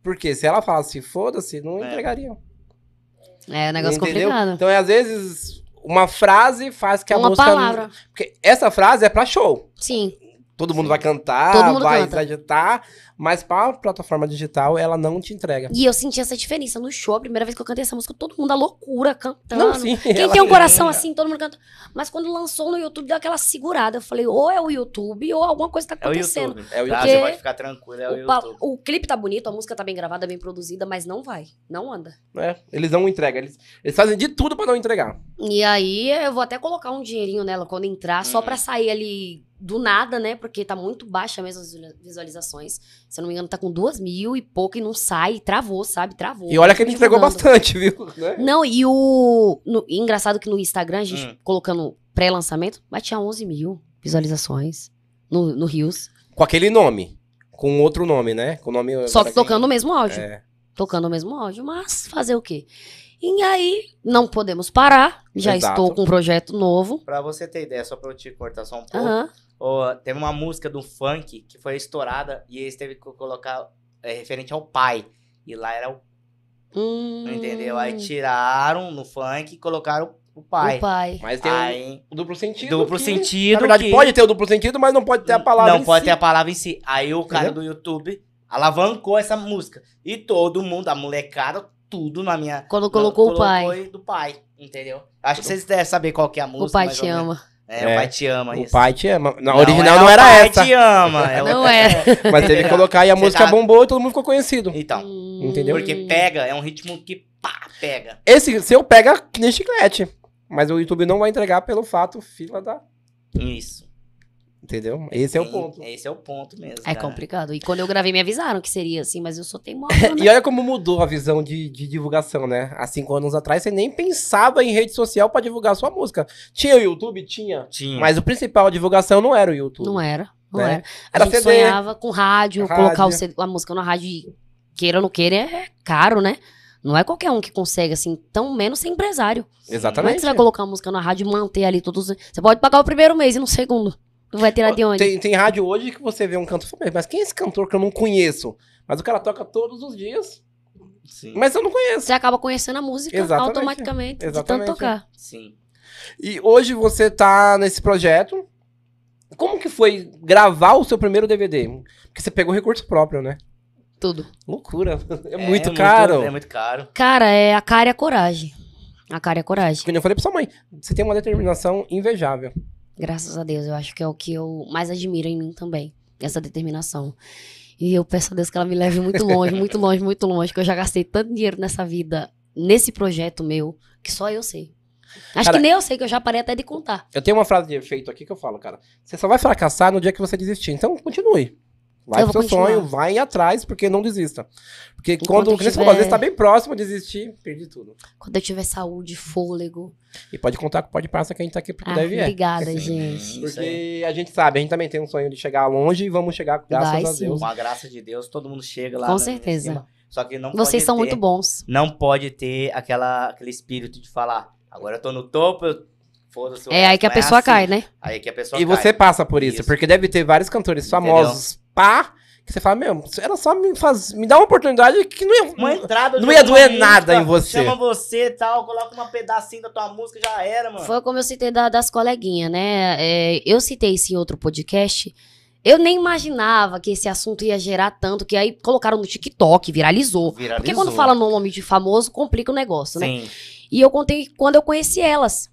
[SPEAKER 2] Porque se ela falasse foda-se, não
[SPEAKER 1] É.
[SPEAKER 2] entregariam.
[SPEAKER 3] É um negócio
[SPEAKER 2] Entendeu?
[SPEAKER 3] complicado.
[SPEAKER 2] Então, é, às vezes, uma frase faz que a
[SPEAKER 3] Uma
[SPEAKER 2] música...
[SPEAKER 3] palavra.
[SPEAKER 2] Porque essa frase é pra show.
[SPEAKER 3] Sim.
[SPEAKER 2] Todo mundo vai cantar,
[SPEAKER 3] Todo mundo
[SPEAKER 2] vai
[SPEAKER 3] canta.
[SPEAKER 2] se agitar, mas pra plataforma digital, ela não te entrega.
[SPEAKER 3] E eu senti essa diferença no show. A primeira vez que eu cantei essa música, todo mundo à loucura cantando.
[SPEAKER 2] Não, sim.
[SPEAKER 3] Quem
[SPEAKER 2] ela-
[SPEAKER 3] tem um coração assim, todo mundo canta. Mas quando lançou no YouTube, deu aquela segurada. Eu falei, ou é o YouTube, ou alguma coisa tá
[SPEAKER 1] É o
[SPEAKER 3] acontecendo.
[SPEAKER 1] YouTube.
[SPEAKER 2] É o
[SPEAKER 1] Tá?
[SPEAKER 3] YouTube.
[SPEAKER 1] Você pode ficar tranquilo, é o,
[SPEAKER 3] O, pa-
[SPEAKER 1] YouTube.
[SPEAKER 3] o clipe tá bonito, a música tá bem gravada, bem produzida, mas não vai. Não anda.
[SPEAKER 2] É, eles não entregam. Eles, eles fazem de tudo pra não entregar.
[SPEAKER 3] E aí eu vou até colocar um dinheirinho nela quando entrar, só
[SPEAKER 1] Uhum.
[SPEAKER 3] pra sair ali do nada, né? Porque tá muito baixa mesmo as visualizações. Se eu não me engano, tá com duas mil e pouco e não sai. Travou, sabe? Travou.
[SPEAKER 2] E olha que ele entregou
[SPEAKER 3] Divulgando.
[SPEAKER 2] bastante, viu? Né?
[SPEAKER 3] Não, e o. no- e engraçado que no Instagram, a gente
[SPEAKER 1] Hum.
[SPEAKER 3] colocando pré-lançamento, batia onze mil visualizações no, no Rios.
[SPEAKER 2] Com aquele nome. Com outro nome, né? Com o nome...
[SPEAKER 3] Só
[SPEAKER 2] agora
[SPEAKER 3] que tocando o mesmo áudio.
[SPEAKER 2] É.
[SPEAKER 3] Tocando o mesmo áudio. Mas fazer o quê? E aí, não podemos parar. Já
[SPEAKER 2] Exato.
[SPEAKER 3] estou com um projeto novo.
[SPEAKER 1] Pra você ter ideia, só pra eu te cortar só um pouco.
[SPEAKER 3] Aham.
[SPEAKER 1] Ó, teve uma música do funk que foi estourada e eles teve que colocar é, referente ao pai. E lá era o.
[SPEAKER 3] Hum,
[SPEAKER 1] Entendeu? Aí tiraram no funk e colocaram o pai.
[SPEAKER 3] O pai.
[SPEAKER 2] Mas tem um
[SPEAKER 1] Aí,
[SPEAKER 2] duplo sentido.
[SPEAKER 1] duplo
[SPEAKER 2] que,
[SPEAKER 1] sentido.
[SPEAKER 2] Na verdade,
[SPEAKER 1] que
[SPEAKER 2] pode ter o duplo sentido, mas não pode ter a palavra
[SPEAKER 1] Não
[SPEAKER 2] em
[SPEAKER 1] pode
[SPEAKER 2] si.
[SPEAKER 1] ter a palavra em si. Aí o cara
[SPEAKER 2] Entendeu?
[SPEAKER 1] do YouTube alavancou essa música. E todo mundo, a molecada, tudo na minha.
[SPEAKER 3] Quando colocou o pai.
[SPEAKER 1] Colocou do pai, entendeu? Acho que vocês devem saber qual que é a música.
[SPEAKER 3] O pai
[SPEAKER 1] mais
[SPEAKER 3] te
[SPEAKER 1] ou menos.
[SPEAKER 3] ama.
[SPEAKER 1] É,
[SPEAKER 2] É.
[SPEAKER 1] o pai te ama.
[SPEAKER 2] O
[SPEAKER 1] isso.
[SPEAKER 2] pai te ama. Na
[SPEAKER 1] Não
[SPEAKER 2] original
[SPEAKER 1] é
[SPEAKER 2] não
[SPEAKER 1] o
[SPEAKER 2] era
[SPEAKER 1] pai
[SPEAKER 2] essa.
[SPEAKER 1] te ama. É o-
[SPEAKER 3] Não é.
[SPEAKER 2] Mas teve que colocar e a
[SPEAKER 1] Você
[SPEAKER 2] música
[SPEAKER 1] tá-
[SPEAKER 2] bombou e todo mundo ficou conhecido.
[SPEAKER 1] Então,
[SPEAKER 3] Hum.
[SPEAKER 2] Entendeu?
[SPEAKER 1] porque pega, é um ritmo que pá, pega.
[SPEAKER 2] Esse seu pega que nem chiclete. Mas o YouTube não vai entregar pelo fato fila da...
[SPEAKER 1] Isso.
[SPEAKER 2] Entendeu? Esse é o
[SPEAKER 1] Sim,
[SPEAKER 2] ponto.
[SPEAKER 1] Esse é o ponto mesmo.
[SPEAKER 3] É
[SPEAKER 1] cara.
[SPEAKER 3] complicado. E quando eu gravei, me avisaram que seria assim, mas eu sou teimosa,
[SPEAKER 2] E
[SPEAKER 3] né?
[SPEAKER 2] olha como mudou a visão de, de divulgação, né? Há cinco anos atrás, você nem pensava em rede social pra divulgar sua música. Tinha o YouTube? Tinha.
[SPEAKER 1] Tinha.
[SPEAKER 2] Mas o principal divulgação não era o YouTube.
[SPEAKER 3] Não era. Não
[SPEAKER 2] Né?
[SPEAKER 3] era. A
[SPEAKER 2] Era
[SPEAKER 3] gente
[SPEAKER 2] C D.
[SPEAKER 3] sonhava com rádio,
[SPEAKER 2] Rádio.
[SPEAKER 3] colocar o C D a música na rádio, e queira ou não queira, é caro, né? Não é qualquer um que consegue, assim, tão menos ser empresário. Como é que
[SPEAKER 2] Exatamente.
[SPEAKER 3] você vai colocar a música na rádio e manter ali todos os... Você pode pagar o primeiro mês e no segundo. Tu vai tirar de onde?
[SPEAKER 2] Tem, tem rádio hoje que você vê um cantor, fala, mas quem é esse cantor que eu não conheço? Mas o cara toca todos os dias,
[SPEAKER 1] Sim.
[SPEAKER 2] mas eu não conheço.
[SPEAKER 3] Você acaba conhecendo a música
[SPEAKER 2] Exatamente.
[SPEAKER 3] automaticamente,
[SPEAKER 2] Exatamente.
[SPEAKER 3] de tanto tocar.
[SPEAKER 1] Sim.
[SPEAKER 2] E hoje você tá nesse projeto. Como que foi gravar o seu primeiro D V D? Porque você pegou recurso próprio, né?
[SPEAKER 3] Tudo.
[SPEAKER 2] Loucura. É, muito caro.
[SPEAKER 1] É muito caro.
[SPEAKER 3] Cara, é a cara e a coragem. A cara e a coragem.
[SPEAKER 2] Como eu falei pra sua mãe, você tem uma determinação invejável.
[SPEAKER 3] Graças a Deus, eu acho que é o que eu mais admiro em mim também. Essa determinação. E eu peço a Deus que ela me leve muito longe, muito longe, muito longe. Que eu já gastei tanto dinheiro nessa vida, nesse projeto meu, que só eu sei. Acho
[SPEAKER 2] Cara,
[SPEAKER 3] que nem eu sei, que eu já parei até de contar.
[SPEAKER 2] Eu tenho uma frase de efeito aqui que eu falo, cara. Você só vai fracassar no dia que você desistir. Então, continue. Vai
[SPEAKER 3] Eu
[SPEAKER 2] pro seu
[SPEAKER 3] vou continuar.
[SPEAKER 2] sonho, vai atrás, porque não desista. Porque
[SPEAKER 3] Enquanto
[SPEAKER 2] quando
[SPEAKER 3] eu
[SPEAKER 2] você
[SPEAKER 3] tiver-
[SPEAKER 2] falou, às vezes tá bem próximo de desistir, perdi tudo.
[SPEAKER 3] Quando eu tiver saúde, fôlego.
[SPEAKER 2] E pode contar com o Pode Parça que a gente tá aqui porque
[SPEAKER 3] Ah,
[SPEAKER 2] deve é.
[SPEAKER 3] obrigada,
[SPEAKER 1] Sim,
[SPEAKER 3] gente.
[SPEAKER 1] isso aí.
[SPEAKER 2] Porque a gente sabe, a gente também tem um sonho de chegar longe e vamos chegar, graças
[SPEAKER 3] Vai
[SPEAKER 2] a
[SPEAKER 3] sim.
[SPEAKER 2] Deus.
[SPEAKER 1] Com a graça de Deus, todo mundo chega lá.
[SPEAKER 3] Com
[SPEAKER 1] no-
[SPEAKER 3] certeza.
[SPEAKER 1] em cima. Só que não
[SPEAKER 3] Vocês
[SPEAKER 1] pode
[SPEAKER 3] são
[SPEAKER 1] ter,
[SPEAKER 3] muito bons.
[SPEAKER 1] Não pode ter aquela, aquele espírito de falar, agora eu tô no topo, eu... foda-se. o
[SPEAKER 3] É aí
[SPEAKER 1] resto,
[SPEAKER 3] que a
[SPEAKER 1] não é
[SPEAKER 3] pessoa
[SPEAKER 1] assim.
[SPEAKER 3] cai, né?
[SPEAKER 1] Aí que a pessoa
[SPEAKER 2] E
[SPEAKER 1] cai.
[SPEAKER 2] você passa por isso,
[SPEAKER 1] Isso.
[SPEAKER 2] porque deve ter vários cantores famosos, pá, que você fala, meu, era só me, faz, me dar uma oportunidade que não ia...
[SPEAKER 1] Uma entrada
[SPEAKER 2] Não
[SPEAKER 1] de
[SPEAKER 2] ia
[SPEAKER 1] uma
[SPEAKER 2] doer
[SPEAKER 1] música,
[SPEAKER 2] nada em você.
[SPEAKER 1] Chama você e tal, coloca uma pedacinho da tua música, já era, mano.
[SPEAKER 3] Foi como eu citei da- das coleguinhas, né? É, eu citei isso em outro podcast. Eu nem imaginava que esse assunto ia gerar tanto, que aí colocaram no TikTok, viralizou.
[SPEAKER 1] Viralizou.
[SPEAKER 3] Porque quando fala no nome de famoso, complica o negócio, né?
[SPEAKER 1] Sim.
[SPEAKER 3] E eu contei quando eu conheci elas.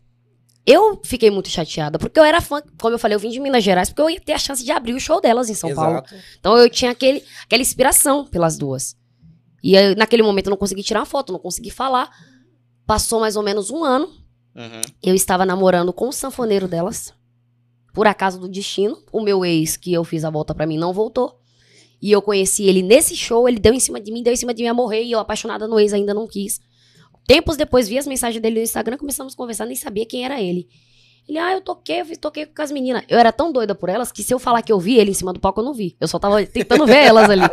[SPEAKER 3] Eu fiquei muito chateada, porque eu era fã, como eu falei, eu vim de Minas Gerais, porque eu ia ter a chance de abrir o show delas em São Paulo.
[SPEAKER 2] Exato.
[SPEAKER 3] Então eu tinha aquele, aquela inspiração pelas duas. E aí, naquele momento eu não consegui tirar uma foto, não consegui falar. Passou mais ou menos um ano.
[SPEAKER 1] Uhum.
[SPEAKER 3] Eu estava namorando com o sanfoneiro delas. Por acaso do destino. O meu ex, que eu fiz a volta pra mim, não voltou. E eu conheci ele nesse show, ele deu em cima de mim, deu em cima de mim a morrer. E eu, apaixonada no ex, ainda não quis. Tempos depois, vi as mensagens dele no Instagram, começamos a conversar, nem sabia quem era ele. Ele, ah, eu toquei, eu fiz- toquei com as meninas. Eu era tão doida por elas, que se eu falar que eu vi ele em cima do palco, eu não vi. Eu só tava tentando ver elas ali.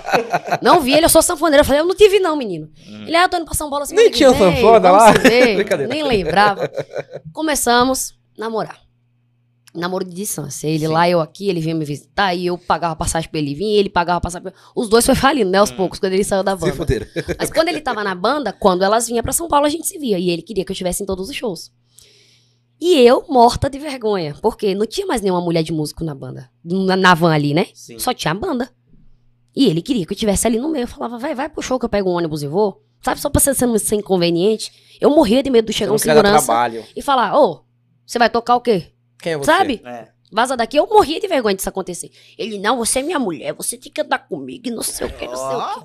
[SPEAKER 3] Não vi ele, eu sou sanfoneira. Eu falei, eu não te vi não, menino.
[SPEAKER 1] Hum.
[SPEAKER 3] Ele, ah, eu tô indo pra São Paulo semana
[SPEAKER 2] Nem
[SPEAKER 3] que
[SPEAKER 2] tinha
[SPEAKER 3] vem,
[SPEAKER 2] sanfona
[SPEAKER 3] vamos
[SPEAKER 2] lá?
[SPEAKER 3] se ver.
[SPEAKER 2] Brincadeira.
[SPEAKER 3] Nem lembrava. Começamos a namorar. Namoro de distância. Ele
[SPEAKER 1] Sim.
[SPEAKER 3] lá, eu aqui, ele vinha me visitar, e eu pagava passagem pra ele vir, ele pagava passagem pra... Os dois foi falindo, né, aos
[SPEAKER 1] Hum.
[SPEAKER 3] poucos, quando ele saiu da
[SPEAKER 2] Se
[SPEAKER 3] banda.
[SPEAKER 2] fuderam.
[SPEAKER 3] Mas quando ele tava na banda, quando elas vinham pra São Paulo, a gente se via. E ele queria que eu estivesse em todos os shows. E eu, morta de vergonha. Porque não tinha mais nenhuma mulher de músico na banda. Na, na van ali, né?
[SPEAKER 1] Sim.
[SPEAKER 3] Só tinha a banda. E ele queria que eu estivesse ali no meio. Eu falava, vai, vai pro show que eu pego um ônibus e vou. Sabe, só pra você ser, ser inconveniente. Eu morria de medo de chegar um
[SPEAKER 2] Você não quer dar
[SPEAKER 3] segurança
[SPEAKER 2] trabalho.
[SPEAKER 3] e falar, ô, você vai tocar o quê?
[SPEAKER 2] Quem é você?
[SPEAKER 3] Sabe?
[SPEAKER 1] É.
[SPEAKER 3] Vaza daqui. Eu morria de vergonha disso acontecer. Ele, não, você é minha mulher, você tem que andar comigo e não sei o que, não sei o
[SPEAKER 1] Ó.
[SPEAKER 3] que.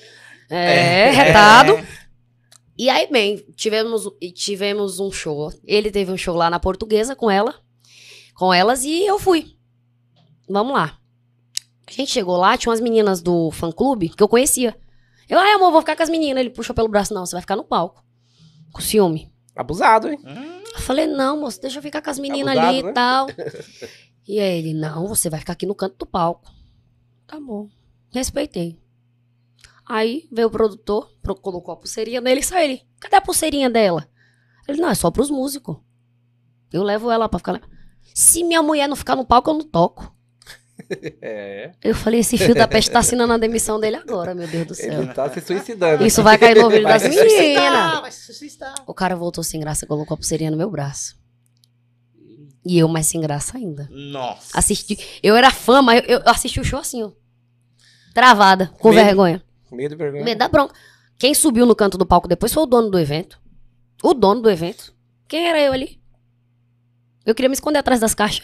[SPEAKER 3] É, retado. E aí, bem, tivemos, e tivemos um show. Ele teve um show lá na Portuguesa com ela, com elas, e eu fui. Vamos lá. A gente chegou lá, tinha umas meninas do fã-clube que eu conhecia. Eu, ai, amor, vou ficar com as meninas. Ele puxou pelo braço, não, você vai ficar no palco. Com ciúme.
[SPEAKER 2] Abusado, hein?
[SPEAKER 1] Hum,
[SPEAKER 3] Eu falei, não, moço, deixa eu ficar com as meninas
[SPEAKER 2] Abusado,
[SPEAKER 3] ali
[SPEAKER 2] né?
[SPEAKER 3] e tal. E aí ele, não, você vai ficar aqui no canto do palco. Tá bom. Respeitei. Aí veio o produtor, pro- colocou a pulseirinha nele e saiu ele. Cadê a pulseirinha dela? Ele, não, é só pros músicos. Eu levo ela pra ficar lá. Se minha mulher não ficar no palco, eu não toco.
[SPEAKER 2] É.
[SPEAKER 3] Eu falei, esse filho da peste tá assinando a demissão dele agora, meu Deus do céu.
[SPEAKER 2] Ele tá se suicidando.
[SPEAKER 3] Isso vai cair no ouvido
[SPEAKER 2] Vai
[SPEAKER 3] das
[SPEAKER 2] se
[SPEAKER 3] meninas.
[SPEAKER 1] vai se suicidar.
[SPEAKER 3] O cara voltou sem graça e colocou a pulseirinha no meu braço. E eu mais sem graça ainda.
[SPEAKER 1] Nossa.
[SPEAKER 3] Assisti. Eu era fã, mas eu, eu assisti o show assim, ó. Travada, com
[SPEAKER 2] Medo.
[SPEAKER 3] vergonha.
[SPEAKER 2] Medo e vergonha.
[SPEAKER 3] Medo da bronca. Quem subiu no canto do palco depois foi o dono do evento. O dono do evento. Quem era eu ali? Eu queria me esconder atrás das caixas.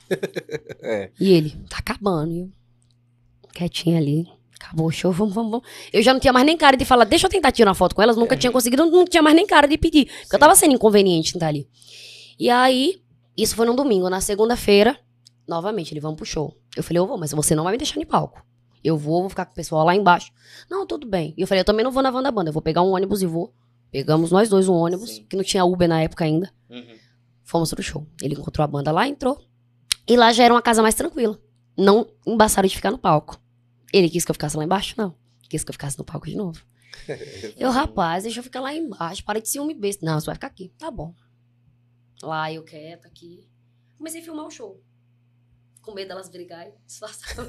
[SPEAKER 2] É.
[SPEAKER 3] E ele, tá acabando. E eu, quietinho ali. Acabou o show, vamos, vamos, vamos. Eu já não tinha mais nem cara de falar, deixa eu tentar tirar uma foto com elas. Nunca tinha conseguido, não tinha mais nem cara de pedir. Porque eu tava sendo inconveniente em estar ali. E aí, isso foi no domingo. Na segunda-feira, novamente, ele, vamos pro show. Eu falei, eu vou, mas você não vai me deixar em palco. Eu vou, vou ficar com o pessoal lá embaixo. Não, tudo bem. E eu falei, eu também não vou na van da banda, eu vou pegar um ônibus e vou. Pegamos nós dois um ônibus,
[SPEAKER 1] Sim.
[SPEAKER 3] que não tinha Uber na época ainda.
[SPEAKER 1] Uhum.
[SPEAKER 3] Fomos pro show. Ele encontrou a banda lá, entrou. E lá já era uma casa mais tranquila. Não embaçaram de ficar no palco. Ele quis que eu ficasse lá embaixo? Não. Quis que eu ficasse no palco de novo. Eu, rapaz, deixa eu ficar lá embaixo. Para de ciúme besta. Não, você vai ficar aqui. Tá bom. Lá, eu quieto, aqui. Comecei a filmar o show. Com medo delas brigarem. Disfarçando.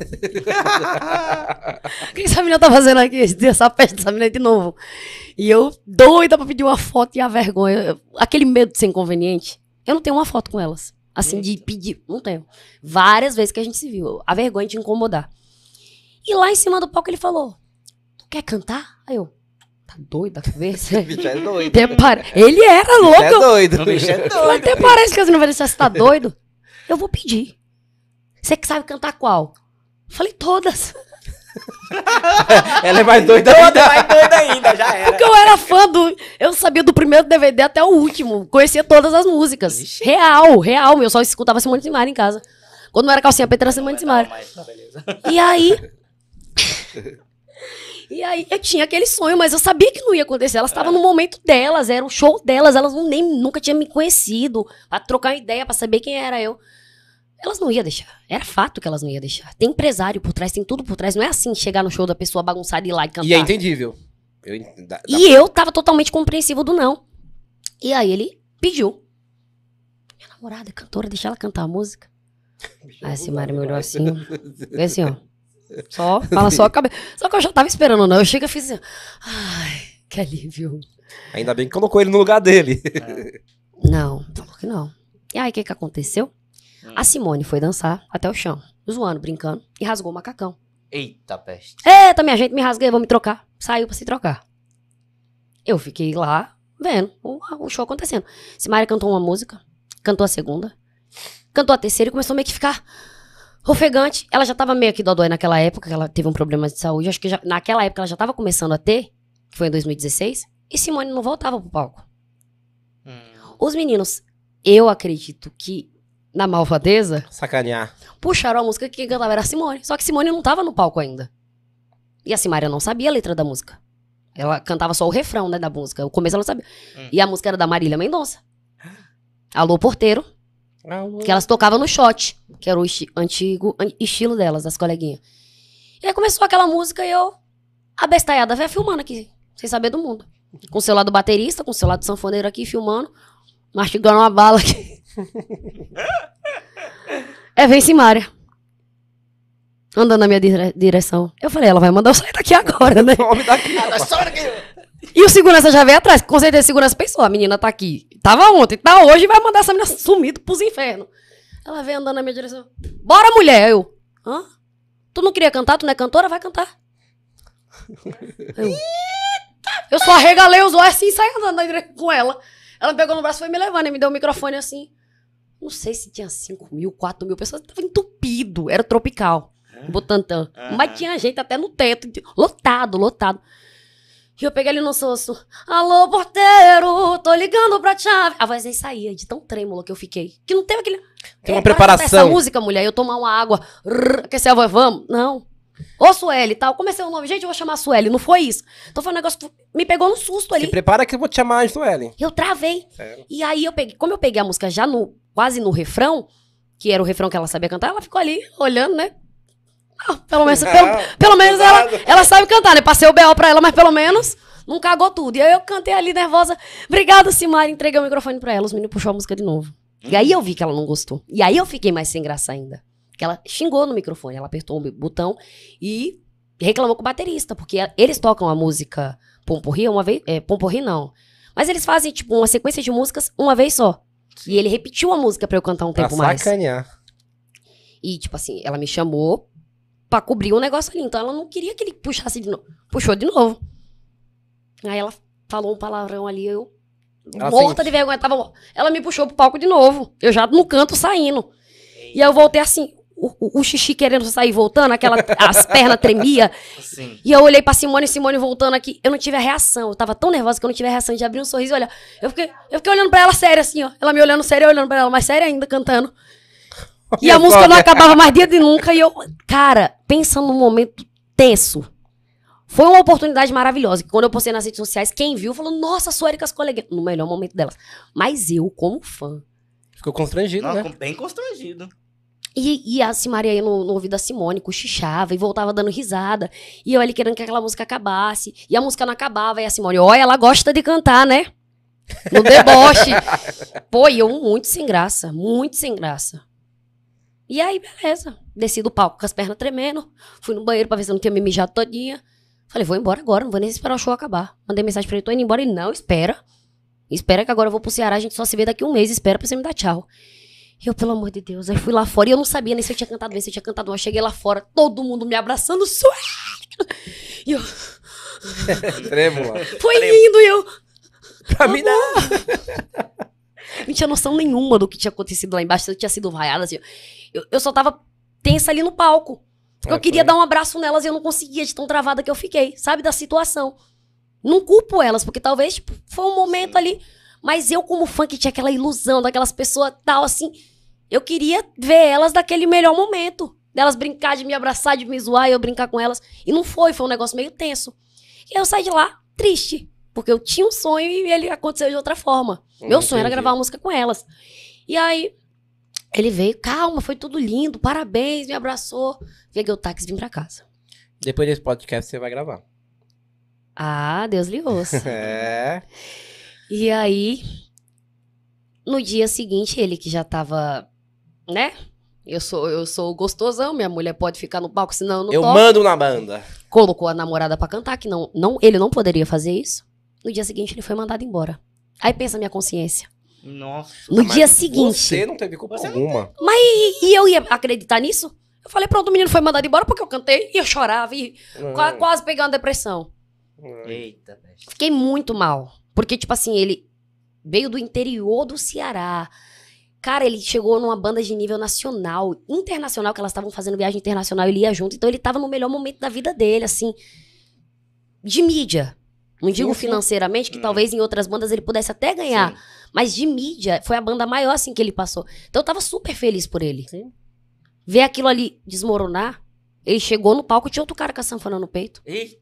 [SPEAKER 3] O que essa menina tá fazendo aqui? Essa peste dessa menina de novo. E eu, doida pra pedir uma foto e a vergonha. Eu- aquele medo de ser inconveniente. Eu não tenho uma foto com elas. Assim, de pedir. Não tenho. Várias vezes que a gente se viu. A vergonha de incomodar. E lá em cima do palco ele falou: tu quer cantar? Aí eu, tá doido da cabeça?
[SPEAKER 2] O bicho é doido.
[SPEAKER 3] Até pare- Ele era
[SPEAKER 2] O bicho é
[SPEAKER 3] louco.
[SPEAKER 2] doido.
[SPEAKER 1] O bicho é
[SPEAKER 3] Mas
[SPEAKER 1] doido.
[SPEAKER 3] até parece que as meninas disseram, você tá doido? Eu vou pedir. Você que sabe cantar qual? Falei, todas.
[SPEAKER 2] Ela é mais doida
[SPEAKER 1] Toda
[SPEAKER 2] ainda.
[SPEAKER 1] mais doida ainda, já era.
[SPEAKER 3] Porque eu era fã do... Eu sabia do primeiro D V D até o último. Conhecia todas as músicas.
[SPEAKER 1] Vixe.
[SPEAKER 3] Real, real. Eu só escutava Simone de Simara em casa. Quando não era calcinha preta, era Simone de Simara.
[SPEAKER 1] Não, mas tá, beleza.
[SPEAKER 3] E aí... E aí eu tinha aquele sonho, mas eu sabia que não ia acontecer. Elas estavam no momento delas, era o show delas. Elas não, nem, nunca tinham me conhecido. Pra trocar uma ideia, pra saber quem era eu. Elas não iam deixar. Era fato que elas não iam deixar. Tem empresário por trás, tem tudo por trás. Não é assim chegar no show da pessoa bagunçada e ir lá e cantar.
[SPEAKER 2] E é entendível. Eu, en- dá- dá-
[SPEAKER 3] E eu tava totalmente compreensivo do não. E aí ele pediu. Minha namorada é cantora, deixa ela cantar a música. Aí a Simara me olhou assim, vê assim, ó. Só, fala só a cabeça. Só que eu já tava esperando, não. Eu chego e fiz assim, ai, que alívio.
[SPEAKER 2] Ainda bem que colocou ele no lugar dele.
[SPEAKER 3] Não, falou que não. E aí o que que aconteceu? A Simone foi dançar até o chão, zoando, brincando, e rasgou o macacão.
[SPEAKER 1] Eita peste.
[SPEAKER 3] Eita, minha gente, me rasguei, vou me trocar. Saiu pra se trocar. Eu fiquei lá, vendo o, o show acontecendo. Simaria cantou uma música, cantou a segunda, cantou a terceira e começou meio que ficar ofegante. Ela já tava meio que dodói naquela época, que ela teve um problema de saúde. Acho que já- naquela época ela já tava começando a ter, que foi em dois mil e dezesseis, e Simone não voltava pro palco.
[SPEAKER 1] Hum.
[SPEAKER 3] Os meninos, eu acredito que, na malvadeza,
[SPEAKER 2] Sacanear.
[SPEAKER 3] puxaram a música que quem cantava era a Simone. Só que Simone não tava no palco ainda. E a Simaria não sabia a letra da música. Ela cantava só o refrão, né, da música. O começo ela não sabia.
[SPEAKER 1] Hum.
[SPEAKER 3] E a música era da Marília Mendonça. Alô, Porteiro.
[SPEAKER 2] Alô.
[SPEAKER 3] Que elas tocavam no shot. Que era o esti- antigo an- estilo delas, das coleguinhas. E aí começou aquela música e eu, abestalhada, velho, filmando aqui. Sem saber do mundo. Com o celular do baterista, com o celular do sanfoneiro aqui, filmando. Mastigando uma bala aqui. É, vem Simária. Andando na minha dire- direção. Eu falei, ela vai mandar eu sair daqui agora, né?
[SPEAKER 2] Some daqui.
[SPEAKER 3] E o segurança já veio atrás. Com certeza o segurança pensou, a menina tá aqui. Tava ontem, tá hoje e vai mandar essa menina sumir pros infernos. Ela veio andando na minha direção. Bora, mulher! Eu, hã? Tu não queria cantar? Tu não é cantora? Vai cantar. Eu, eu só arregalei os olhos assim e saí andando na direção com ela. Ela me pegou no braço e foi me levando e me deu o microfone assim. Não sei se tinha cinco mil, quatro mil pessoas. Tava entupido. Era tropical. Butantã.
[SPEAKER 1] Aham.
[SPEAKER 3] Mas tinha gente até no teto. Lotado, lotado. E eu peguei ele no soço. Alô, porteiro, tô ligando pra chave. A voz nem saía, de tão trêmula que eu fiquei. Que não teve aquele...
[SPEAKER 2] Tem uma
[SPEAKER 3] É, bora cantar
[SPEAKER 2] preparação.
[SPEAKER 3] essa música, mulher, eu tomar uma água. Rrr, aquecer a voz, vamos? Não. Ô, Sueli e tal. Comecei o nome. Gente, eu vou chamar a Sueli. Não foi isso. Então foi um negócio que me pegou no susto ali.
[SPEAKER 2] Se prepara que eu vou te chamar de Suelen.
[SPEAKER 3] Eu travei.
[SPEAKER 2] Sério?
[SPEAKER 3] E aí eu peguei, como eu peguei a música já no, quase no refrão, que era o refrão que ela sabia cantar, ela ficou ali olhando, né? Ah, pelo menos, pelo, pelo menos ela, ela sabe cantar, né? Passei o B O pra ela, mas pelo menos não cagou tudo. E aí eu cantei ali nervosa. Obrigada, Simária. Entreguei o microfone pra ela. Os meninos puxou a música de novo. E aí eu vi que ela não gostou. E aí eu fiquei mais sem graça ainda. Que ela xingou no microfone. Ela apertou o botão e reclamou com o baterista. Porque eles tocam a música Pomporri uma vez... É, Pomporri não. Mas eles fazem, tipo, uma sequência de músicas uma vez só. E ele repetiu a música pra eu cantar um
[SPEAKER 2] Pra
[SPEAKER 3] tempo mais.
[SPEAKER 2] sacanear.
[SPEAKER 3] E, tipo assim, ela me chamou pra cobrir um negócio ali. Então ela não queria que ele puxasse de novo. Puxou de novo. Aí ela falou um palavrão ali, eu...
[SPEAKER 2] Ela
[SPEAKER 3] morta
[SPEAKER 2] sente.
[SPEAKER 3] de vergonha. Tava... Ela me puxou pro palco de novo. Eu já no canto saindo. E aí eu voltei assim, o, o, o xixi querendo sair voltando, aquela, as pernas tremia.
[SPEAKER 1] Sim.
[SPEAKER 3] E eu olhei pra Simone, Simone voltando aqui. Eu não tive a reação. Eu tava tão nervosa que eu não tive a reação de abrir um sorriso e olhar. Eu fiquei, eu fiquei olhando pra ela séria, assim, ó. Ela me olhando séria, eu olhando pra ela, mais séria ainda, cantando. E a música não acabava mais dia de nunca. E eu, cara, pensando num momento tenso. Foi uma oportunidade maravilhosa. Que quando eu postei nas redes sociais, quem viu falou, nossa, Sueli com as coleguinhas. No melhor momento delas. Mas eu, como fã.
[SPEAKER 2] Ficou constrangido,
[SPEAKER 1] Não,
[SPEAKER 2] né?
[SPEAKER 1] com- bem constrangido.
[SPEAKER 3] E, e a Simaria ia no, no ouvido da Simone, cochichava e voltava dando risada. E eu ali querendo que aquela música acabasse. E a música não acabava. E a Simone, olha, ela gosta de cantar, né? No deboche. Pô, e eu muito sem graça. Muito sem graça. E aí, beleza. Desci do palco com as pernas tremendo. Fui no banheiro pra ver se eu não tinha me mijado todinha. Falei, vou embora agora, não vou nem esperar o show acabar. Mandei mensagem pra ele, tô indo embora. Ele, não, espera. Espera que agora eu vou pro Ceará, a gente só se vê daqui um mês. Espera pra você me dar tchau. E eu, pelo amor de Deus, aí fui lá fora. E eu não sabia nem se eu tinha cantado bem, se eu tinha cantado mal. Eu cheguei lá fora, todo mundo me abraçando. Sueli! E eu,
[SPEAKER 2] Trêmula.
[SPEAKER 3] foi lindo. E eu,
[SPEAKER 2] Pra mim, não.
[SPEAKER 3] não tinha noção nenhuma do que tinha acontecido lá embaixo. Se eu tinha sido vaiada, assim. Eu, eu só tava tensa ali no palco. Porque eu
[SPEAKER 2] É,
[SPEAKER 3] queria
[SPEAKER 2] foi.
[SPEAKER 3] dar um abraço nelas e eu não conseguia, de tão travada que eu fiquei, sabe? Da situação. Não culpo elas, porque talvez tipo, foi um momento
[SPEAKER 1] Sim.
[SPEAKER 3] ali. Mas eu, como fã, que tinha aquela ilusão daquelas pessoas tal, assim, eu queria ver elas daquele melhor momento. Delas brincar, de me abraçar, de me zoar e eu brincar com elas. E não foi, foi um negócio meio tenso. E aí eu saí de lá triste. Porque eu tinha um sonho e ele aconteceu de outra forma. Meu
[SPEAKER 2] Hum,
[SPEAKER 3] sonho era
[SPEAKER 2] entendi.
[SPEAKER 3] gravar uma música com elas. E aí, ele veio, calma, foi tudo lindo, parabéns, me abraçou. Peguei o táxi e vim pra casa.
[SPEAKER 2] Depois desse podcast você vai gravar.
[SPEAKER 3] Ah, Deus lhe ouça.
[SPEAKER 2] É.
[SPEAKER 3] E aí, no dia seguinte, ele que já tava, né? Eu sou, eu sou gostosão, minha mulher pode ficar no palco, senão eu não
[SPEAKER 2] Eu
[SPEAKER 3] toco.
[SPEAKER 2] mando na banda.
[SPEAKER 3] Colocou a namorada pra cantar, que não, não, ele não poderia fazer isso. No dia seguinte, ele foi mandado embora. Aí pensa a minha consciência.
[SPEAKER 1] Nossa.
[SPEAKER 3] No
[SPEAKER 2] Mas
[SPEAKER 3] dia seguinte.
[SPEAKER 2] Você não teve culpa
[SPEAKER 1] Você não
[SPEAKER 2] alguma.
[SPEAKER 3] E, e eu ia acreditar nisso? Eu falei, pronto, o menino foi mandado embora porque eu cantei e eu chorava e
[SPEAKER 2] Não.
[SPEAKER 3] qua- quase peguei uma depressão.
[SPEAKER 2] Não.
[SPEAKER 1] Eita, velho.
[SPEAKER 3] Fiquei muito mal. Porque, tipo assim, ele veio do interior do Ceará. Cara, ele chegou numa banda de nível nacional, internacional, que elas estavam fazendo viagem internacional, ele ia junto. Então ele tava no melhor momento da vida dele, assim, de mídia. Não digo
[SPEAKER 2] Sim, sim.
[SPEAKER 3] financeiramente, que
[SPEAKER 1] Hum.
[SPEAKER 3] talvez em outras bandas ele pudesse até ganhar.
[SPEAKER 1] Sim.
[SPEAKER 3] Mas de mídia, foi a banda maior, assim, que ele passou. Então eu tava super feliz por ele.
[SPEAKER 2] Sim.
[SPEAKER 3] Ver aquilo ali desmoronar, ele chegou no palco e tinha outro cara com a sanfona no peito.
[SPEAKER 1] Eita.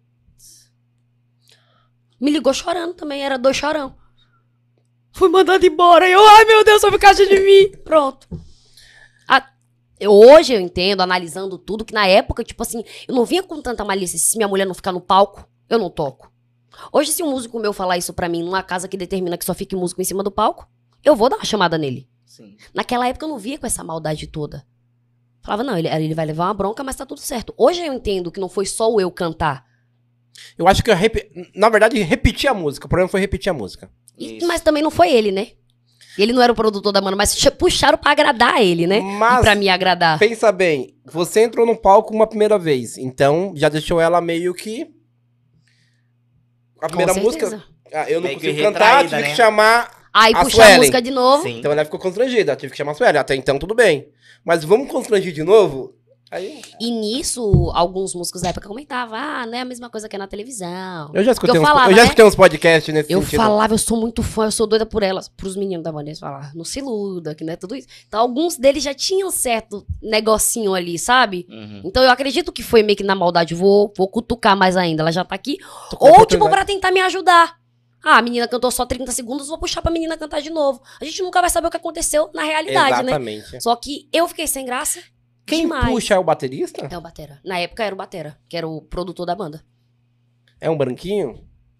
[SPEAKER 3] Me ligou chorando também, era dois chorão. Fui mandado embora. E eu, ai meu Deus, sobre caixa de mim. Pronto. A- eu- hoje eu entendo, analisando tudo, que na época, tipo assim, eu não vinha com tanta malícia. Se minha mulher não ficar no palco, eu não toco. Hoje, se um músico meu falar isso pra mim, numa casa que determina que só fique músico em cima do palco, eu vou dar uma chamada nele.
[SPEAKER 1] Sim.
[SPEAKER 3] Naquela época eu não via com essa maldade toda. Falava, não, ele, ele vai levar uma bronca, mas tá tudo certo. Hoje eu entendo que não foi só o eu cantar.
[SPEAKER 2] Eu acho que eu rep... na verdade, repeti a música. O problema foi repetir a música.
[SPEAKER 3] E-
[SPEAKER 1] Isso.
[SPEAKER 3] mas também não foi ele, né? Ele não era o produtor da banda, mas ch- puxaram pra agradar ele, né?
[SPEAKER 2] Mas-
[SPEAKER 3] E pra me agradar.
[SPEAKER 2] Pensa bem, você entrou no palco uma primeira vez, então já deixou ela meio que... A primeira
[SPEAKER 3] Com
[SPEAKER 2] música,
[SPEAKER 3] certeza.
[SPEAKER 2] ah, eu não
[SPEAKER 1] Meio que
[SPEAKER 2] consigo cantar,
[SPEAKER 1] retraída,
[SPEAKER 2] tive
[SPEAKER 1] né?
[SPEAKER 2] que chamar...
[SPEAKER 3] Aí
[SPEAKER 2] A
[SPEAKER 3] puxar a
[SPEAKER 2] Suelen.
[SPEAKER 3] música de novo.
[SPEAKER 1] Sim.
[SPEAKER 2] Então ela ficou constrangida, tive que chamar a Sueli. Até então tudo bem. Mas vamos constranger de novo? Aí...
[SPEAKER 3] E nisso, alguns músicos da época comentavam, ah, não é a mesma coisa que é na televisão.
[SPEAKER 2] Eu já escutei,
[SPEAKER 3] Eu
[SPEAKER 2] uns,
[SPEAKER 3] falava,
[SPEAKER 2] eu já
[SPEAKER 3] né?
[SPEAKER 2] escutei uns podcasts nesse
[SPEAKER 3] Eu
[SPEAKER 2] sentido.
[SPEAKER 3] falava, eu sou muito fã, eu sou doida por elas. Pros meninos da banda, eles falavam, não se iluda, que não é tudo isso. Então, alguns deles já tinham certo negocinho ali, sabe?
[SPEAKER 1] Uhum.
[SPEAKER 3] Então, eu acredito que foi meio que na maldade. Vou, vou cutucar mais ainda, ela já tá aqui.
[SPEAKER 2] Tô com
[SPEAKER 3] Ou, tipo,
[SPEAKER 2] oportunidade.
[SPEAKER 3] pra tentar me ajudar. Ah, a menina cantou só trinta segundos, vou puxar pra menina cantar de novo. A gente nunca vai saber o que aconteceu na realidade, né?
[SPEAKER 2] Exatamente.
[SPEAKER 3] Só que eu fiquei sem graça.
[SPEAKER 2] Quem
[SPEAKER 3] demais.
[SPEAKER 2] puxa é o baterista?
[SPEAKER 3] É o Batera. Na época era o Batera, que era o produtor da banda.
[SPEAKER 2] É um branquinho?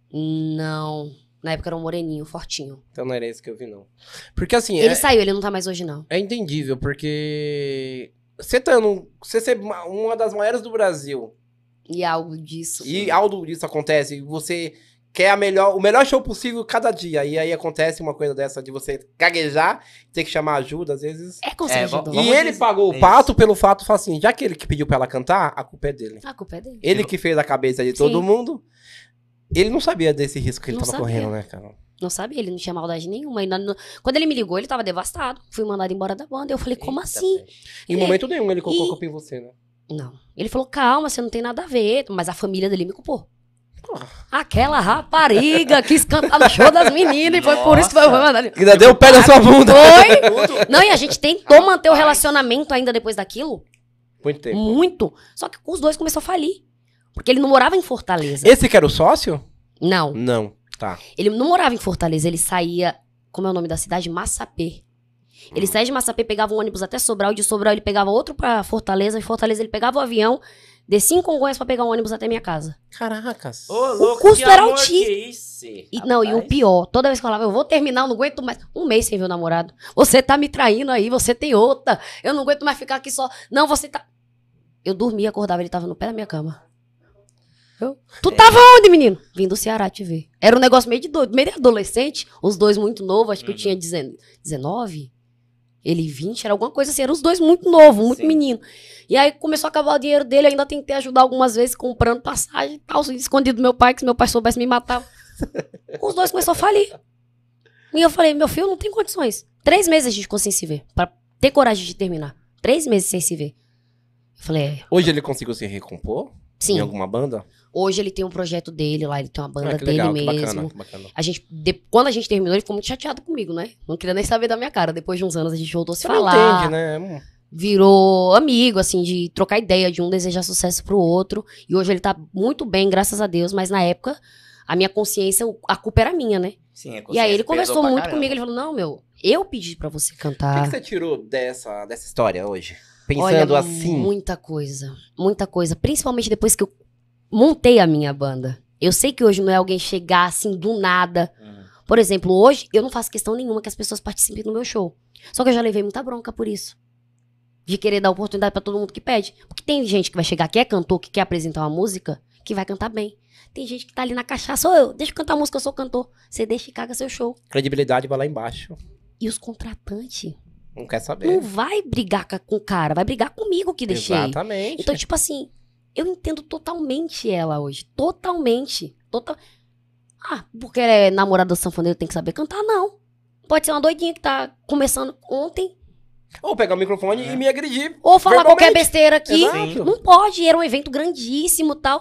[SPEAKER 3] Não. Na época era um moreninho, fortinho.
[SPEAKER 2] Então não era esse que eu vi, não. Porque assim,
[SPEAKER 3] Ele
[SPEAKER 2] é,
[SPEAKER 3] saiu, ele não tá mais hoje, não.
[SPEAKER 2] é entendível, porque... Você tá num, você ser uma- uma das maiores do Brasil,
[SPEAKER 3] E algo disso.
[SPEAKER 2] e algo disso acontece, e você quer a melhor, o melhor show possível cada dia, e aí acontece uma coisa dessa de você gaguejar, ter que chamar ajuda, às vezes...
[SPEAKER 3] É constrangedor.
[SPEAKER 1] Vamos
[SPEAKER 2] E ele
[SPEAKER 1] dizer-
[SPEAKER 2] pagou o
[SPEAKER 1] isso.
[SPEAKER 2] pato pelo fato, fala assim, já que ele que pediu pra ela cantar, a culpa é dele.
[SPEAKER 3] A culpa é dele.
[SPEAKER 2] Ele que fez a cabeça de todo
[SPEAKER 3] Sim.
[SPEAKER 2] mundo, ele não sabia desse risco que ele
[SPEAKER 3] Não
[SPEAKER 2] tava
[SPEAKER 3] sabia.
[SPEAKER 2] correndo, né, cara?
[SPEAKER 3] Não sabia, ele não tinha maldade nenhuma. E na- no- Quando ele me ligou, ele tava devastado. Fui mandado embora da banda. Eu falei, como
[SPEAKER 1] Eita,
[SPEAKER 3] assim?
[SPEAKER 1] peste.
[SPEAKER 2] Em
[SPEAKER 3] É.
[SPEAKER 2] momento nenhum ele colocou
[SPEAKER 3] E-
[SPEAKER 2] a culpa em você, né?
[SPEAKER 3] Não. Ele falou, calma, você não tem nada a ver. Mas a família dele me culpou. Aquela rapariga quis cantar no show das meninas e foi por isso que foi
[SPEAKER 1] Nossa.
[SPEAKER 3] mandado.
[SPEAKER 2] Ainda deu o pé na sua bunda.
[SPEAKER 3] Foi? Não, e a gente tentou manter o relacionamento ainda depois daquilo.
[SPEAKER 2] Muito tempo.
[SPEAKER 3] Muito. Só que os dois começaram a falir. Porque ele não morava em Fortaleza.
[SPEAKER 2] Esse que era o sócio?
[SPEAKER 3] Não.
[SPEAKER 2] Não. Tá.
[SPEAKER 3] Ele não morava em Fortaleza. Ele saía... Como é o nome da cidade? Massapê. Ele saía de Massapê, pegava um ônibus até Sobral. E de Sobral ele pegava outro pra Fortaleza. De Fortaleza ele pegava o avião. Descia em Congonhas pra pegar um ônibus até minha casa.
[SPEAKER 2] Caracas.
[SPEAKER 1] Ô, louco,
[SPEAKER 3] custo
[SPEAKER 1] que
[SPEAKER 3] era
[SPEAKER 1] amor
[SPEAKER 3] altíssimo.
[SPEAKER 1] que é isso?
[SPEAKER 3] E, não, e o
[SPEAKER 1] Rapaz.
[SPEAKER 3] pior, toda vez que eu falava, eu vou terminar, eu não aguento mais. Um mês sem ver o namorado. Você tá me traindo aí, você tem outra. Eu não aguento mais ficar aqui só. Não, você tá. Eu dormia, acordava, ele tava no pé da minha cama. Eu, tu tava onde, menino? Vim do Ceará te ver. Era um negócio meio de doido, meio de adolescente, os dois muito novos, acho que eu
[SPEAKER 1] Uhum.
[SPEAKER 3] tinha dezenove, ele vinte, era alguma coisa assim, eram os dois muito novos, muito
[SPEAKER 1] Sim.
[SPEAKER 3] menino. E aí começou a acabar o dinheiro dele, eu ainda tentei ajudar algumas vezes comprando passagem e tal, escondido do meu pai, que se meu pai soubesse me matar. Os dois começaram a falir. E eu falei, meu filho, não tem condições. Três meses a gente ficou sem se ver, pra ter coragem de terminar. Três meses sem se ver. Eu falei, é,
[SPEAKER 2] Hoje ele conseguiu se recompor?
[SPEAKER 3] sim.
[SPEAKER 2] Em alguma banda?
[SPEAKER 3] Hoje ele tem um projeto dele lá, ele tem uma banda
[SPEAKER 2] Ah, que
[SPEAKER 3] dele
[SPEAKER 2] legal, que
[SPEAKER 3] mesmo.
[SPEAKER 2] bacana, que bacana.
[SPEAKER 3] A gente, de- quando a gente terminou, ele ficou muito chateado comigo, né? Não queria nem saber da minha cara. Depois de uns anos a gente voltou a se
[SPEAKER 2] Você não
[SPEAKER 3] falar.
[SPEAKER 2] entende, né? Hum.
[SPEAKER 3] Virou amigo, assim, de trocar ideia, de um desejar sucesso pro outro. E hoje ele tá muito bem, graças a Deus. Mas na época, a minha consciência, o- a culpa era minha, né?
[SPEAKER 1] Sim, a
[SPEAKER 3] E aí
[SPEAKER 1] consciência
[SPEAKER 3] ele
[SPEAKER 1] pesou
[SPEAKER 3] conversou
[SPEAKER 1] pra
[SPEAKER 3] muito
[SPEAKER 1] caramba.
[SPEAKER 3] comigo. Ele falou, não, meu, eu pedi pra você
[SPEAKER 2] O que,
[SPEAKER 3] cantar.
[SPEAKER 2] que você tirou dessa, dessa história hoje? Pensando
[SPEAKER 3] Olha,
[SPEAKER 2] assim.
[SPEAKER 3] muita coisa, muita coisa. Principalmente depois que eu montei a minha banda. Eu sei que hoje não é alguém chegar assim do nada.
[SPEAKER 1] Uhum.
[SPEAKER 3] Por exemplo, hoje eu não faço questão nenhuma que as pessoas participem do meu show. Só que eu já levei muita bronca por isso. De querer dar oportunidade pra todo mundo que pede. Porque tem gente que vai chegar, que é cantor, que quer apresentar uma música, que vai cantar bem. Tem gente que tá ali na cachaça, sou eu, deixa eu cantar música, eu sou cantor. Você deixa e caga seu show.
[SPEAKER 2] Credibilidade vai lá embaixo.
[SPEAKER 3] E os contratantes
[SPEAKER 2] Não quer saber.
[SPEAKER 3] não vai brigar ca- com o cara, vai brigar comigo que deixei.
[SPEAKER 2] Exatamente.
[SPEAKER 3] Então, tipo assim, eu entendo totalmente ela hoje. Totalmente. Total... Ah, porque ela é namorada do sanfoneiro, tem que saber cantar? Não. Pode ser uma doidinha que tá começando ontem.
[SPEAKER 2] Ou pegar o microfone
[SPEAKER 1] É.
[SPEAKER 2] e me agredir.
[SPEAKER 3] Ou falar
[SPEAKER 2] Verbalmente.
[SPEAKER 3] qualquer besteira aqui.
[SPEAKER 2] Exato.
[SPEAKER 3] Não pode. Era um evento grandíssimo e tal.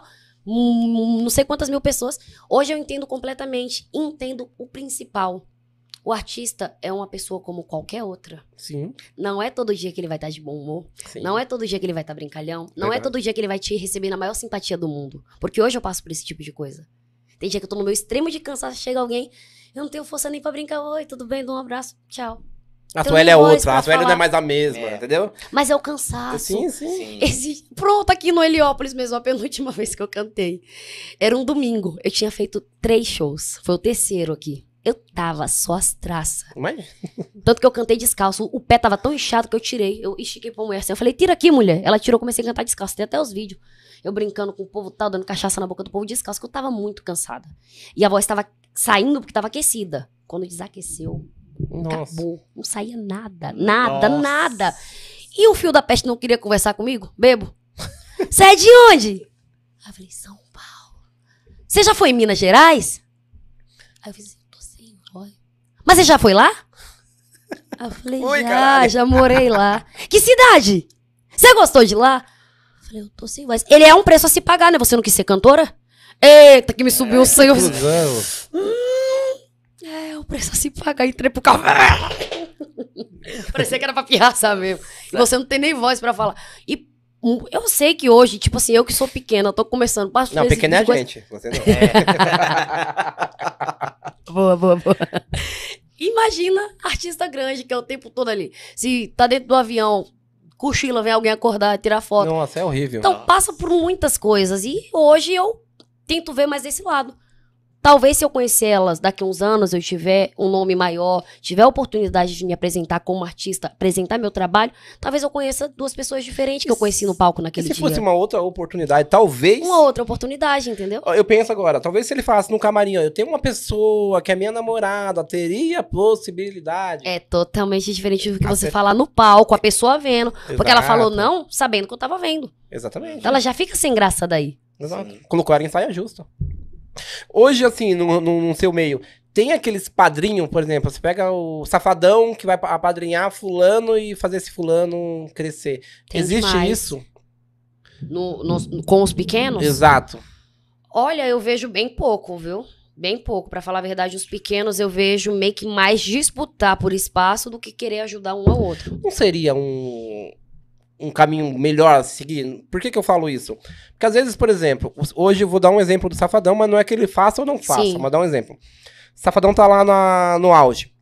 [SPEAKER 3] Hum, não sei quantas mil pessoas. Hoje eu entendo completamente. Entendo o principal. O artista é uma pessoa como qualquer outra.
[SPEAKER 2] Sim,
[SPEAKER 3] Não é todo dia que ele vai estar de bom humor.
[SPEAKER 2] sim.
[SPEAKER 3] Não é todo dia que ele vai estar brincalhão. Não
[SPEAKER 2] Verdade.
[SPEAKER 3] é todo dia que ele vai te receber na maior simpatia do mundo. Porque hoje eu passo por esse tipo de coisa. Tem dia que eu tô no meu extremo de cansaço, chega alguém, eu não tenho força nem pra brincar. Oi, tudo bem? Dou um abraço. Tchau.
[SPEAKER 2] A
[SPEAKER 3] Então
[SPEAKER 2] Sueli é
[SPEAKER 3] nem voz
[SPEAKER 2] outra,
[SPEAKER 3] pra
[SPEAKER 2] a Sueli não é
[SPEAKER 3] falar.
[SPEAKER 2] mais a mesma,
[SPEAKER 1] É.
[SPEAKER 2] entendeu?
[SPEAKER 3] Mas é o cansaço.
[SPEAKER 2] Sim, sim.
[SPEAKER 1] Sim.
[SPEAKER 3] Esse... Pronto, aqui no Heliópolis mesmo, a penúltima vez que eu cantei. Era um domingo. Eu tinha feito três shows. Foi o terceiro aqui. Eu tava só as traças.
[SPEAKER 2] Mas...
[SPEAKER 3] Tanto que eu cantei descalço. O pé tava tão inchado que eu tirei. Eu estiquei pra mulher assim. Eu falei, tira aqui, mulher. Ela tirou, comecei a cantar descalço. Tem até os vídeos. Eu brincando com o povo tal, dando cachaça na boca do povo descalço, que eu tava muito cansada. E a voz tava saindo porque tava aquecida. Quando desaqueceu,
[SPEAKER 2] Nossa.
[SPEAKER 3] acabou. Não saía nada. Nada,
[SPEAKER 1] Nossa.
[SPEAKER 3] nada. E o fio da peste não queria conversar comigo? Bebo. Você é de onde? Aí eu falei, São Paulo. Você já foi em Minas Gerais? Aí eu fiz, tô sem voz. Mas você já foi lá? Aí eu falei,
[SPEAKER 2] Fui,
[SPEAKER 3] já,
[SPEAKER 2] caralho.
[SPEAKER 3] já morei lá. Que cidade? Você gostou de lá? Eu falei, eu tô sem voz. Ele é um preço a se pagar, né? Você não quis ser cantora? Eita, que me subiu o sangue. Eu fiz,
[SPEAKER 2] Cusão.
[SPEAKER 3] hum, é, o preço a se pagar. Entrei pro carro. Parecia que era pra pirraçar mesmo. E você não tem nem voz pra falar. E hum, eu sei que hoje, tipo assim, eu que sou pequena, eu tô começando. Passo
[SPEAKER 2] Não,
[SPEAKER 3] esse
[SPEAKER 2] pequena é a
[SPEAKER 3] tipo de
[SPEAKER 2] gente. Você não.
[SPEAKER 3] Boa, boa, boa. Imagina artista grande que é o tempo todo ali. Se tá dentro do avião, cochila, vem alguém acordar, tirar foto.
[SPEAKER 2] Nossa, é horrível.
[SPEAKER 3] Então passa por muitas coisas. E hoje eu tento ver mais desse lado. Talvez se eu conhecer elas daqui a uns anos, eu tiver um nome maior, tiver a oportunidade de me apresentar como artista, apresentar meu trabalho, talvez eu conheça duas pessoas diferentes que eu conheci no palco
[SPEAKER 2] E
[SPEAKER 3] naquele
[SPEAKER 2] se
[SPEAKER 3] dia.
[SPEAKER 2] fosse uma outra oportunidade, talvez...
[SPEAKER 3] Uma outra oportunidade, entendeu?
[SPEAKER 2] Eu penso agora, talvez se ele falasse no camarim, ó, eu tenho uma pessoa que é minha namorada, teria possibilidade.
[SPEAKER 3] É totalmente diferente do que você
[SPEAKER 2] Acer-
[SPEAKER 3] falar no palco, a pessoa vendo. Porque ela
[SPEAKER 2] Exato.
[SPEAKER 3] falou não, sabendo que eu tava vendo.
[SPEAKER 2] Exatamente.
[SPEAKER 3] Então ela já fica sem graça daí.
[SPEAKER 2] Exato.
[SPEAKER 1] Sim.
[SPEAKER 2] Colocaram em saia justa. Hoje, assim, no, no, no seu meio, tem aqueles padrinhos, por exemplo, você pega o safadão que vai pa- apadrinhar fulano e fazer esse fulano crescer.
[SPEAKER 3] Tem
[SPEAKER 2] Existe
[SPEAKER 3] demais.
[SPEAKER 2] isso?
[SPEAKER 3] No, no- com os pequenos?
[SPEAKER 2] Exato.
[SPEAKER 3] Olha, eu vejo bem pouco, viu? Bem pouco. Pra falar a verdade, os pequenos eu vejo meio que mais disputar por espaço do que querer ajudar um ao outro.
[SPEAKER 2] Não seria um, um caminho melhor a seguir? Por que que eu falo isso? Porque às vezes, por exemplo, os- hoje eu vou dar um exemplo do Safadão, mas não é que ele faça ou não faça,
[SPEAKER 3] Sim.
[SPEAKER 2] mas dar um exemplo. Safadão tá lá na- no auge.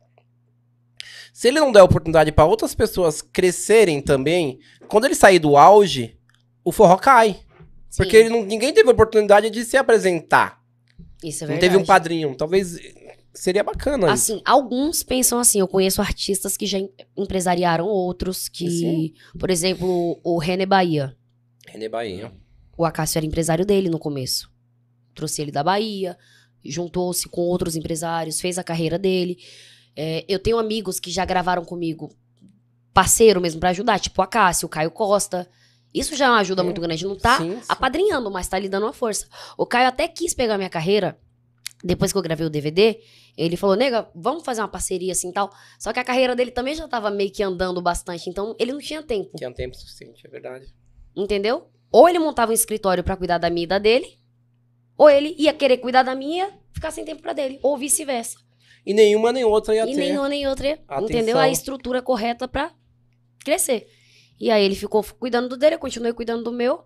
[SPEAKER 2] Se ele não der oportunidade para outras pessoas crescerem também, quando ele sair do auge, o forró cai. Porque
[SPEAKER 3] Sim,
[SPEAKER 2] ele não- ninguém teve oportunidade de se apresentar.
[SPEAKER 3] isso é
[SPEAKER 2] não
[SPEAKER 3] verdade.
[SPEAKER 2] teve um padrinho. Talvez seria bacana isso.
[SPEAKER 3] Assim, alguns pensam assim. Eu conheço artistas que já em- empresariaram outros, que,
[SPEAKER 2] Sim.
[SPEAKER 3] por exemplo, o René Bahia.
[SPEAKER 2] René Bahia.
[SPEAKER 3] O Acácio era empresário dele no começo. Trouxe ele da Bahia, juntou-se com outros empresários, fez a carreira dele. É, eu tenho amigos que já gravaram comigo, parceiro mesmo pra ajudar, tipo o Acácio, o Caio Costa. Isso já é uma ajuda
[SPEAKER 2] Sim.
[SPEAKER 3] muito grande. Não tá
[SPEAKER 2] Sim, sim.
[SPEAKER 3] apadrinhando, mas tá lhe dando uma força. O Caio até quis pegar minha carreira, depois que eu gravei o D V D, ele falou, nega, vamos fazer uma parceria assim e tal. Só que a carreira dele também já tava meio que andando bastante, então ele não tinha tempo.
[SPEAKER 2] Tinha tempo suficiente, é verdade.
[SPEAKER 3] Entendeu? Ou ele montava um escritório pra cuidar da minha e da dele, ou ele ia querer cuidar da minha e ficar sem tempo pra dele, ou vice-versa.
[SPEAKER 2] E nenhuma nem outra ia
[SPEAKER 3] E
[SPEAKER 2] ter.
[SPEAKER 3] nenhuma nem outra, ia-
[SPEAKER 2] Atenção.
[SPEAKER 3] entendeu? A estrutura correta pra crescer. E aí ele ficou cuidando do dele, eu continuei cuidando do meu.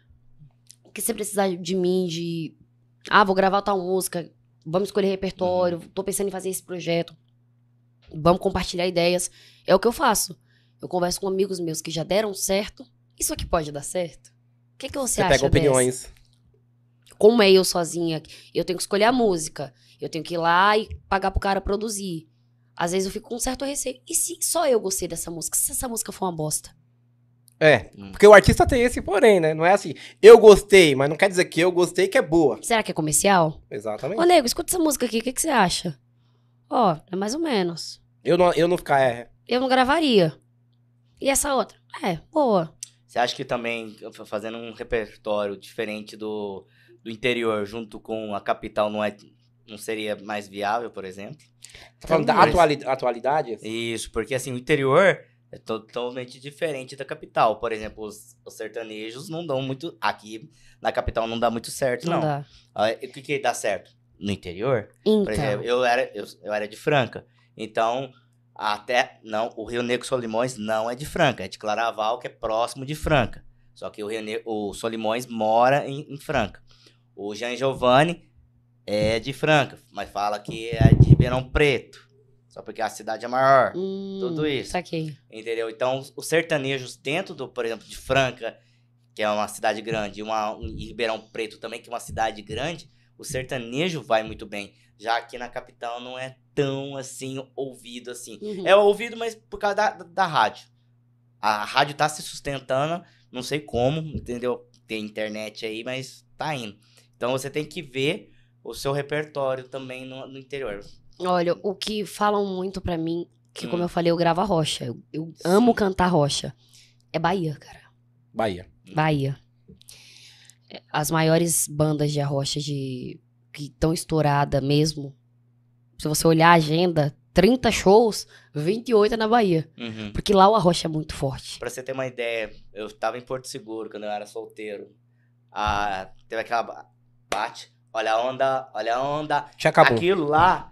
[SPEAKER 3] Que você precisar de mim, de... Ah, vou gravar tal música, vamos escolher repertório, tô pensando em fazer esse projeto. Vamos compartilhar ideias. É o que eu faço. Eu converso com amigos meus que já deram certo. Isso aqui pode dar certo? O que, que você,
[SPEAKER 2] Você
[SPEAKER 3] acha
[SPEAKER 2] pega
[SPEAKER 3] dessa?
[SPEAKER 2] opiniões.
[SPEAKER 3] Como é eu sozinha? Eu tenho que escolher a música. Eu tenho que ir lá e pagar pro cara produzir. Às vezes eu fico com um certo receio. E se só eu gostei dessa música? Se essa música for uma bosta?
[SPEAKER 2] É,
[SPEAKER 1] Hum.
[SPEAKER 2] porque o artista tem esse porém, né? Não é assim, eu gostei, mas não quer dizer que eu gostei que é boa.
[SPEAKER 3] Será que é comercial?
[SPEAKER 2] Exatamente.
[SPEAKER 3] Ô, nego, escuta essa música aqui. O que, que você acha? Ó, é mais ou menos.
[SPEAKER 2] Eu não, eu não ficar, é,
[SPEAKER 3] Eu não gravaria. E essa outra? É, boa.
[SPEAKER 1] Você acha que também f- fazendo um repertório diferente do, do interior junto com a capital não, é, não seria mais viável, por exemplo?
[SPEAKER 2] tá falando da
[SPEAKER 1] Mas-
[SPEAKER 2] atuali- atualidade?
[SPEAKER 1] Isso, porque assim, o interior é totalmente diferente da capital. Por exemplo, os, os sertanejos não dão muito... Aqui na capital não dá muito certo,
[SPEAKER 3] Não,
[SPEAKER 1] não.
[SPEAKER 3] dá.
[SPEAKER 1] Ah, o que que dá certo? No interior,
[SPEAKER 3] Então.
[SPEAKER 1] por exemplo, eu era, eu, eu era de Franca. Então, até... Não, o Rio Negro Solimões não é de Franca. É de Claraval, que é próximo de Franca. Só que o, Rio Ne- o Solimões mora em, em Franca. O Jean Giovanni é de Franca, mas fala que é de Ribeirão Preto. Só porque a cidade é maior.
[SPEAKER 3] Hum,
[SPEAKER 1] tudo isso.
[SPEAKER 3] Saquei.
[SPEAKER 1] Entendeu? Então, os- os sertanejos dentro do, por exemplo, de Franca, que é uma cidade grande, e uma, um, e Ribeirão Preto também, que é uma cidade grande, o sertanejo vai muito bem. Já aqui na capital não é tão, assim, ouvido, assim.
[SPEAKER 3] Uhum.
[SPEAKER 1] É ouvido, mas por causa da, da, da rádio. A rádio tá se sustentando, não sei como, entendeu? Tem internet aí, mas tá indo. Então você tem que ver o seu repertório também no, no interior.
[SPEAKER 3] Olha, o que falam muito pra mim, que
[SPEAKER 1] Hum.
[SPEAKER 3] como eu falei, eu gravo a rocha. Eu, eu amo
[SPEAKER 1] Sim.
[SPEAKER 3] cantar rocha. É Bahia, cara.
[SPEAKER 2] Bahia.
[SPEAKER 3] Bahia. É, as maiores bandas de arrocha de, que estão estouradas mesmo. Se você olhar a agenda, trinta shows, vinte e oito é na Bahia.
[SPEAKER 1] Uhum.
[SPEAKER 3] Porque lá o arrocha é muito forte.
[SPEAKER 1] Pra você ter uma ideia, eu tava em Porto Seguro quando eu era solteiro. Ah, teve aquela ba- bate, olha a onda, olha a onda.
[SPEAKER 2] Já acabou.
[SPEAKER 1] Aquilo lá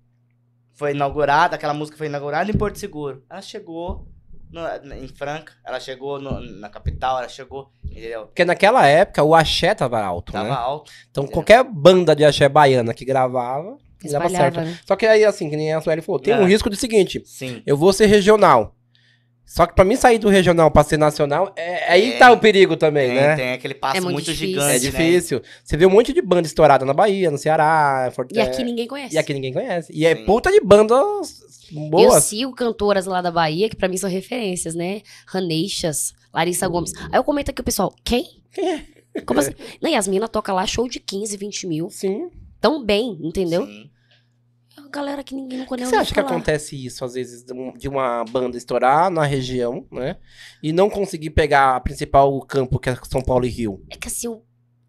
[SPEAKER 1] foi inaugurado, aquela música foi inaugurada em Porto Seguro. Ela chegou no- em Franca, ela chegou no- na capital, ela chegou, entendeu?
[SPEAKER 2] Porque naquela época o axé tava alto,
[SPEAKER 1] Tava
[SPEAKER 2] né?
[SPEAKER 1] alto.
[SPEAKER 2] Então
[SPEAKER 1] entendeu?
[SPEAKER 2] qualquer banda de axé baiana que gravava, dava certo.
[SPEAKER 3] Espalhava, né?
[SPEAKER 2] Só que aí, assim, que nem a Sueli falou, tem
[SPEAKER 1] É.
[SPEAKER 2] um risco do seguinte,
[SPEAKER 1] Sim.
[SPEAKER 2] eu vou ser regional. Só que pra mim sair do regional pra ser nacional, é, aí
[SPEAKER 1] Tem.
[SPEAKER 2] tá o perigo também,
[SPEAKER 1] Tem,
[SPEAKER 2] né?
[SPEAKER 1] tem aquele passo
[SPEAKER 3] É muito
[SPEAKER 1] muito,
[SPEAKER 3] difícil.
[SPEAKER 1] gigante,
[SPEAKER 2] É
[SPEAKER 1] né?
[SPEAKER 2] difícil. Você vê um monte de banda estourada na Bahia, no Ceará, Forte...
[SPEAKER 3] E aqui ninguém conhece.
[SPEAKER 2] E aqui ninguém conhece. E é
[SPEAKER 1] Sim.
[SPEAKER 2] puta de bandas
[SPEAKER 3] Eu
[SPEAKER 2] boas.
[SPEAKER 3] sigo cantoras lá da Bahia, que pra mim são referências, né? Raneixas, Larissa Gomes. Aí eu comento aqui o pessoal, quem? Como assim? Não, e as minas tocam lá show de quinze, vinte mil.
[SPEAKER 2] Sim.
[SPEAKER 3] Tão bem, entendeu?
[SPEAKER 1] Sim.
[SPEAKER 3] É uma galera que ninguém não
[SPEAKER 2] Por que
[SPEAKER 3] conhece.
[SPEAKER 2] você acha que acontece isso, às vezes, de um- de uma banda estourar na região, né? E não conseguir pegar a principal campo, que é São Paulo e Rio?
[SPEAKER 3] É que assim, o-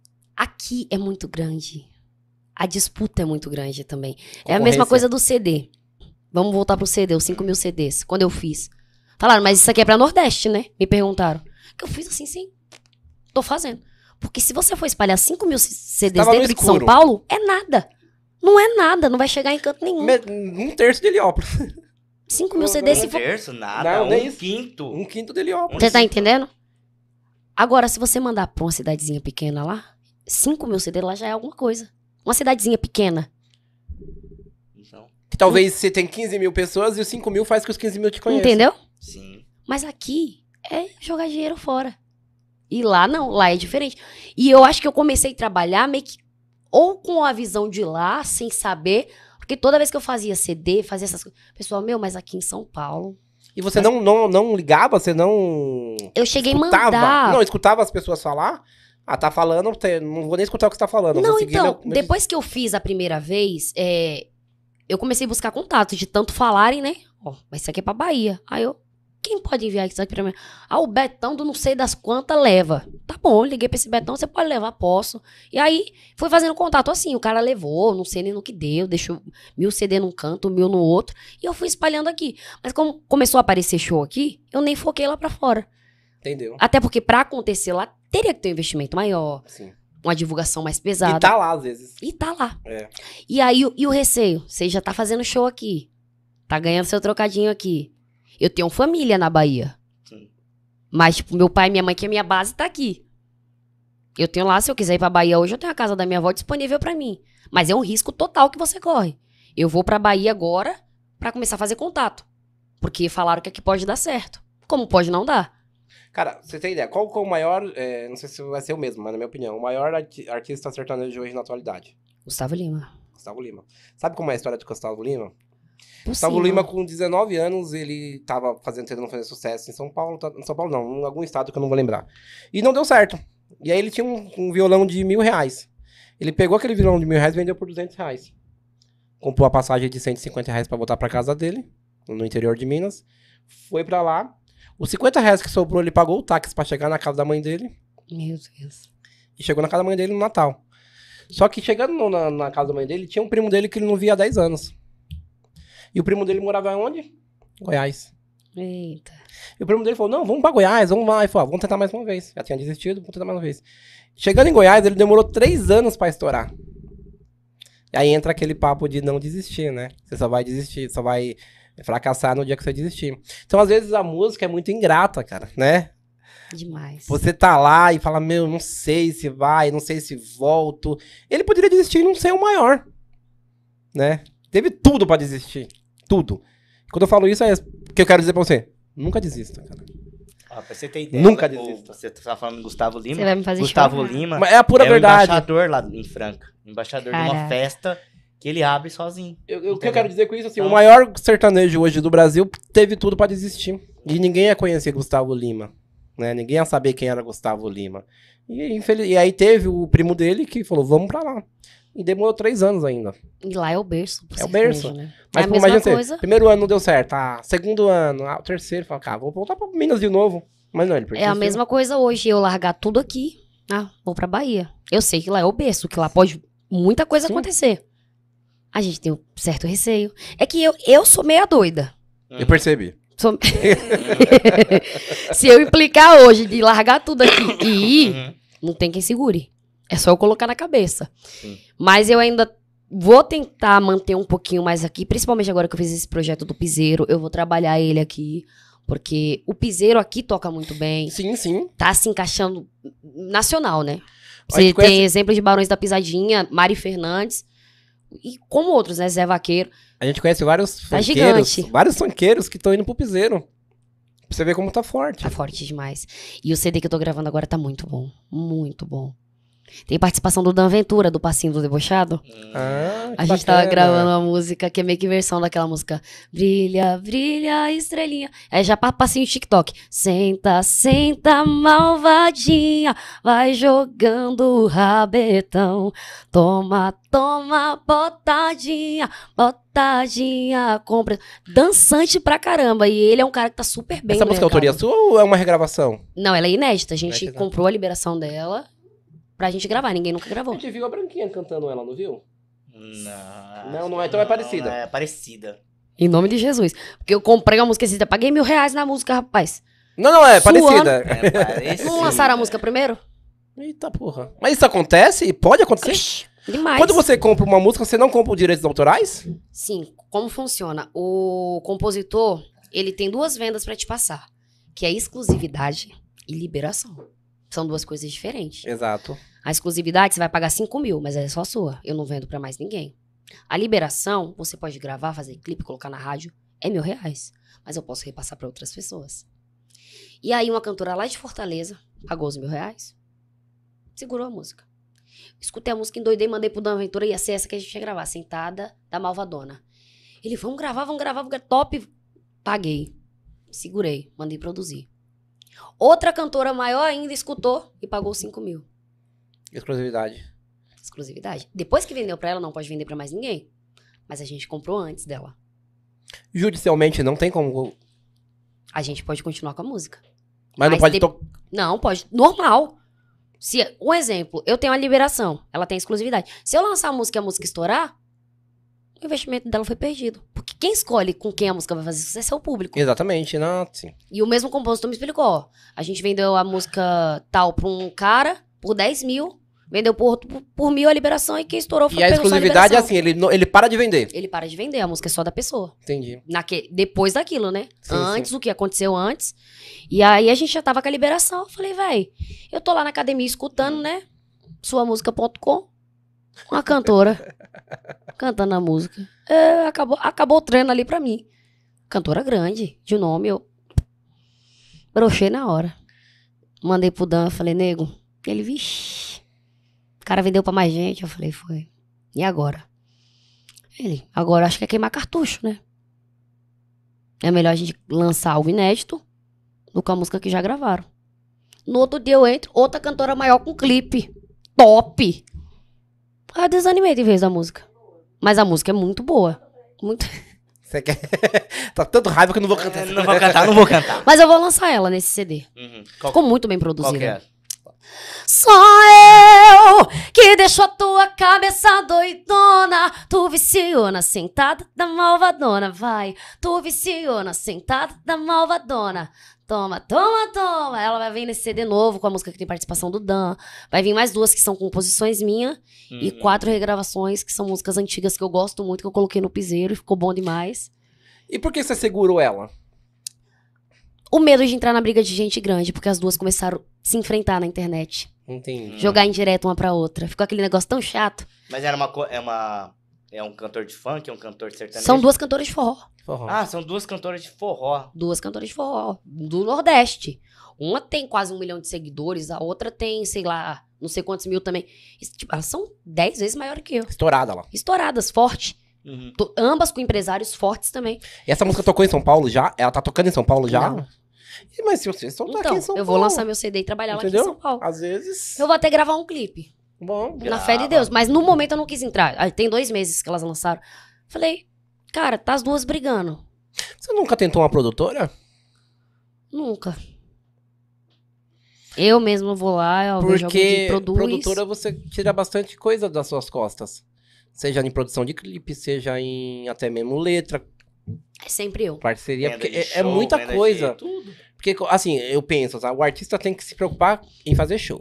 [SPEAKER 3] aqui é muito grande. A disputa é muito grande também. É a mesma
[SPEAKER 2] Concorrência.
[SPEAKER 3] coisa do C D. Vamos voltar pro C D, os cinco mil C Ds, quando eu fiz. Falaram, mas isso aqui é pra Nordeste, né? Me perguntaram. Que eu fiz assim, sim. Tô fazendo. Porque se você for espalhar cinco mil C Ds
[SPEAKER 2] Tava no
[SPEAKER 3] dentro de São
[SPEAKER 2] escuro.
[SPEAKER 3] Paulo, é nada. Não é nada, não vai chegar em canto nenhum.
[SPEAKER 2] Me- Um terço de Heliópolis.
[SPEAKER 3] cinco mil C
[SPEAKER 2] Não,
[SPEAKER 3] Ds,
[SPEAKER 1] Um
[SPEAKER 3] se for...
[SPEAKER 1] terço, nada.
[SPEAKER 2] Não,
[SPEAKER 1] um
[SPEAKER 2] nem isso.
[SPEAKER 1] quinto.
[SPEAKER 2] Um quinto de Heliópolis.
[SPEAKER 3] Você tá entendendo? Agora, se você mandar pra uma cidadezinha pequena lá, cinco mil C D lá já é alguma coisa. Uma cidadezinha pequena.
[SPEAKER 1] Então,
[SPEAKER 2] Que talvez você tem quinze mil pessoas e os cinco mil faz que os quinze mil te conheçam.
[SPEAKER 3] Entendeu?
[SPEAKER 1] sim.
[SPEAKER 3] Mas aqui é jogar dinheiro fora. E lá não, lá é diferente. E eu acho que eu comecei a trabalhar meio que ou com a visão de lá, sem saber. Porque toda vez que eu fazia C D, fazia essas coisas. Pessoal, meu, mas aqui em São Paulo.
[SPEAKER 2] E você não, não, não ligava? Você não
[SPEAKER 3] Eu cheguei a
[SPEAKER 2] escutava?
[SPEAKER 3] mandar.
[SPEAKER 2] Não, escutava as pessoas falar? Ah, tá falando, te- não vou nem escutar o que você tá falando.
[SPEAKER 3] Não,
[SPEAKER 2] vou seguir
[SPEAKER 3] então,
[SPEAKER 2] meu- meu-
[SPEAKER 3] depois que eu fiz a primeira vez, é, eu comecei a buscar contato, de tanto falarem, né? Ó, mas isso aqui é pra Bahia. Aí eu, quem pode enviar isso aqui pra mim? Ah, o Betão do não sei das quantas leva. Tá bom, liguei pra esse Betão, você pode levar, posso. E aí, fui fazendo contato assim, o cara levou, não sei nem no que deu, deixou mil C D num canto, mil no outro, e eu fui espalhando aqui. Mas como começou a aparecer show aqui, eu nem foquei lá pra fora.
[SPEAKER 2] Entendeu?
[SPEAKER 3] Até porque pra acontecer lá, teria que ter um investimento maior,
[SPEAKER 2] Sim.
[SPEAKER 3] uma divulgação mais
[SPEAKER 2] E
[SPEAKER 3] pesada.
[SPEAKER 2] tá lá, às vezes.
[SPEAKER 3] E tá lá.
[SPEAKER 2] É.
[SPEAKER 3] E aí, o- e o receio? Você já tá fazendo show aqui. Tá ganhando seu trocadinho aqui. Eu tenho família na Bahia.
[SPEAKER 1] Sim.
[SPEAKER 3] Mas, tipo, meu pai e minha mãe, que é minha base, tá aqui. Eu tenho lá, se eu quiser ir pra Bahia hoje, eu tenho a casa da minha avó disponível pra mim. Mas é um risco total que você corre. Eu vou pra Bahia agora pra começar a fazer contato. Porque falaram que aqui pode dar certo. Como pode não dar?
[SPEAKER 2] Cara, você tem ideia? Qual que é o maior, é, não sei se vai ser o mesmo, mas na minha opinião, o maior arti- artista sertanejo hoje na atualidade?
[SPEAKER 3] Gustavo Lima.
[SPEAKER 2] Gustavo Lima. Sabe como é a história de Gustavo Lima?
[SPEAKER 3] Por
[SPEAKER 2] Gustavo
[SPEAKER 3] cima.
[SPEAKER 2] Lima, com dezenove anos, ele tava fazendo, tentando fazer sucesso em São Paulo. tá- Em São Paulo não, em algum estado que eu não vou lembrar. E não deu certo. E aí ele tinha um, um violão de mil reais. Ele pegou aquele violão de mil reais e vendeu por duzentos reais. Comprou a passagem de cento e cinquenta reais pra voltar pra casa dele, no interior de Minas. Foi pra lá. Os cinquenta reais que sobrou, ele pagou o táxi pra chegar na casa da mãe dele.
[SPEAKER 3] Meu Deus.
[SPEAKER 2] E chegou na casa da mãe dele no Natal. Só que chegando no- na, na casa da mãe dele, tinha um primo dele que ele não via há dez anos. E o primo dele morava onde? Goiás.
[SPEAKER 3] Eita.
[SPEAKER 2] E o primo dele falou, não, vamos pra Goiás, vamos lá. Ele falou, ah, vamos tentar mais uma vez. Já tinha desistido, vamos tentar mais uma vez. Chegando em Goiás, ele demorou três anos pra estourar. E aí entra aquele papo de não desistir, né? Você só vai desistir, só vai fracassar no dia que você desistir. Então, às vezes, a música é muito ingrata, cara, né?
[SPEAKER 3] Demais.
[SPEAKER 2] Você tá lá e fala, meu, não sei se vai, não sei se volto. Ele poderia desistir e não ser o maior, né? Teve tudo pra desistir. Tudo. Quando eu falo isso, é o que eu quero dizer pra você. Nunca desista, cara.
[SPEAKER 1] Ó, pra você ter ideia,
[SPEAKER 2] Nunca
[SPEAKER 1] o-
[SPEAKER 2] desista.
[SPEAKER 1] Você tá falando do Gustavo Lima.
[SPEAKER 3] Você vai me fazer
[SPEAKER 1] Gustavo
[SPEAKER 3] chorar.
[SPEAKER 1] Lima
[SPEAKER 2] Mas é a pura
[SPEAKER 1] é
[SPEAKER 2] verdade.
[SPEAKER 1] o embaixador lá em Franca. Embaixador de uma
[SPEAKER 3] Caraca.
[SPEAKER 1] festa que ele abre sozinho.
[SPEAKER 2] Eu- eu- o que eu
[SPEAKER 1] Entendeu?
[SPEAKER 2] quero dizer com isso, assim,
[SPEAKER 1] Então-
[SPEAKER 2] o maior sertanejo hoje do Brasil teve tudo pra desistir. E ninguém ia conhecer Gustavo Lima, né? Ninguém ia saber quem era Gustavo Lima. E, infeliz... e aí teve o primo dele que falou, vamos pra lá. E demorou três anos ainda.
[SPEAKER 3] E lá é o berço. do
[SPEAKER 2] É o
[SPEAKER 3] sertanejo,
[SPEAKER 2] berço.
[SPEAKER 3] Né?
[SPEAKER 2] Mas,
[SPEAKER 3] é a
[SPEAKER 2] pô,
[SPEAKER 3] mesma
[SPEAKER 2] imagina você,
[SPEAKER 3] coisa.
[SPEAKER 2] primeiro ano não deu certo, ah, segundo ano, ah, o terceiro, fala, cara, vou voltar pra Minas de novo. Mas não, ele
[SPEAKER 3] É a
[SPEAKER 2] persistiu.
[SPEAKER 3] mesma coisa hoje, eu largar tudo aqui, ah, vou pra Bahia. Eu sei que lá é o berço, que lá pode muita coisa
[SPEAKER 2] Sim.
[SPEAKER 3] acontecer. A gente tem um certo receio. É que eu, eu sou meia doida.
[SPEAKER 2] Eu percebi.
[SPEAKER 3] Sou- Se eu implicar hoje de largar tudo aqui e ir,
[SPEAKER 1] Uhum.
[SPEAKER 3] não tem quem segure. É só eu colocar na cabeça.
[SPEAKER 1] Sim.
[SPEAKER 3] Mas eu ainda vou tentar manter um pouquinho mais aqui, principalmente agora que eu fiz esse projeto do piseiro. Eu vou trabalhar ele aqui, porque o piseiro aqui toca muito bem.
[SPEAKER 2] Sim, sim.
[SPEAKER 3] Tá se encaixando nacional, né?
[SPEAKER 2] A
[SPEAKER 3] Você
[SPEAKER 2] gente
[SPEAKER 3] tem
[SPEAKER 2] conhece-
[SPEAKER 3] exemplos de Barões da Pisadinha, Mari Fernandes, e como outros, né? Zé Vaqueiro.
[SPEAKER 2] A gente conhece vários
[SPEAKER 3] Tá
[SPEAKER 2] funkeiros,
[SPEAKER 3] gigante.
[SPEAKER 2] vários funkeiros que estão indo pro piseiro. Pra você ver como tá forte.
[SPEAKER 3] Tá forte demais. E o C D que eu tô gravando agora tá muito bom. Muito bom. Tem participação do Dan Ventura, do Passinho do Debochado.
[SPEAKER 1] Hum.
[SPEAKER 2] Ah, que
[SPEAKER 3] A gente tava
[SPEAKER 2] bacana.
[SPEAKER 3] gravando uma música que é meio que versão daquela música Brilha, brilha, estrelinha. É já pa- passinho de TikTok. Senta, senta, malvadinha, vai jogando o rabetão. Toma, toma, botadinha, botadinha, compra. Dançante pra caramba. E ele é um cara que tá super bem
[SPEAKER 2] Essa
[SPEAKER 3] no
[SPEAKER 2] música é autoria
[SPEAKER 3] mercado.
[SPEAKER 2] sua ou é uma regravação?
[SPEAKER 3] Não, ela é inédita. A gente
[SPEAKER 2] Inédita.
[SPEAKER 3] comprou a liberação dela pra gente gravar. Ninguém nunca
[SPEAKER 2] A
[SPEAKER 3] gravou.
[SPEAKER 2] gente viu a Branquinha cantando ela, não viu?
[SPEAKER 1] Não,
[SPEAKER 2] Não, não é, então é parecida.
[SPEAKER 1] É parecida.
[SPEAKER 3] Em nome de Jesus. Porque eu comprei uma música assim, eu paguei mil reais na música, rapaz.
[SPEAKER 2] Não, não, é
[SPEAKER 3] Suando.
[SPEAKER 2] parecida.
[SPEAKER 1] É parecida.
[SPEAKER 3] Não lançaram a música primeiro?
[SPEAKER 2] Eita porra. Mas isso acontece? Pode acontecer?
[SPEAKER 3] Ixi, demais.
[SPEAKER 2] Quando você compra uma música, você não compra os direitos autorais?
[SPEAKER 3] Sim, como funciona? O compositor, ele tem duas vendas pra te passar, que é exclusividade e liberação. São duas coisas diferentes.
[SPEAKER 2] Exato.
[SPEAKER 3] A exclusividade, você vai pagar cinco mil, mas é só sua. Eu não vendo pra mais ninguém. A liberação, você pode gravar, fazer clipe, colocar na rádio, é mil reais. Mas eu posso repassar pra outras pessoas. E aí, uma cantora lá de Fortaleza pagou os mil reais, segurou a música. Escutei a música, endoidei, mandei pro Dan Ventura, ia ser essa que a gente ia gravar, Sentada da Malvadona. Ele, vamos gravar, vamos gravar, vamos gravar. Top. Paguei. Segurei, mandei produzir. Outra cantora maior ainda escutou e pagou cinco mil.
[SPEAKER 2] Exclusividade.
[SPEAKER 3] Exclusividade. Depois que vendeu pra ela, não pode vender pra mais ninguém. Mas a gente comprou antes dela.
[SPEAKER 2] Judicialmente não tem como.
[SPEAKER 3] A gente pode continuar com a música.
[SPEAKER 2] Mas, não
[SPEAKER 3] Mas
[SPEAKER 2] pode
[SPEAKER 3] de-
[SPEAKER 2] tocar.
[SPEAKER 3] Não, pode. Normal. Se, um exemplo, eu tenho a liberação. Ela tem exclusividade. Se eu lançar a música e a música estourar, o investimento dela foi perdido. Porque quem escolhe com quem a música vai fazer sucesso é o público.
[SPEAKER 2] Exatamente, não, sim.
[SPEAKER 3] E o mesmo compositor me explicou, ó. A gente vendeu a música tal pra um cara por dez mil, vendeu por outro por, por mil a liberação e quem estourou foi
[SPEAKER 2] E a
[SPEAKER 3] pegou só
[SPEAKER 2] exclusividade é
[SPEAKER 3] liberação.
[SPEAKER 2] assim, ele, não- ele para de vender.
[SPEAKER 3] Ele para de vender, a música é só da pessoa.
[SPEAKER 2] Entendi.
[SPEAKER 3] Naque, depois daquilo, né?
[SPEAKER 2] Sim,
[SPEAKER 3] antes, o que aconteceu antes. E aí a gente já tava com a liberação. Eu falei, véi, eu tô lá na academia escutando, né? sua música ponto com. Uma cantora cantando a música. É, acabou, acabou o treino ali pra mim. Cantora grande, de nome, eu brochei na hora. Mandei pro Dan, falei, nego. Ele, vixi. O cara vendeu pra mais gente. Eu falei, foi. E agora? Ele, agora acho que é queimar cartucho, né? É melhor a gente lançar algo inédito do que a música que já gravaram. No outro dia eu entro, outra cantora maior com clipe. Top! Aí eu desanimei de vez da música. Mas a música é muito boa. Muito...
[SPEAKER 2] Você quer. Tá tanto raiva que eu não vou cantar.
[SPEAKER 1] É, não vou cantar, não vou cantar.
[SPEAKER 3] Mas eu vou lançar ela nesse C D.
[SPEAKER 1] Uhum. Qual,
[SPEAKER 3] Ficou muito bem
[SPEAKER 1] qual
[SPEAKER 3] produzida.
[SPEAKER 1] que é?
[SPEAKER 3] Só eu que deixou tua cabeça doidona. Tu viciou na sentada da malvadona, vai. Tu viciou na sentada da malvadona. Toma, toma, toma. Ela vai vir nesse C D novo com a música que tem participação do Dan. Vai vir mais duas que são composições minhas. E
[SPEAKER 1] Uhum.
[SPEAKER 3] quatro regravações que são músicas antigas que eu gosto muito, que eu coloquei no piseiro e ficou bom demais.
[SPEAKER 2] E por que você segurou ela?
[SPEAKER 3] O medo de entrar na briga de gente grande, porque as duas começaram a se enfrentar na internet.
[SPEAKER 2] Entendi.
[SPEAKER 3] Jogar indireta uma pra outra. Ficou aquele negócio tão chato.
[SPEAKER 1] Mas era uma, co- é uma é um cantor de funk, é um cantor de sertanejo?
[SPEAKER 3] São duas cantoras de forró.
[SPEAKER 2] Forró.
[SPEAKER 1] Ah, são duas cantoras de forró.
[SPEAKER 3] Duas cantoras de forró. Do Nordeste. Uma tem quase um milhão de seguidores, a outra tem, sei lá, não sei quantos mil também. Isso, tipo, elas são dez vezes maior que eu.
[SPEAKER 2] Estourada lá.
[SPEAKER 3] Estouradas, forte.
[SPEAKER 1] Uhum.
[SPEAKER 3] Tô- ambas com empresários fortes também.
[SPEAKER 2] E essa música tocou em São Paulo já? Ela tá tocando em São Paulo já?
[SPEAKER 3] Não.
[SPEAKER 2] Ih, Mas se vocês estão
[SPEAKER 3] Então,
[SPEAKER 2] aqui em São
[SPEAKER 3] eu
[SPEAKER 2] Paulo.
[SPEAKER 3] vou lançar meu C D e trabalhar lá aqui
[SPEAKER 2] Entendeu?
[SPEAKER 3] em São Paulo.
[SPEAKER 2] Às vezes.
[SPEAKER 3] Eu vou até gravar um clipe.
[SPEAKER 2] Bom.
[SPEAKER 3] Na fé de
[SPEAKER 1] Grava.
[SPEAKER 3] Deus. Mas no momento eu não quis entrar. Aí tem dois meses que elas lançaram. Falei, cara, tá as duas brigando.
[SPEAKER 2] Você nunca tentou uma produtora?
[SPEAKER 3] Nunca. Eu mesma vou lá, eu vejo alguém
[SPEAKER 2] Porque
[SPEAKER 3] que produz.
[SPEAKER 2] produtora você tira bastante coisa das suas costas. Seja em produção de clipe, seja em até mesmo letra,
[SPEAKER 3] É sempre eu.
[SPEAKER 2] parceria.
[SPEAKER 1] Venda
[SPEAKER 2] Porque
[SPEAKER 1] de
[SPEAKER 2] é, é
[SPEAKER 1] show,
[SPEAKER 2] muita
[SPEAKER 1] venda de
[SPEAKER 2] coisa.
[SPEAKER 1] tudo.
[SPEAKER 2] Porque, assim, eu penso, sabe, o artista tem que se preocupar em fazer show.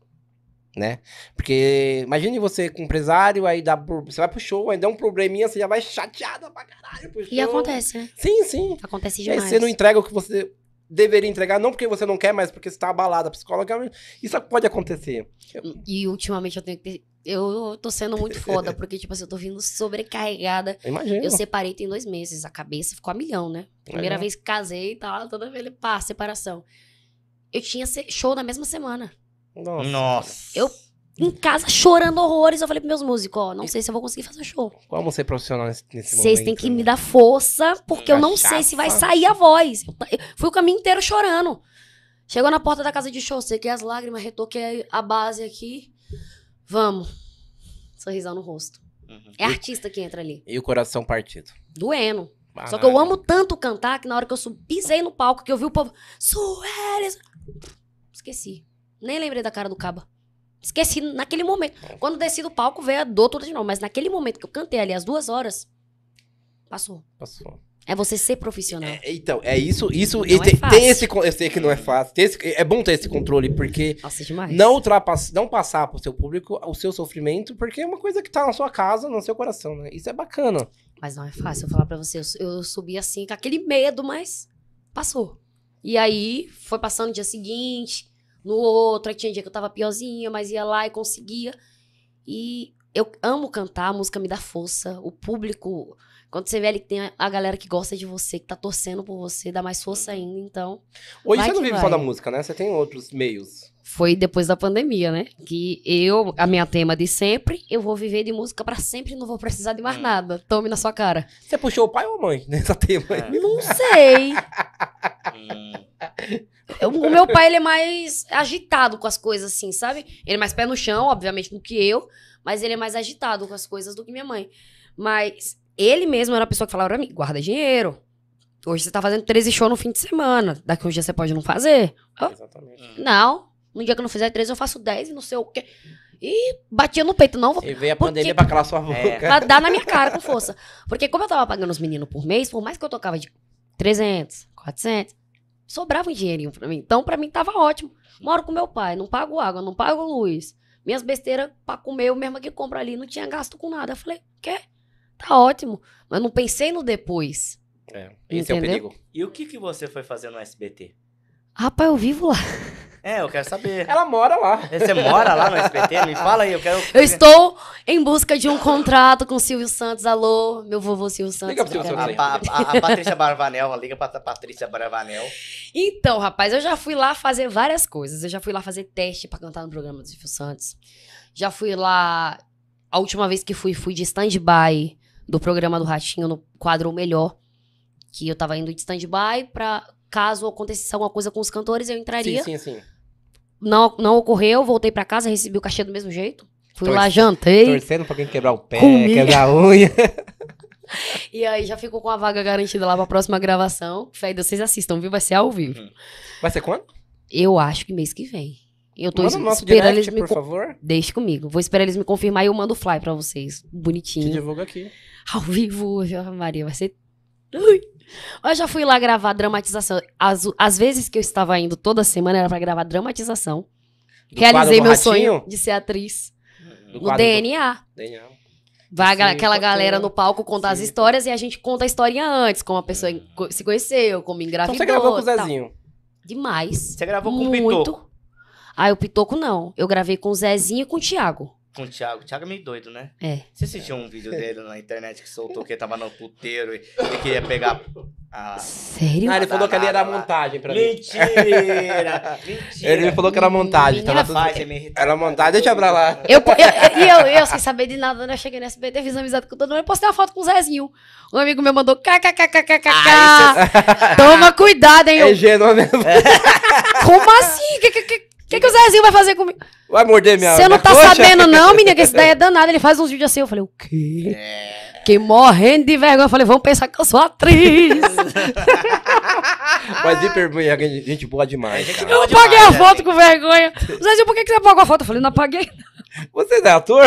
[SPEAKER 2] Né? Porque imagine você com empresário, aí dá, pro- você vai pro show, aí dá um probleminha, você já vai chateada pra caralho pro show.
[SPEAKER 3] E acontece, né?
[SPEAKER 2] Sim, sim.
[SPEAKER 3] Acontece
[SPEAKER 2] E aí
[SPEAKER 3] demais.
[SPEAKER 2] você não entrega o que você deveria entregar, não porque você não quer, mas porque você tá abalada psicologicamente. Isso pode acontecer.
[SPEAKER 3] E ultimamente eu tenho que ter... Eu tô sendo muito foda, porque, tipo assim, eu tô vindo sobrecarregada.
[SPEAKER 2] Imagina.
[SPEAKER 3] Eu separei tem dois meses, a cabeça ficou a milhão, né? Primeira
[SPEAKER 2] Legal.
[SPEAKER 3] vez que casei e tal, toda vez, pá, separação. Eu tinha se- show na mesma semana.
[SPEAKER 2] Nossa.
[SPEAKER 1] Nossa.
[SPEAKER 3] Eu, em casa, chorando horrores, eu falei pros meus músicos, ó, não sei se eu vou conseguir fazer show.
[SPEAKER 2] Como ser profissional nesse, nesse momento?
[SPEAKER 3] Vocês têm que me dar força, porque eu não
[SPEAKER 2] Cachaça.
[SPEAKER 3] sei se vai sair a voz. Eu, eu fui o caminho inteiro chorando. Chegou na porta da casa de show, sequei as lágrimas, retoquei a base aqui. Vamos. Sorrisão no rosto.
[SPEAKER 1] Uhum.
[SPEAKER 3] É artista que entra ali.
[SPEAKER 2] E o coração partido.
[SPEAKER 3] Doendo.
[SPEAKER 2] Ah,
[SPEAKER 3] Só que eu amo tanto cantar que na hora que eu subi, pisei no palco, que eu vi o povo. Sueli! Esqueci. Nem lembrei da cara do Caba. Esqueci naquele momento. Quando desci do palco, veio a dor toda de novo. Mas naquele momento que eu cantei ali as duas horas, passou.
[SPEAKER 2] Passou.
[SPEAKER 3] É você ser profissional.
[SPEAKER 2] É, então, é isso. isso
[SPEAKER 3] Não
[SPEAKER 2] e
[SPEAKER 3] é
[SPEAKER 2] tem,
[SPEAKER 3] fácil.
[SPEAKER 2] tem esse. con- Eu sei que não é fácil. tem esse- é bom ter esse controle, porque
[SPEAKER 3] Nossa, demais.
[SPEAKER 2] não ultrapassar, não passar pro seu público o seu sofrimento, porque é uma coisa que tá na sua casa, no seu coração, né? Isso é bacana.
[SPEAKER 3] Mas não é fácil eu falar pra você. Eu, eu subi assim, com aquele medo, mas passou. E aí, foi passando no dia seguinte, no outro, aí tinha dia que eu tava piorzinha, mas ia lá e conseguia. E eu amo cantar, a música me dá força. O público, quando você vê ali que tem a, a galera que gosta de você, que tá torcendo por você, dá mais força ainda. Então,
[SPEAKER 2] Hoje
[SPEAKER 3] Vai
[SPEAKER 2] você não
[SPEAKER 3] que
[SPEAKER 2] vive
[SPEAKER 3] vai.
[SPEAKER 2] só da música, né? Você tem outros meios.
[SPEAKER 3] foi depois da pandemia, né? Que eu, a minha tema de sempre, eu vou viver de música pra sempre, não vou precisar de mais
[SPEAKER 1] Hum.
[SPEAKER 3] nada. Tome na sua cara.
[SPEAKER 2] Você puxou o pai ou a mãe nessa tema aí?
[SPEAKER 1] É.
[SPEAKER 3] Não sei.
[SPEAKER 1] Hum.
[SPEAKER 3] Eu- o meu pai, ele é mais agitado com as coisas, assim, sabe? Ele é mais pé no chão, obviamente, do que eu, mas ele é mais agitado com as coisas do que minha mãe. Mas ele mesmo era a pessoa que falava pra mim, guarda dinheiro. Hoje você tá fazendo treze shows no fim de semana. Daqui uns dias você pode não fazer. Eu,
[SPEAKER 2] Exatamente.
[SPEAKER 3] não, no dia que eu não fizer treze, eu faço dez e não sei o quê. E batia no peito, não, vou
[SPEAKER 2] E veio a
[SPEAKER 3] Por
[SPEAKER 2] pandemia
[SPEAKER 3] que-
[SPEAKER 2] pra calar sua boca.
[SPEAKER 1] É.
[SPEAKER 3] pra dar na minha cara com força. Porque como eu tava pagando os meninos por mês, por mais que eu tocava de trezentos, quatrocentos, sobrava um dinheirinho pra mim. Então, pra mim, tava ótimo. Moro com meu pai, não pago água, não pago luz. Minhas besteiras pra comer, eu mesma que compro ali, não tinha gasto com nada. Eu falei, quer? Tá ótimo. Mas não pensei no depois.
[SPEAKER 2] É, esse é o
[SPEAKER 3] Entendeu?
[SPEAKER 2] perigo.
[SPEAKER 1] E o que, que você foi fazer no S B T?
[SPEAKER 3] Rapaz, eu vivo lá.
[SPEAKER 1] É, eu quero saber.
[SPEAKER 2] Ela mora lá.
[SPEAKER 1] Você mora lá no S B T? Me fala aí, eu quero...
[SPEAKER 3] Eu estou em busca de um contrato com o Silvio Santos. Alô, meu vovô Silvio Santos.
[SPEAKER 2] Liga pro Silvio
[SPEAKER 3] brincadeira.
[SPEAKER 1] A, Pa- a- a Patrícia Barvanel, liga pra Patrícia Barvanel.
[SPEAKER 3] Então, rapaz, eu já fui lá fazer várias coisas. Eu já fui lá fazer teste pra cantar no programa do Silvio Santos. Já fui lá... A última vez que fui, fui de stand-by do programa do Ratinho, no quadro O Melhor. Que eu tava indo de stand-by pra... Caso acontecesse alguma coisa com os cantores, eu entraria.
[SPEAKER 2] Sim, sim, sim.
[SPEAKER 3] Não, não ocorreu, voltei pra casa, recebi o cachê do mesmo jeito. Fui
[SPEAKER 2] Torce-
[SPEAKER 3] lá, jantei.
[SPEAKER 2] Torcendo pra quem quebrar o pé,
[SPEAKER 3] Comi.
[SPEAKER 2] quebrar a unha.
[SPEAKER 3] E aí já ficou com a vaga garantida lá pra próxima gravação. Fé, Deus, vocês assistam, viu? Vai ser ao vivo.
[SPEAKER 2] Vai ser quando?
[SPEAKER 3] Eu acho que mês que vem. Eu tô
[SPEAKER 2] Manda no nosso
[SPEAKER 3] esperando
[SPEAKER 2] direct,
[SPEAKER 3] eles me...
[SPEAKER 2] por
[SPEAKER 3] con-
[SPEAKER 2] favor.
[SPEAKER 3] Deixe comigo. Vou esperar eles me confirmar e eu mando o fly pra vocês.
[SPEAKER 2] Te
[SPEAKER 3] Bonitinho.
[SPEAKER 2] divulga aqui.
[SPEAKER 3] Ao vivo hoje, ó, Maria, vai ser... Ui. Eu já fui lá gravar dramatização. As, as vezes que eu estava indo toda semana era pra gravar dramatização.
[SPEAKER 2] Do
[SPEAKER 3] Realizei
[SPEAKER 2] quadro do
[SPEAKER 3] meu
[SPEAKER 2] Ratinho?
[SPEAKER 3] sonho de ser atriz.
[SPEAKER 2] Do
[SPEAKER 3] No
[SPEAKER 2] quadro
[SPEAKER 3] D N A.
[SPEAKER 2] do D N A.
[SPEAKER 3] Vai
[SPEAKER 2] Sim,
[SPEAKER 3] aquela
[SPEAKER 2] porque-
[SPEAKER 3] galera no palco contar as
[SPEAKER 2] Sim.
[SPEAKER 3] histórias e a gente conta a historinha antes, como a pessoa co- se conheceu, como engravidou.
[SPEAKER 2] Então você gravou com o
[SPEAKER 3] tal.
[SPEAKER 2] Zezinho.
[SPEAKER 3] Demais.
[SPEAKER 1] Você gravou com o
[SPEAKER 3] Muito.
[SPEAKER 1] Pitoco.
[SPEAKER 3] Ah, o Pitoco não. Eu gravei com o Zezinho e com o Thiago.
[SPEAKER 1] com o Thiago. O Thiago é meio doido, né?
[SPEAKER 3] É.
[SPEAKER 1] Você assistiu um vídeo dele na internet que soltou que ele tava no puteiro e ele queria pegar a...
[SPEAKER 3] Sério?
[SPEAKER 2] Ah, ele falou que ali era
[SPEAKER 1] Nada lá.
[SPEAKER 2] montagem pra mim.
[SPEAKER 1] Mentira! Mentira!
[SPEAKER 2] Ele me falou que era montagem.
[SPEAKER 3] Menina,
[SPEAKER 2] Tava tudo...
[SPEAKER 1] Rapaz, é meio irritado.
[SPEAKER 2] Era montagem, deixa pra lá.
[SPEAKER 3] Eu, eu, e eu, eu, sem saber de nada, né? Eu cheguei no S B T, fiz amizade com todo mundo. Eu postei uma foto com o Zezinho. Um amigo meu mandou kkkkkkk.
[SPEAKER 1] Ah,
[SPEAKER 3] Toma cuidado, hein?
[SPEAKER 2] É
[SPEAKER 3] Eu,
[SPEAKER 2] ingênuo mesmo.
[SPEAKER 3] como assim? O que, que, que, que, que o Zezinho vai fazer comigo?
[SPEAKER 2] Vai morder minha
[SPEAKER 3] Você não
[SPEAKER 2] minha
[SPEAKER 3] tá
[SPEAKER 2] coxa?
[SPEAKER 3] sabendo, não, menina, que esse daí é danado. Ele faz uns vídeos assim. Eu falei, o quê?
[SPEAKER 1] É.
[SPEAKER 3] Fiquei morrendo de vergonha. Eu falei, vamos pensar que eu sou atriz.
[SPEAKER 2] Mas hiper, gente, gente boa demais.
[SPEAKER 1] É, gente
[SPEAKER 2] cara.
[SPEAKER 1] boa
[SPEAKER 3] Eu
[SPEAKER 1] demais,
[SPEAKER 3] apaguei a
[SPEAKER 1] né,
[SPEAKER 3] foto
[SPEAKER 1] gente?
[SPEAKER 3] com vergonha. O Zezinho, por que, que você apagou a foto? Eu falei, não apaguei.
[SPEAKER 2] Você é ator?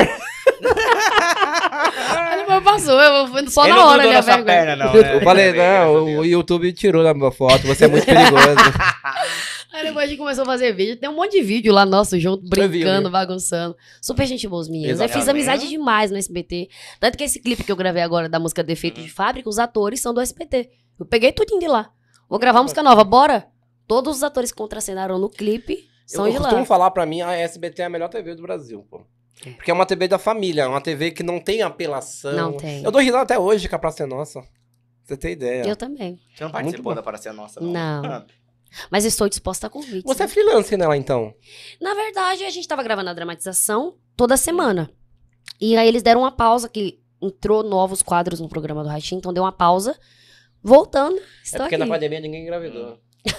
[SPEAKER 3] Ele falou, passou. Eu fui só
[SPEAKER 1] Ele
[SPEAKER 3] na
[SPEAKER 1] não
[SPEAKER 3] hora
[SPEAKER 1] grudou
[SPEAKER 3] ali a
[SPEAKER 1] na sua
[SPEAKER 3] vergonha.
[SPEAKER 1] perna, não, né?
[SPEAKER 2] Eu falei,
[SPEAKER 1] Ainda bem,
[SPEAKER 2] não,
[SPEAKER 1] graças a
[SPEAKER 2] o
[SPEAKER 1] Deus.
[SPEAKER 2] YouTube tirou da minha foto, você é muito perigoso.
[SPEAKER 3] Aí depois a gente começou a fazer vídeo. Tem um monte de vídeo lá nosso junto,
[SPEAKER 2] Eu vi,
[SPEAKER 3] brincando,
[SPEAKER 2] eu vi.
[SPEAKER 3] bagunçando. Super gente boa, os meninos. Eu fiz
[SPEAKER 1] Exatamente.
[SPEAKER 3] amizade demais no S B T. Tanto que esse clipe que eu gravei agora da música Defeito
[SPEAKER 1] Uhum.
[SPEAKER 3] de Fábrica, os atores são do S B T. Eu peguei tudinho de lá. Vou gravar música nova, bora? Todos os atores que contracenaram no clipe são
[SPEAKER 2] Eu
[SPEAKER 3] de lá.
[SPEAKER 2] costumo falar pra mim, a S B T é a melhor T V do Brasil, pô. Porque é uma T V da família, é uma T V que não tem apelação.
[SPEAKER 3] Não tem.
[SPEAKER 2] Eu dou risada até hoje com a Praça é Nossa. Pra você ter ideia.
[SPEAKER 3] Eu também.
[SPEAKER 1] Você não
[SPEAKER 2] Muito
[SPEAKER 1] participou
[SPEAKER 2] bom.
[SPEAKER 1] da Para Ser Nossa, não?
[SPEAKER 3] Não.
[SPEAKER 1] Ah,
[SPEAKER 3] Mas estou disposta a convite.
[SPEAKER 2] Você é freelance nela, então?
[SPEAKER 3] Na verdade, a gente tava gravando a dramatização toda semana. E aí eles deram uma pausa, que entrou novos quadros no programa do Ratinho, então deu uma pausa. Voltando,
[SPEAKER 2] É
[SPEAKER 3] estou
[SPEAKER 2] porque
[SPEAKER 3] aqui.
[SPEAKER 2] na pandemia ninguém engravidou.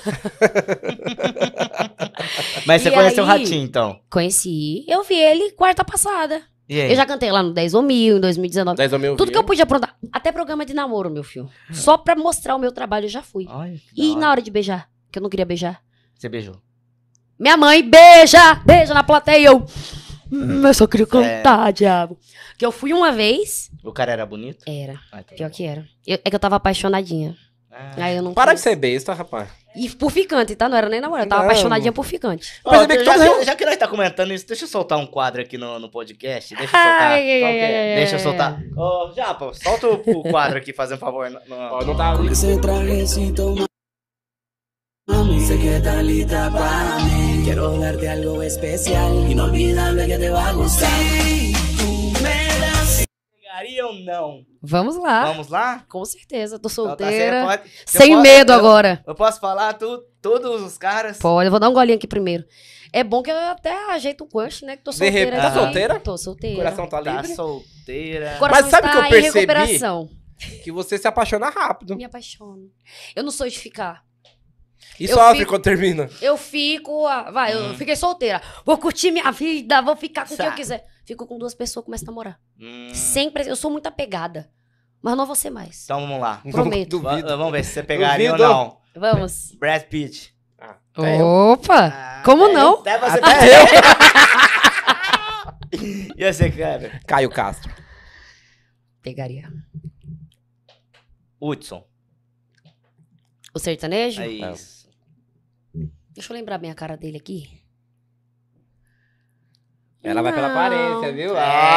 [SPEAKER 1] Mas você
[SPEAKER 3] E
[SPEAKER 1] conheceu o
[SPEAKER 3] aí-
[SPEAKER 1] Ratinho, então?
[SPEAKER 3] Conheci, eu vi ele quarta passada.
[SPEAKER 1] E aí?
[SPEAKER 3] Eu já cantei lá no dez ou mil, em dois mil e dezenove.
[SPEAKER 2] dez mil
[SPEAKER 3] Tudo que eu podia aprontar. Até programa de namoro, meu filho. Só pra mostrar o meu trabalho, eu já fui.
[SPEAKER 1] Olha, que
[SPEAKER 3] E
[SPEAKER 1] da hora.
[SPEAKER 3] na hora de beijar, que eu não queria beijar.
[SPEAKER 1] Você beijou?
[SPEAKER 3] Minha mãe, beija! Beija na plateia. E eu, hum, eu só queria cantar, diabo. Que eu fui uma vez.
[SPEAKER 1] O cara era bonito?
[SPEAKER 3] Era,
[SPEAKER 1] Ah, então
[SPEAKER 3] pior
[SPEAKER 1] tá
[SPEAKER 3] que era. Eu- é que eu tava apaixonadinha.
[SPEAKER 1] bom.
[SPEAKER 3] Aí eu não
[SPEAKER 2] Para de
[SPEAKER 3] quis.
[SPEAKER 2] ser besta, rapaz.
[SPEAKER 3] E por ficante, tá? Não era nem namorado. Eu tava
[SPEAKER 2] Não.
[SPEAKER 3] apaixonadinha por ficante.
[SPEAKER 1] Ó,
[SPEAKER 2] Percebi que
[SPEAKER 1] já,
[SPEAKER 2] todo
[SPEAKER 1] que, já que nós tá comentando isso, deixa eu soltar um quadro aqui no, no podcast. Deixa eu soltar.
[SPEAKER 3] Ai, ai,
[SPEAKER 2] Qual
[SPEAKER 3] ai,
[SPEAKER 2] que é?
[SPEAKER 3] ai, ai,
[SPEAKER 1] Deixa eu
[SPEAKER 3] ai.
[SPEAKER 1] soltar. Ô, Japa, solta o, o quadro aqui, fazendo um favor. No, no-
[SPEAKER 2] Ó, não tá ali.
[SPEAKER 5] Ese trajecito, mami, sé que estás lista para mí. Quiero darte algo especial, inolvidable que te va a gustar. Si tú me das
[SPEAKER 1] Pegaria ou não?
[SPEAKER 3] Vamos lá.
[SPEAKER 1] Vamos lá?
[SPEAKER 3] Com certeza, tô
[SPEAKER 1] Então tá,
[SPEAKER 3] solteira.
[SPEAKER 1] você pode- você
[SPEAKER 3] sem
[SPEAKER 1] pode-
[SPEAKER 3] medo
[SPEAKER 1] eu-
[SPEAKER 3] agora.
[SPEAKER 1] Eu posso falar tu, todos os caras?
[SPEAKER 3] Pode, eu vou dar um golinho aqui primeiro. É bom que eu até ajeito o punch, né? Que tô
[SPEAKER 2] De repente-
[SPEAKER 3] solteira.
[SPEAKER 2] tá
[SPEAKER 3] aqui.
[SPEAKER 2] solteira?
[SPEAKER 3] Tô solteira.
[SPEAKER 2] O coração tá
[SPEAKER 1] Tá
[SPEAKER 2] livre.
[SPEAKER 1] solteira.
[SPEAKER 3] O coração
[SPEAKER 2] Mas sabe
[SPEAKER 3] está
[SPEAKER 2] que eu
[SPEAKER 3] em
[SPEAKER 2] percebi?
[SPEAKER 3] recuperação.
[SPEAKER 2] Que você se apaixona rápido.
[SPEAKER 3] Me apaixono. Eu não sou de ficar.
[SPEAKER 2] E
[SPEAKER 3] Eu
[SPEAKER 2] sofre
[SPEAKER 3] fico-
[SPEAKER 2] quando termina.
[SPEAKER 3] Eu fico. ah, Vai, eu
[SPEAKER 1] Hum.
[SPEAKER 3] fiquei solteira. Vou curtir minha vida, vou ficar com quem eu
[SPEAKER 1] Sabe.
[SPEAKER 3] quiser. Fico com duas pessoas, começo a namorar.
[SPEAKER 1] Hum,
[SPEAKER 3] Sempre. Eu sou muito apegada. Mas não vou ser mais.
[SPEAKER 1] Então vamos lá.
[SPEAKER 3] Prometo.
[SPEAKER 1] Va-
[SPEAKER 2] Duvido.
[SPEAKER 1] Vamos ver se você pegaria
[SPEAKER 2] Duvido.
[SPEAKER 1] ou não.
[SPEAKER 3] Vamos.
[SPEAKER 1] Brad Pitt.
[SPEAKER 2] Ah, até eu.
[SPEAKER 3] Opa!
[SPEAKER 1] Ah,
[SPEAKER 3] Como
[SPEAKER 1] é,
[SPEAKER 3] não?
[SPEAKER 1] Até você
[SPEAKER 2] Até eu.
[SPEAKER 1] E você, cara?
[SPEAKER 2] Caio Castro.
[SPEAKER 3] Pegaria.
[SPEAKER 1] Hudson.
[SPEAKER 3] O sertanejo?
[SPEAKER 1] É isso.
[SPEAKER 3] Deixa eu lembrar bem a cara dele aqui.
[SPEAKER 2] Ela vai pela
[SPEAKER 3] Não.
[SPEAKER 2] aparência, viu?
[SPEAKER 1] É.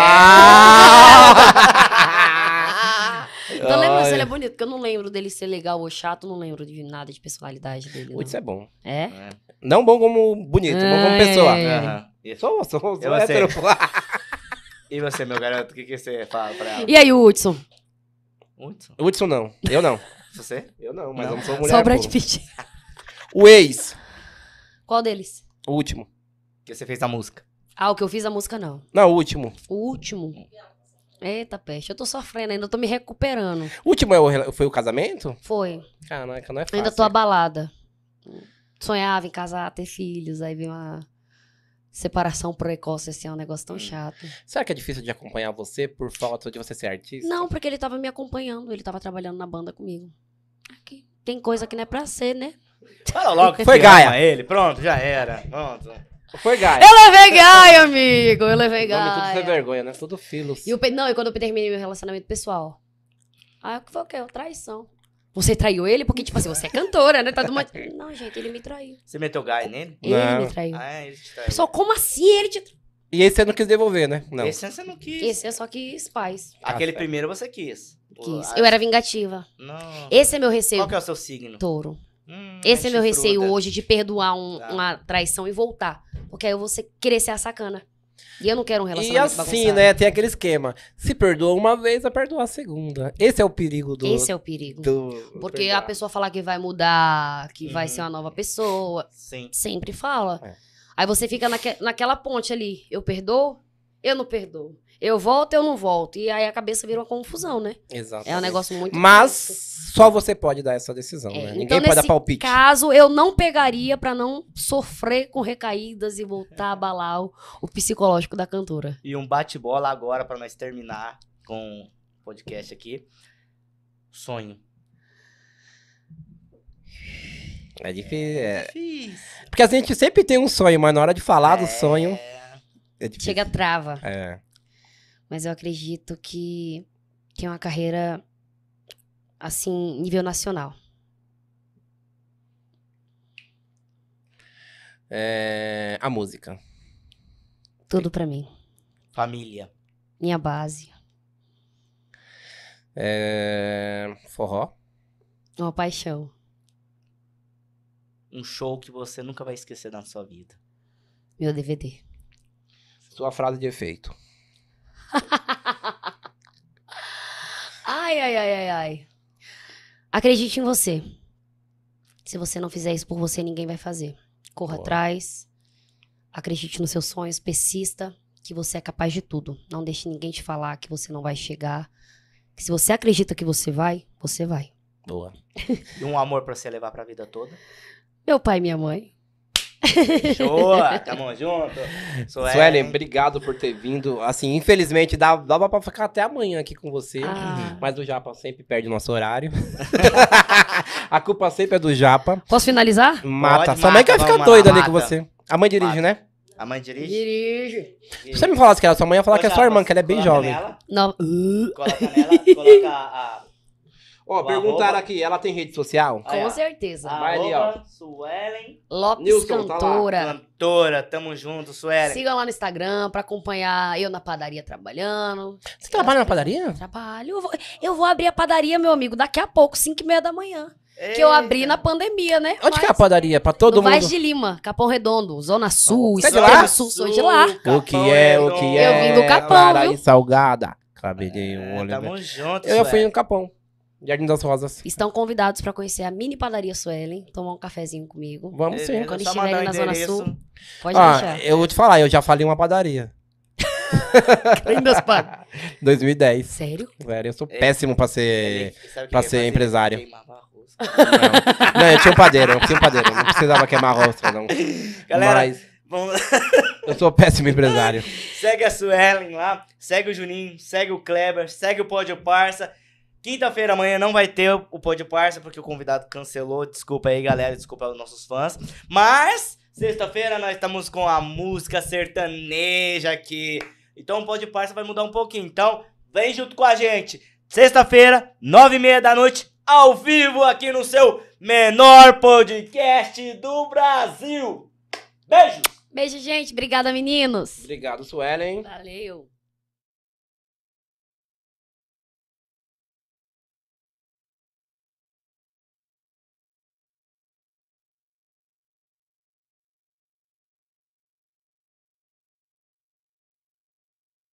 [SPEAKER 2] Ah!
[SPEAKER 3] Então lembra se ele é
[SPEAKER 2] Olha.
[SPEAKER 3] bonito, porque eu não lembro dele ser legal ou chato, não lembro de nada de personalidade dele. Não.
[SPEAKER 2] Isso é bom.
[SPEAKER 3] É?
[SPEAKER 1] É.
[SPEAKER 2] Não bom como bonito, bom como
[SPEAKER 3] É.
[SPEAKER 2] pessoa.
[SPEAKER 1] Aham. Isso.
[SPEAKER 2] Sou, sou, sou
[SPEAKER 1] Eu sei.
[SPEAKER 2] hétero.
[SPEAKER 1] E você, meu garoto, o que, que você fala pra ela?
[SPEAKER 3] E aí, o Hudson?
[SPEAKER 1] Hudson?
[SPEAKER 2] Hudson não. Eu não.
[SPEAKER 1] Você?
[SPEAKER 2] Eu não, mas
[SPEAKER 1] Não.
[SPEAKER 2] eu não sou mulher.
[SPEAKER 3] Só o Brad
[SPEAKER 2] pô.
[SPEAKER 3] Pitt.
[SPEAKER 2] O ex.
[SPEAKER 3] Qual deles?
[SPEAKER 2] O último.
[SPEAKER 1] Que você fez a música.
[SPEAKER 3] Ah, o que eu fiz a música, não.
[SPEAKER 2] Não, o último.
[SPEAKER 3] O último. Eita, peste. Eu tô sofrendo ainda, eu tô me recuperando.
[SPEAKER 2] O último é o, rela- foi o casamento?
[SPEAKER 3] Foi.
[SPEAKER 2] Caraca, não é fácil.
[SPEAKER 3] Ainda tô abalada. Sonhava em casar, ter filhos, aí veio uma separação precoce, assim, é um negócio tão chato.
[SPEAKER 2] Será que é difícil de acompanhar você por falta de você ser artista?
[SPEAKER 3] Não, porque ele tava me acompanhando, ele tava trabalhando na banda comigo. Aqui. Tem coisa que não é pra ser, né?
[SPEAKER 1] Fala logo que
[SPEAKER 2] Foi
[SPEAKER 1] você
[SPEAKER 2] Gaia.
[SPEAKER 1] ama ele. Pronto, já era. Pronto.
[SPEAKER 2] Foi Gaia.
[SPEAKER 3] Eu levei Gaia, amigo! Eu levei
[SPEAKER 2] Nome tudo sem
[SPEAKER 3] Gaia.
[SPEAKER 2] vergonha, né? Tudo filos.
[SPEAKER 3] E o pe- não, e quando eu terminei meu relacionamento pessoal. Aí foi o quê? Traição. Você traiu ele? Porque, tipo assim, você é cantora, né? Tá do uma... Não, gente, ele me traiu.
[SPEAKER 1] Você meteu gai nele?
[SPEAKER 3] Ele
[SPEAKER 2] Não.
[SPEAKER 3] me traiu.
[SPEAKER 1] Ah, ele te traiu.
[SPEAKER 3] Pessoal, como assim ele te traiu?
[SPEAKER 2] E esse você não quis devolver, né? Não.
[SPEAKER 1] Esse você não quis.
[SPEAKER 3] Esse é só que paz.
[SPEAKER 1] Aquele
[SPEAKER 2] Ah,
[SPEAKER 1] primeiro você quis.
[SPEAKER 3] Quis.
[SPEAKER 1] O-
[SPEAKER 3] Eu era vingativa.
[SPEAKER 1] Não.
[SPEAKER 3] Esse é meu receio.
[SPEAKER 1] Qual que é o seu signo?
[SPEAKER 3] Touro.
[SPEAKER 1] Hum,
[SPEAKER 3] Esse é meu
[SPEAKER 1] chifruda.
[SPEAKER 3] receio hoje de perdoar um-
[SPEAKER 1] Tá.
[SPEAKER 3] uma traição e voltar. Porque aí eu vou ser- querer ser a sacana. E eu não quero um
[SPEAKER 2] E
[SPEAKER 3] relacionamento
[SPEAKER 2] assim,
[SPEAKER 3] bagunçado.
[SPEAKER 2] né, tem aquele esquema. Se perdoa uma vez, vai perdoar a segunda. Esse é o perigo do...
[SPEAKER 3] Esse é o perigo.
[SPEAKER 2] do
[SPEAKER 3] Porque
[SPEAKER 2] perdoar.
[SPEAKER 3] a pessoa falar que vai mudar, que vai
[SPEAKER 1] Uhum.
[SPEAKER 3] ser uma nova pessoa,
[SPEAKER 1] Sim.
[SPEAKER 3] sempre fala.
[SPEAKER 2] É.
[SPEAKER 3] Aí você fica naque, naquela ponte ali. Eu perdoo? Eu não perdoo. Eu volto, eu não volto. E aí a cabeça vira uma confusão, né?
[SPEAKER 2] Exato.
[SPEAKER 3] É um negócio muito...
[SPEAKER 2] Mas só você pode dar essa decisão,
[SPEAKER 3] É,
[SPEAKER 2] né?
[SPEAKER 3] então,
[SPEAKER 2] Ninguém pode dar
[SPEAKER 3] nesse
[SPEAKER 2] palpite.
[SPEAKER 3] caso, eu não pegaria pra não sofrer com recaídas e voltar a abalar o, o psicológico da cantora.
[SPEAKER 1] E um bate-bola agora pra nós terminar com o podcast aqui. Sonho.
[SPEAKER 2] É difícil. É.
[SPEAKER 1] Difícil.
[SPEAKER 2] Porque a gente sempre tem um sonho, mas na hora de falar do sonho, é difícil.
[SPEAKER 3] Chega trava.
[SPEAKER 2] É.
[SPEAKER 3] Mas eu acredito que, que é uma carreira, assim, nível nacional.
[SPEAKER 2] É, a música.
[SPEAKER 3] Tudo pra mim.
[SPEAKER 1] Família.
[SPEAKER 3] Minha base.
[SPEAKER 2] É, forró.
[SPEAKER 3] Uma paixão.
[SPEAKER 1] Um show que você nunca vai esquecer na sua vida.
[SPEAKER 3] Meu D V D.
[SPEAKER 2] Sua frase de efeito.
[SPEAKER 3] Ai, ai, ai, ai, ai. Acredite em você. Se você não fizer isso por você, ninguém vai fazer. Corra
[SPEAKER 2] Boa.
[SPEAKER 3] atrás. Acredite nos seus sonhos. Persista. Que você é capaz de tudo. Não deixe ninguém te falar que você não vai chegar. Que se você acredita que você vai, você vai.
[SPEAKER 2] Boa.
[SPEAKER 1] E um amor pra você levar pra vida toda.
[SPEAKER 3] Meu pai e minha mãe.
[SPEAKER 1] Show! Tamo junto.
[SPEAKER 2] Suelen, obrigado por ter vindo. Assim, infelizmente, dá- dava pra ficar até amanhã aqui com você.
[SPEAKER 3] Ah.
[SPEAKER 2] Mas o Japa sempre perde nosso horário. A culpa sempre é do Japa.
[SPEAKER 3] Posso finalizar?
[SPEAKER 2] Mata.
[SPEAKER 1] Pode,
[SPEAKER 2] Sua mãe
[SPEAKER 1] mata,
[SPEAKER 2] quer ficar
[SPEAKER 1] vamos lá,
[SPEAKER 2] doida ali
[SPEAKER 1] mata.
[SPEAKER 2] com você. A mãe dirige,
[SPEAKER 1] Mata.
[SPEAKER 2] né?
[SPEAKER 1] A mãe dirige?
[SPEAKER 3] Dirige.
[SPEAKER 2] Se você me falasse que era sua mãe, eu ia falar
[SPEAKER 1] Ô,
[SPEAKER 2] que é sua
[SPEAKER 1] Japa,
[SPEAKER 2] irmã, que ela é bem
[SPEAKER 1] coloca
[SPEAKER 2] jovem.
[SPEAKER 1] Nela,
[SPEAKER 3] Não.
[SPEAKER 1] coloca nela, coloca a...
[SPEAKER 2] Ó,
[SPEAKER 1] O
[SPEAKER 2] perguntaram
[SPEAKER 1] arroba.
[SPEAKER 2] aqui, ela tem rede social?
[SPEAKER 1] Aí,
[SPEAKER 3] Com
[SPEAKER 1] ó.
[SPEAKER 3] certeza.
[SPEAKER 1] a
[SPEAKER 2] Vai ali,
[SPEAKER 1] arroba Suelen,
[SPEAKER 3] Lopes
[SPEAKER 2] Nilson, tá lá.
[SPEAKER 3] Cantora.
[SPEAKER 1] cantora, tamo junto, Suelen.
[SPEAKER 3] Sigam lá no Instagram pra acompanhar eu na padaria trabalhando.
[SPEAKER 2] Você trabalha na padaria?
[SPEAKER 3] Trabalho. Eu vou, eu vou abrir a padaria, meu amigo, daqui a pouco, cinco e meia da manhã. Que eu abri na pandemia, né?
[SPEAKER 2] Onde que é a
[SPEAKER 3] Mas-
[SPEAKER 2] padaria? Pra todo
[SPEAKER 3] no
[SPEAKER 2] mundo.
[SPEAKER 3] Vaz de Lima, Capão Redondo, Zona Sul,
[SPEAKER 2] Você é de
[SPEAKER 3] Extremo
[SPEAKER 2] lá?
[SPEAKER 3] Sul, sou de lá.
[SPEAKER 2] O que é, o que é.
[SPEAKER 3] Eu vim do Capão,
[SPEAKER 2] Paraíso
[SPEAKER 3] viu?
[SPEAKER 2] Salgada. Cabelinho,
[SPEAKER 1] É,
[SPEAKER 2] olho.
[SPEAKER 1] tamo junto,
[SPEAKER 2] Eu já fui
[SPEAKER 1] Suelen.
[SPEAKER 2] no Capão. Jardim das Rosas.
[SPEAKER 3] Estão convidados pra conhecer a mini padaria Suelen, tomar um cafezinho comigo.
[SPEAKER 2] Vamos sim.
[SPEAKER 1] Beleza,
[SPEAKER 3] Quando
[SPEAKER 1] só
[SPEAKER 3] estiverem
[SPEAKER 1] mandar o
[SPEAKER 3] na Zona
[SPEAKER 1] endereço.
[SPEAKER 3] Sul. Pode
[SPEAKER 2] Ah,
[SPEAKER 3] deixar.
[SPEAKER 2] eu vou te falar, eu já falei uma padaria.
[SPEAKER 3] Em meus pagos.
[SPEAKER 2] dois mil e dez.
[SPEAKER 3] Sério?
[SPEAKER 2] Velho, eu sou péssimo pra ser.
[SPEAKER 1] Ele- sabe o que
[SPEAKER 2] pra
[SPEAKER 1] ele ia
[SPEAKER 2] ser
[SPEAKER 1] fazer?
[SPEAKER 2] empresário.
[SPEAKER 1] Queimava arroz.
[SPEAKER 2] Não. Não, eu tinha um padeiro, eu tinha um padeiro. Não precisava queimar rosto, não.
[SPEAKER 1] Galera,
[SPEAKER 2] Mas
[SPEAKER 1] vamos...
[SPEAKER 2] eu sou péssimo empresário.
[SPEAKER 1] segue a Suelen lá, segue o Juninho, segue o Kleber, segue o Pódio Parça. Quinta-feira, amanhã, não vai ter o Pódio Parça, porque o convidado cancelou. Desculpa aí, galera, desculpa aos nossos fãs. Mas, sexta-feira, nós estamos com a música sertaneja aqui. Então, o Pódio Parça vai mudar um pouquinho. Então, vem junto com a gente. Sexta-feira, nove e meia da noite, ao vivo, aqui no seu menor podcast do Brasil. Beijo!
[SPEAKER 3] Beijo, gente. Obrigada, meninos.
[SPEAKER 2] Obrigado, Suelen.
[SPEAKER 3] Valeu.